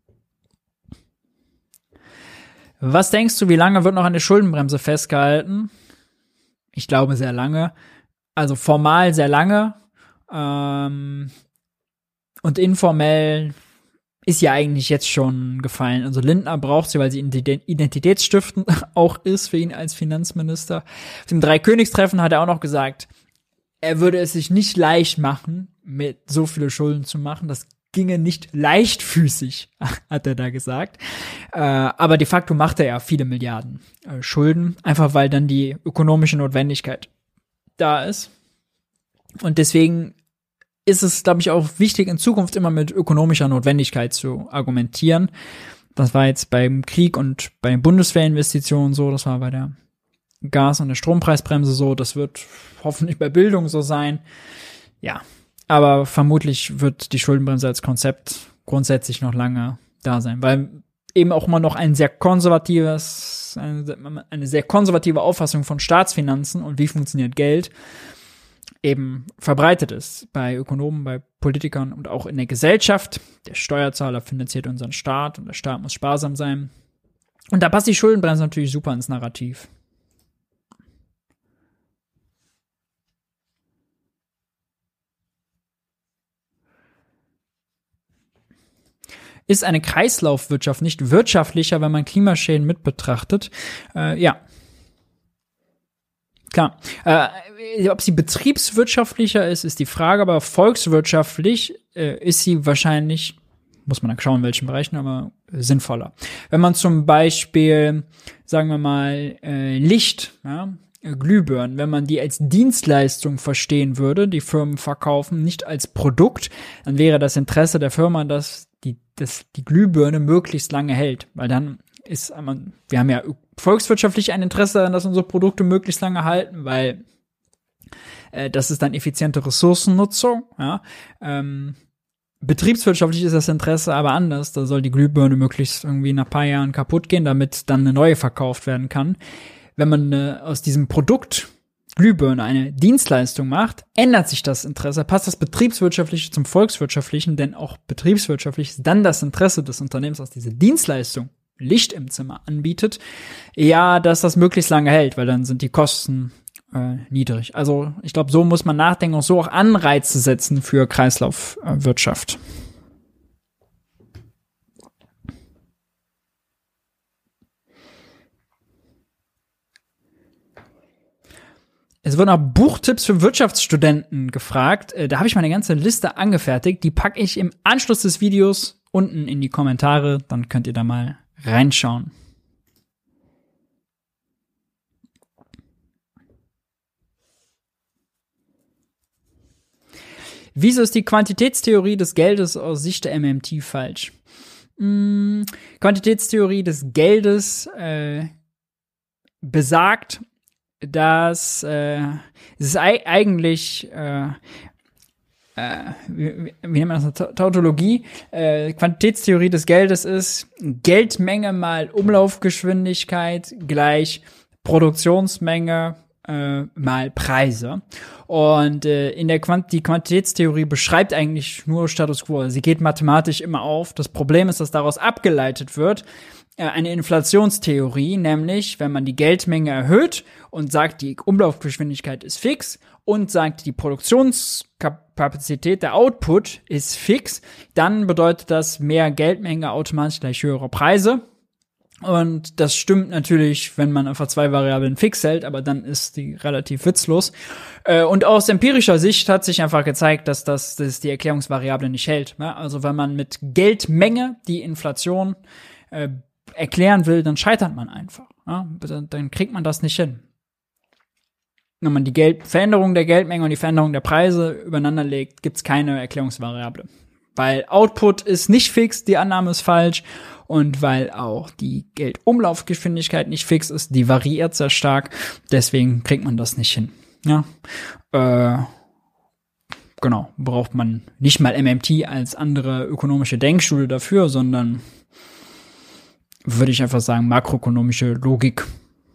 Was denkst du, wie lange wird noch an der Schuldenbremse festgehalten? Ich glaube sehr lange. Also formal sehr lange. Ähm, und informell ist ja eigentlich jetzt schon gefallen. Also Lindner braucht sie, weil sie identitätsstiftend auch ist für ihn als Finanzminister. Auf dem Dreikönigstreffen hat er auch noch gesagt, er würde es sich nicht leicht machen, mit so viele Schulden zu machen. Das ginge nicht leichtfüßig, hat er da gesagt. Äh, aber de facto macht er ja viele Milliarden äh, Schulden, einfach weil dann die ökonomische Notwendigkeit da ist. Und deswegen ist es, glaube ich, auch wichtig, in Zukunft immer mit ökonomischer Notwendigkeit zu argumentieren. Das war jetzt beim Krieg und bei den Bundeswehrinvestitionen so, das war bei der Gas- und der Strompreisbremse so, das wird hoffentlich bei Bildung so sein. Ja, aber vermutlich wird die Schuldenbremse als Konzept grundsätzlich noch lange da sein, weil eben auch immer noch ein sehr konservatives, eine, eine sehr konservative Auffassung von Staatsfinanzen und wie funktioniert Geld eben verbreitet ist bei Ökonomen, bei Politikern und auch in der Gesellschaft. Der Steuerzahler finanziert unseren Staat und der Staat muss sparsam sein. Und da passt die Schuldenbremse natürlich super ins Narrativ. Ist eine Kreislaufwirtschaft nicht wirtschaftlicher, wenn man Klimaschäden mit betrachtet? Äh, ja. Klar. Äh, ob sie betriebswirtschaftlicher ist, ist die Frage, aber volkswirtschaftlich äh, ist sie wahrscheinlich, muss man dann schauen, in welchen Bereichen, aber sinnvoller. Wenn man zum Beispiel, sagen wir mal, äh, Licht, ja, Glühbirnen, wenn man die als Dienstleistung verstehen würde, die Firmen verkaufen, nicht als Produkt, dann wäre das Interesse der Firma, dass die, dass die Glühbirne möglichst lange hält, weil dann ist, wir haben ja volkswirtschaftlich ein Interesse daran, dass unsere Produkte möglichst lange halten, weil äh, das ist dann effiziente Ressourcennutzung, ja. Ähm, betriebswirtschaftlich ist das Interesse aber anders, da soll die Glühbirne möglichst irgendwie nach ein paar Jahren kaputt gehen, damit dann eine neue verkauft werden kann. Wenn man äh, aus diesem Produkt Glühbirne eine Dienstleistung macht, ändert sich das Interesse, passt das Betriebswirtschaftliche zum Volkswirtschaftlichen, denn auch betriebswirtschaftlich ist dann das Interesse des Unternehmens, aus dieser Dienstleistung Licht im Zimmer anbietet, ja, dass das möglichst lange hält, weil dann sind die Kosten äh, niedrig. Also ich glaube, so muss man nachdenken und so auch Anreize setzen für Kreislaufwirtschaft. Es wurden auch Buchtipps für Wirtschaftsstudenten gefragt. Äh, da habe ich meine ganze Liste angefertigt. Die packe ich im Anschluss des Videos unten in die Kommentare. Dann könnt ihr da mal reinschauen. Wieso ist die Quantitätstheorie des Geldes aus Sicht der M M T falsch? Hm, Quantitätstheorie des Geldes äh, besagt, dass äh, es ist ei- eigentlich äh, äh, wie, wie nennt man das, Tautologie, äh, Quantitätstheorie des Geldes ist Geldmenge mal Umlaufgeschwindigkeit gleich Produktionsmenge äh, mal Preise. Und äh, in der Quant- die Quantitätstheorie beschreibt eigentlich nur Status quo. Sie geht mathematisch immer auf. Das Problem ist, dass daraus abgeleitet wird äh, eine Inflationstheorie, nämlich wenn man die Geldmenge erhöht und sagt, die Umlaufgeschwindigkeit ist fix und sagt, die Produktionskapazität, der Output ist fix, dann bedeutet das mehr Geldmenge automatisch gleich höhere Preise. Und das stimmt natürlich, wenn man einfach zwei Variablen fix hält, aber dann ist die relativ witzlos. Und aus empirischer Sicht hat sich einfach gezeigt, dass das, dass die Erklärungsvariable nicht hält. Also wenn man mit Geldmenge die Inflation äh, erklären will, dann scheitert man einfach. Ja? Dann kriegt man das nicht hin. Wenn man die Geld- Veränderung der Geldmenge und die Veränderung der Preise übereinander legt, gibt es keine Erklärungsvariable. Weil Output ist nicht fix, die Annahme ist falsch. Und weil auch die Geldumlaufgeschwindigkeit nicht fix ist, die variiert sehr stark. Deswegen kriegt man das nicht hin. Ja, äh, genau, braucht man nicht mal M M T als andere ökonomische Denkschule dafür, sondern würde ich einfach sagen, makroökonomische Logik.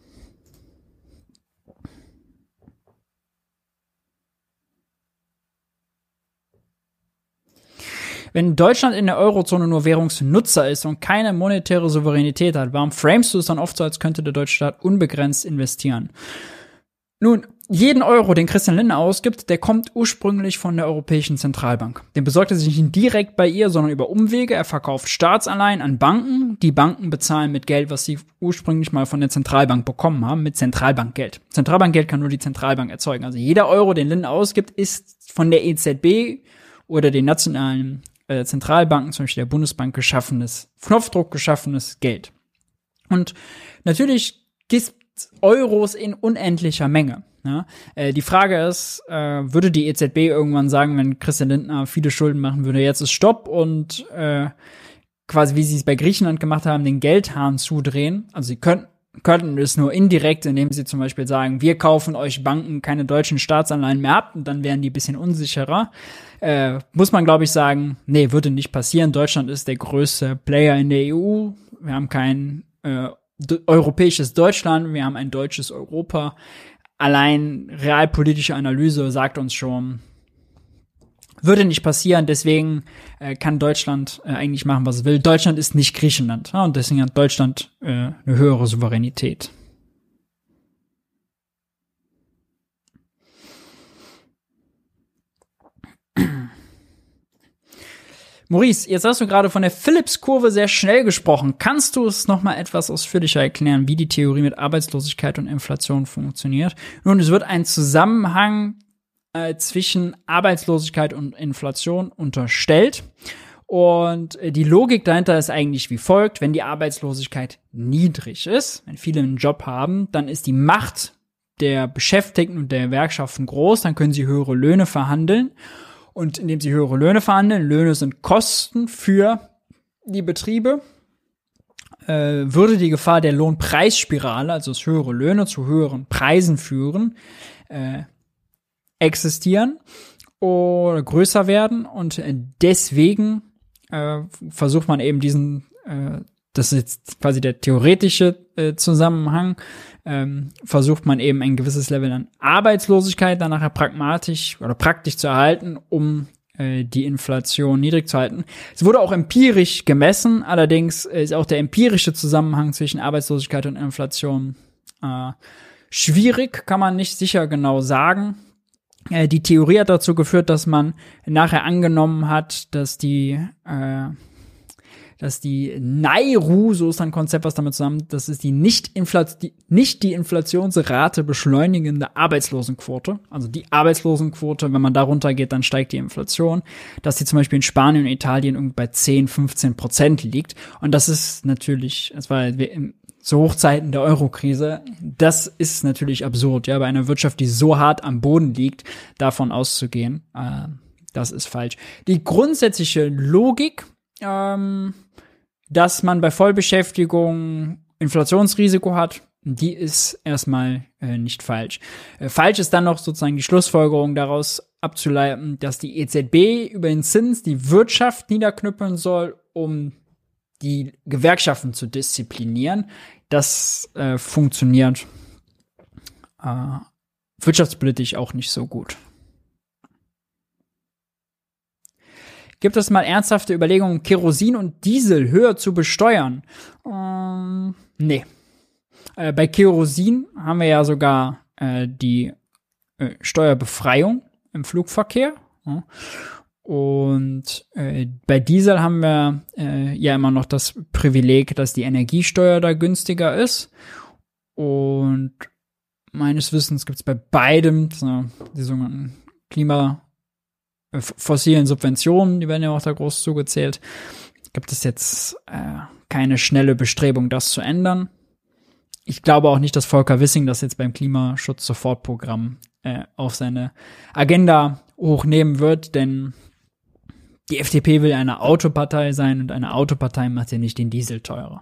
Wenn Deutschland in der Eurozone nur Währungsnutzer ist und keine monetäre Souveränität hat, warum framest du es dann oft so, als könnte der deutsche Staat unbegrenzt investieren? Nun, jeden Euro, den Christian Lindner ausgibt, der kommt ursprünglich von der Europäischen Zentralbank. Den besorgt er sich nicht direkt bei ihr, sondern über Umwege. Er verkauft Staatsanleihen an Banken. Die Banken bezahlen mit Geld, was sie ursprünglich mal von der Zentralbank bekommen haben, mit Zentralbankgeld. Zentralbankgeld kann nur die Zentralbank erzeugen. Also jeder Euro, den Lindner ausgibt, ist von der E Z B oder den nationalen äh, Zentralbanken, zum Beispiel der Bundesbank, geschaffenes, Knopfdruck geschaffenes Geld. Und natürlich gibt Euros in unendlicher Menge. Ja, äh, die Frage ist, äh, würde die E Z B irgendwann sagen, wenn Christian Lindner viele Schulden machen würde, jetzt ist Stopp und äh, quasi wie sie es bei Griechenland gemacht haben, den Geldhahn zudrehen. Also sie könnten könnten es nur indirekt, indem sie zum Beispiel sagen, wir kaufen euch Banken keine deutschen Staatsanleihen mehr ab und dann wären die ein bisschen unsicherer. Äh, muss man, glaube ich, sagen, nee, würde nicht passieren. Deutschland ist der größte Player in der E U. Wir haben kein äh, d- europäisches Deutschland, wir haben ein deutsches Europa. Allein realpolitische Analyse sagt uns schon, würde nicht passieren, deswegen äh, kann Deutschland äh, eigentlich machen, was es will. Deutschland ist nicht Griechenland, ja, und deswegen hat Deutschland äh, eine höhere Souveränität. Maurice, jetzt hast du gerade von der Phillips-Kurve sehr schnell gesprochen. Kannst du es noch mal etwas ausführlicher erklären, wie die Theorie mit Arbeitslosigkeit und Inflation funktioniert? Nun, es wird ein Zusammenhang äh, zwischen Arbeitslosigkeit und Inflation unterstellt. Und äh, die Logik dahinter ist eigentlich wie folgt. Wenn die Arbeitslosigkeit niedrig ist, wenn viele einen Job haben, dann ist die Macht der Beschäftigten und der Gewerkschaften groß, dann können sie höhere Löhne verhandeln. Und indem sie höhere Löhne verhandeln, Löhne sind Kosten für die Betriebe, äh, würde die Gefahr der Lohnpreisspirale, also dass höhere Löhne zu höheren Preisen führen, äh, existieren oder größer werden. Und deswegen äh, versucht man eben diesen, äh, das ist jetzt quasi der theoretische äh, Zusammenhang, ähm, versucht man eben ein gewisses Level an Arbeitslosigkeit dann nachher pragmatisch oder praktisch zu erhalten, um äh, die Inflation niedrig zu halten. Es wurde auch empirisch gemessen, allerdings ist auch der empirische Zusammenhang zwischen Arbeitslosigkeit und Inflation äh, schwierig, kann man nicht sicher genau sagen. Äh, die Theorie hat dazu geführt, dass man nachher angenommen hat, dass die äh, dass die Nairu, so ist ein Konzept, was damit zusammen, das ist die nicht, Infl- die nicht die Inflationsrate beschleunigende Arbeitslosenquote. Also die Arbeitslosenquote, wenn man da runtergeht, dann steigt die Inflation. Dass die zum Beispiel in Spanien und Italien irgendwie bei zehn, fünfzehn Prozent liegt. Und das ist natürlich, es war zu Hochzeiten der Eurokrise, das ist natürlich absurd, ja, bei einer Wirtschaft, die so hart am Boden liegt, davon auszugehen. Äh, das ist falsch. Die grundsätzliche Logik, ähm, dass man bei Vollbeschäftigung Inflationsrisiko hat, die ist erstmal äh, nicht falsch. Äh, falsch ist dann noch sozusagen die Schlussfolgerung daraus abzuleiten, dass die E Z B über den Zins die Wirtschaft niederknüppeln soll, um die Gewerkschaften zu disziplinieren. Das äh, funktioniert äh, wirtschaftspolitisch auch nicht so gut. Gibt es mal ernsthafte Überlegungen, Kerosin und Diesel höher zu besteuern? Ähm, nee. Äh, bei Kerosin haben wir ja sogar äh, die äh, Steuerbefreiung im Flugverkehr. Ja. Und äh, bei Diesel haben wir äh, ja immer noch das Privileg, dass die Energiesteuer da günstiger ist. Und meines Wissens gibt es bei beidem so, die sogenannten Klima- fossilen Subventionen, die werden ja auch da groß zugezählt. gibt es jetzt äh, keine schnelle Bestrebung, das zu ändern. Ich glaube auch nicht, dass Volker Wissing das jetzt beim Klimaschutz-Sofortprogramm äh, auf seine Agenda hochnehmen wird, denn die F D P will eine Autopartei sein und eine Autopartei macht ja nicht den Diesel teurer.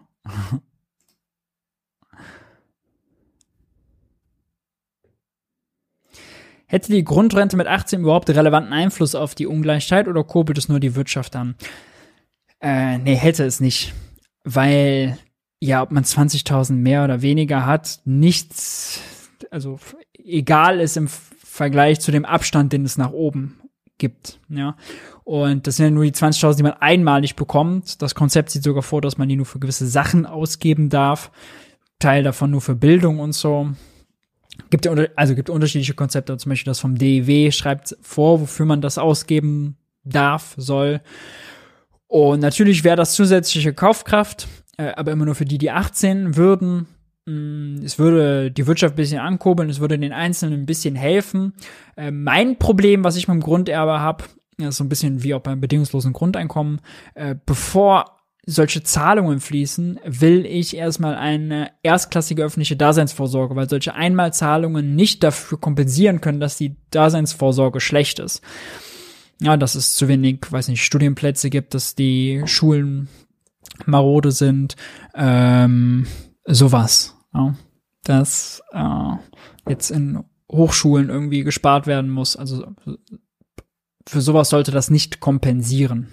Hätte die Grundrente mit achtzehn überhaupt relevanten Einfluss auf die Ungleichheit oder kurbelt es nur die Wirtschaft an? Äh, nee, hätte es nicht. Weil, ja, ob man zwanzigtausend mehr oder weniger hat, nichts, also egal ist im Vergleich zu dem Abstand, den es nach oben gibt, ja. Und das sind ja nur die zwanzigtausend, die man einmalig bekommt. Das Konzept sieht sogar vor, dass man die nur für gewisse Sachen ausgeben darf. Teil davon nur für Bildung und so. Gibt ja, also gibt unterschiedliche Konzepte, zum Beispiel das vom D I W schreibt vor, wofür man das ausgeben darf, soll. Und natürlich wäre das zusätzliche Kaufkraft, äh, aber immer nur für die, die achtzehn würden. Es würde die Wirtschaft ein bisschen ankurbeln, es würde den Einzelnen ein bisschen helfen. Äh, mein Problem, was ich mit dem Grunderbe habe, ist so ein bisschen wie auch beim bedingungslosen Grundeinkommen. Äh, bevor solche Zahlungen fließen, will ich erstmal eine erstklassige öffentliche Daseinsvorsorge, weil solche Einmalzahlungen nicht dafür kompensieren können, dass die Daseinsvorsorge schlecht ist. Ja, dass es zu wenig, weiß nicht, Studienplätze gibt, dass die Schulen marode sind, ähm, sowas. Ja, dass äh, jetzt in Hochschulen irgendwie gespart werden muss. Also für sowas sollte das nicht kompensieren.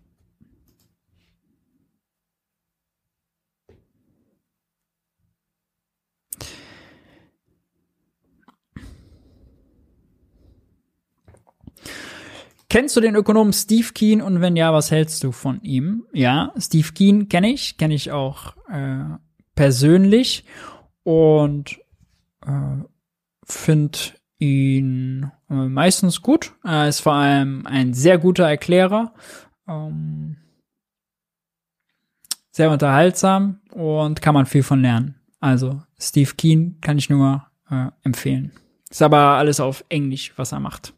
Kennst du den Ökonomen Steve Keen und wenn ja, was hältst du von ihm? Ja, Steve Keen kenne ich, kenne ich auch äh, persönlich und äh, finde ihn äh, meistens gut. Er ist vor allem ein sehr guter Erklärer, ähm, sehr unterhaltsam und kann man viel von lernen. Also Steve Keen kann ich nur äh, empfehlen. Ist aber alles auf Englisch, was er macht.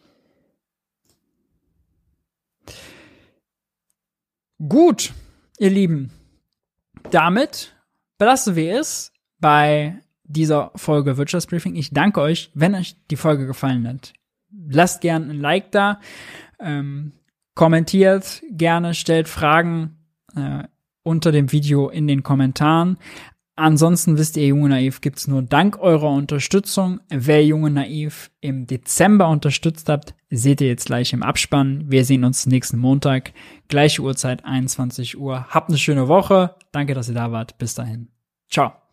Gut, ihr Lieben, damit belassen wir es bei dieser Folge Wirtschaftsbriefing. Ich danke euch, wenn euch die Folge gefallen hat. Lasst gerne ein Like da, ähm, kommentiert gerne, stellt Fragen äh, unter dem Video in den Kommentaren. Ansonsten wisst ihr, Jung und Naiv gibt's nur dank eurer Unterstützung. Wer Jung und Naiv im Dezember unterstützt habt, seht ihr jetzt gleich im Abspann. Wir sehen uns nächsten Montag, gleiche Uhrzeit, einundzwanzig Uhr. Habt eine schöne Woche. Danke, dass ihr da wart. Bis dahin. Ciao.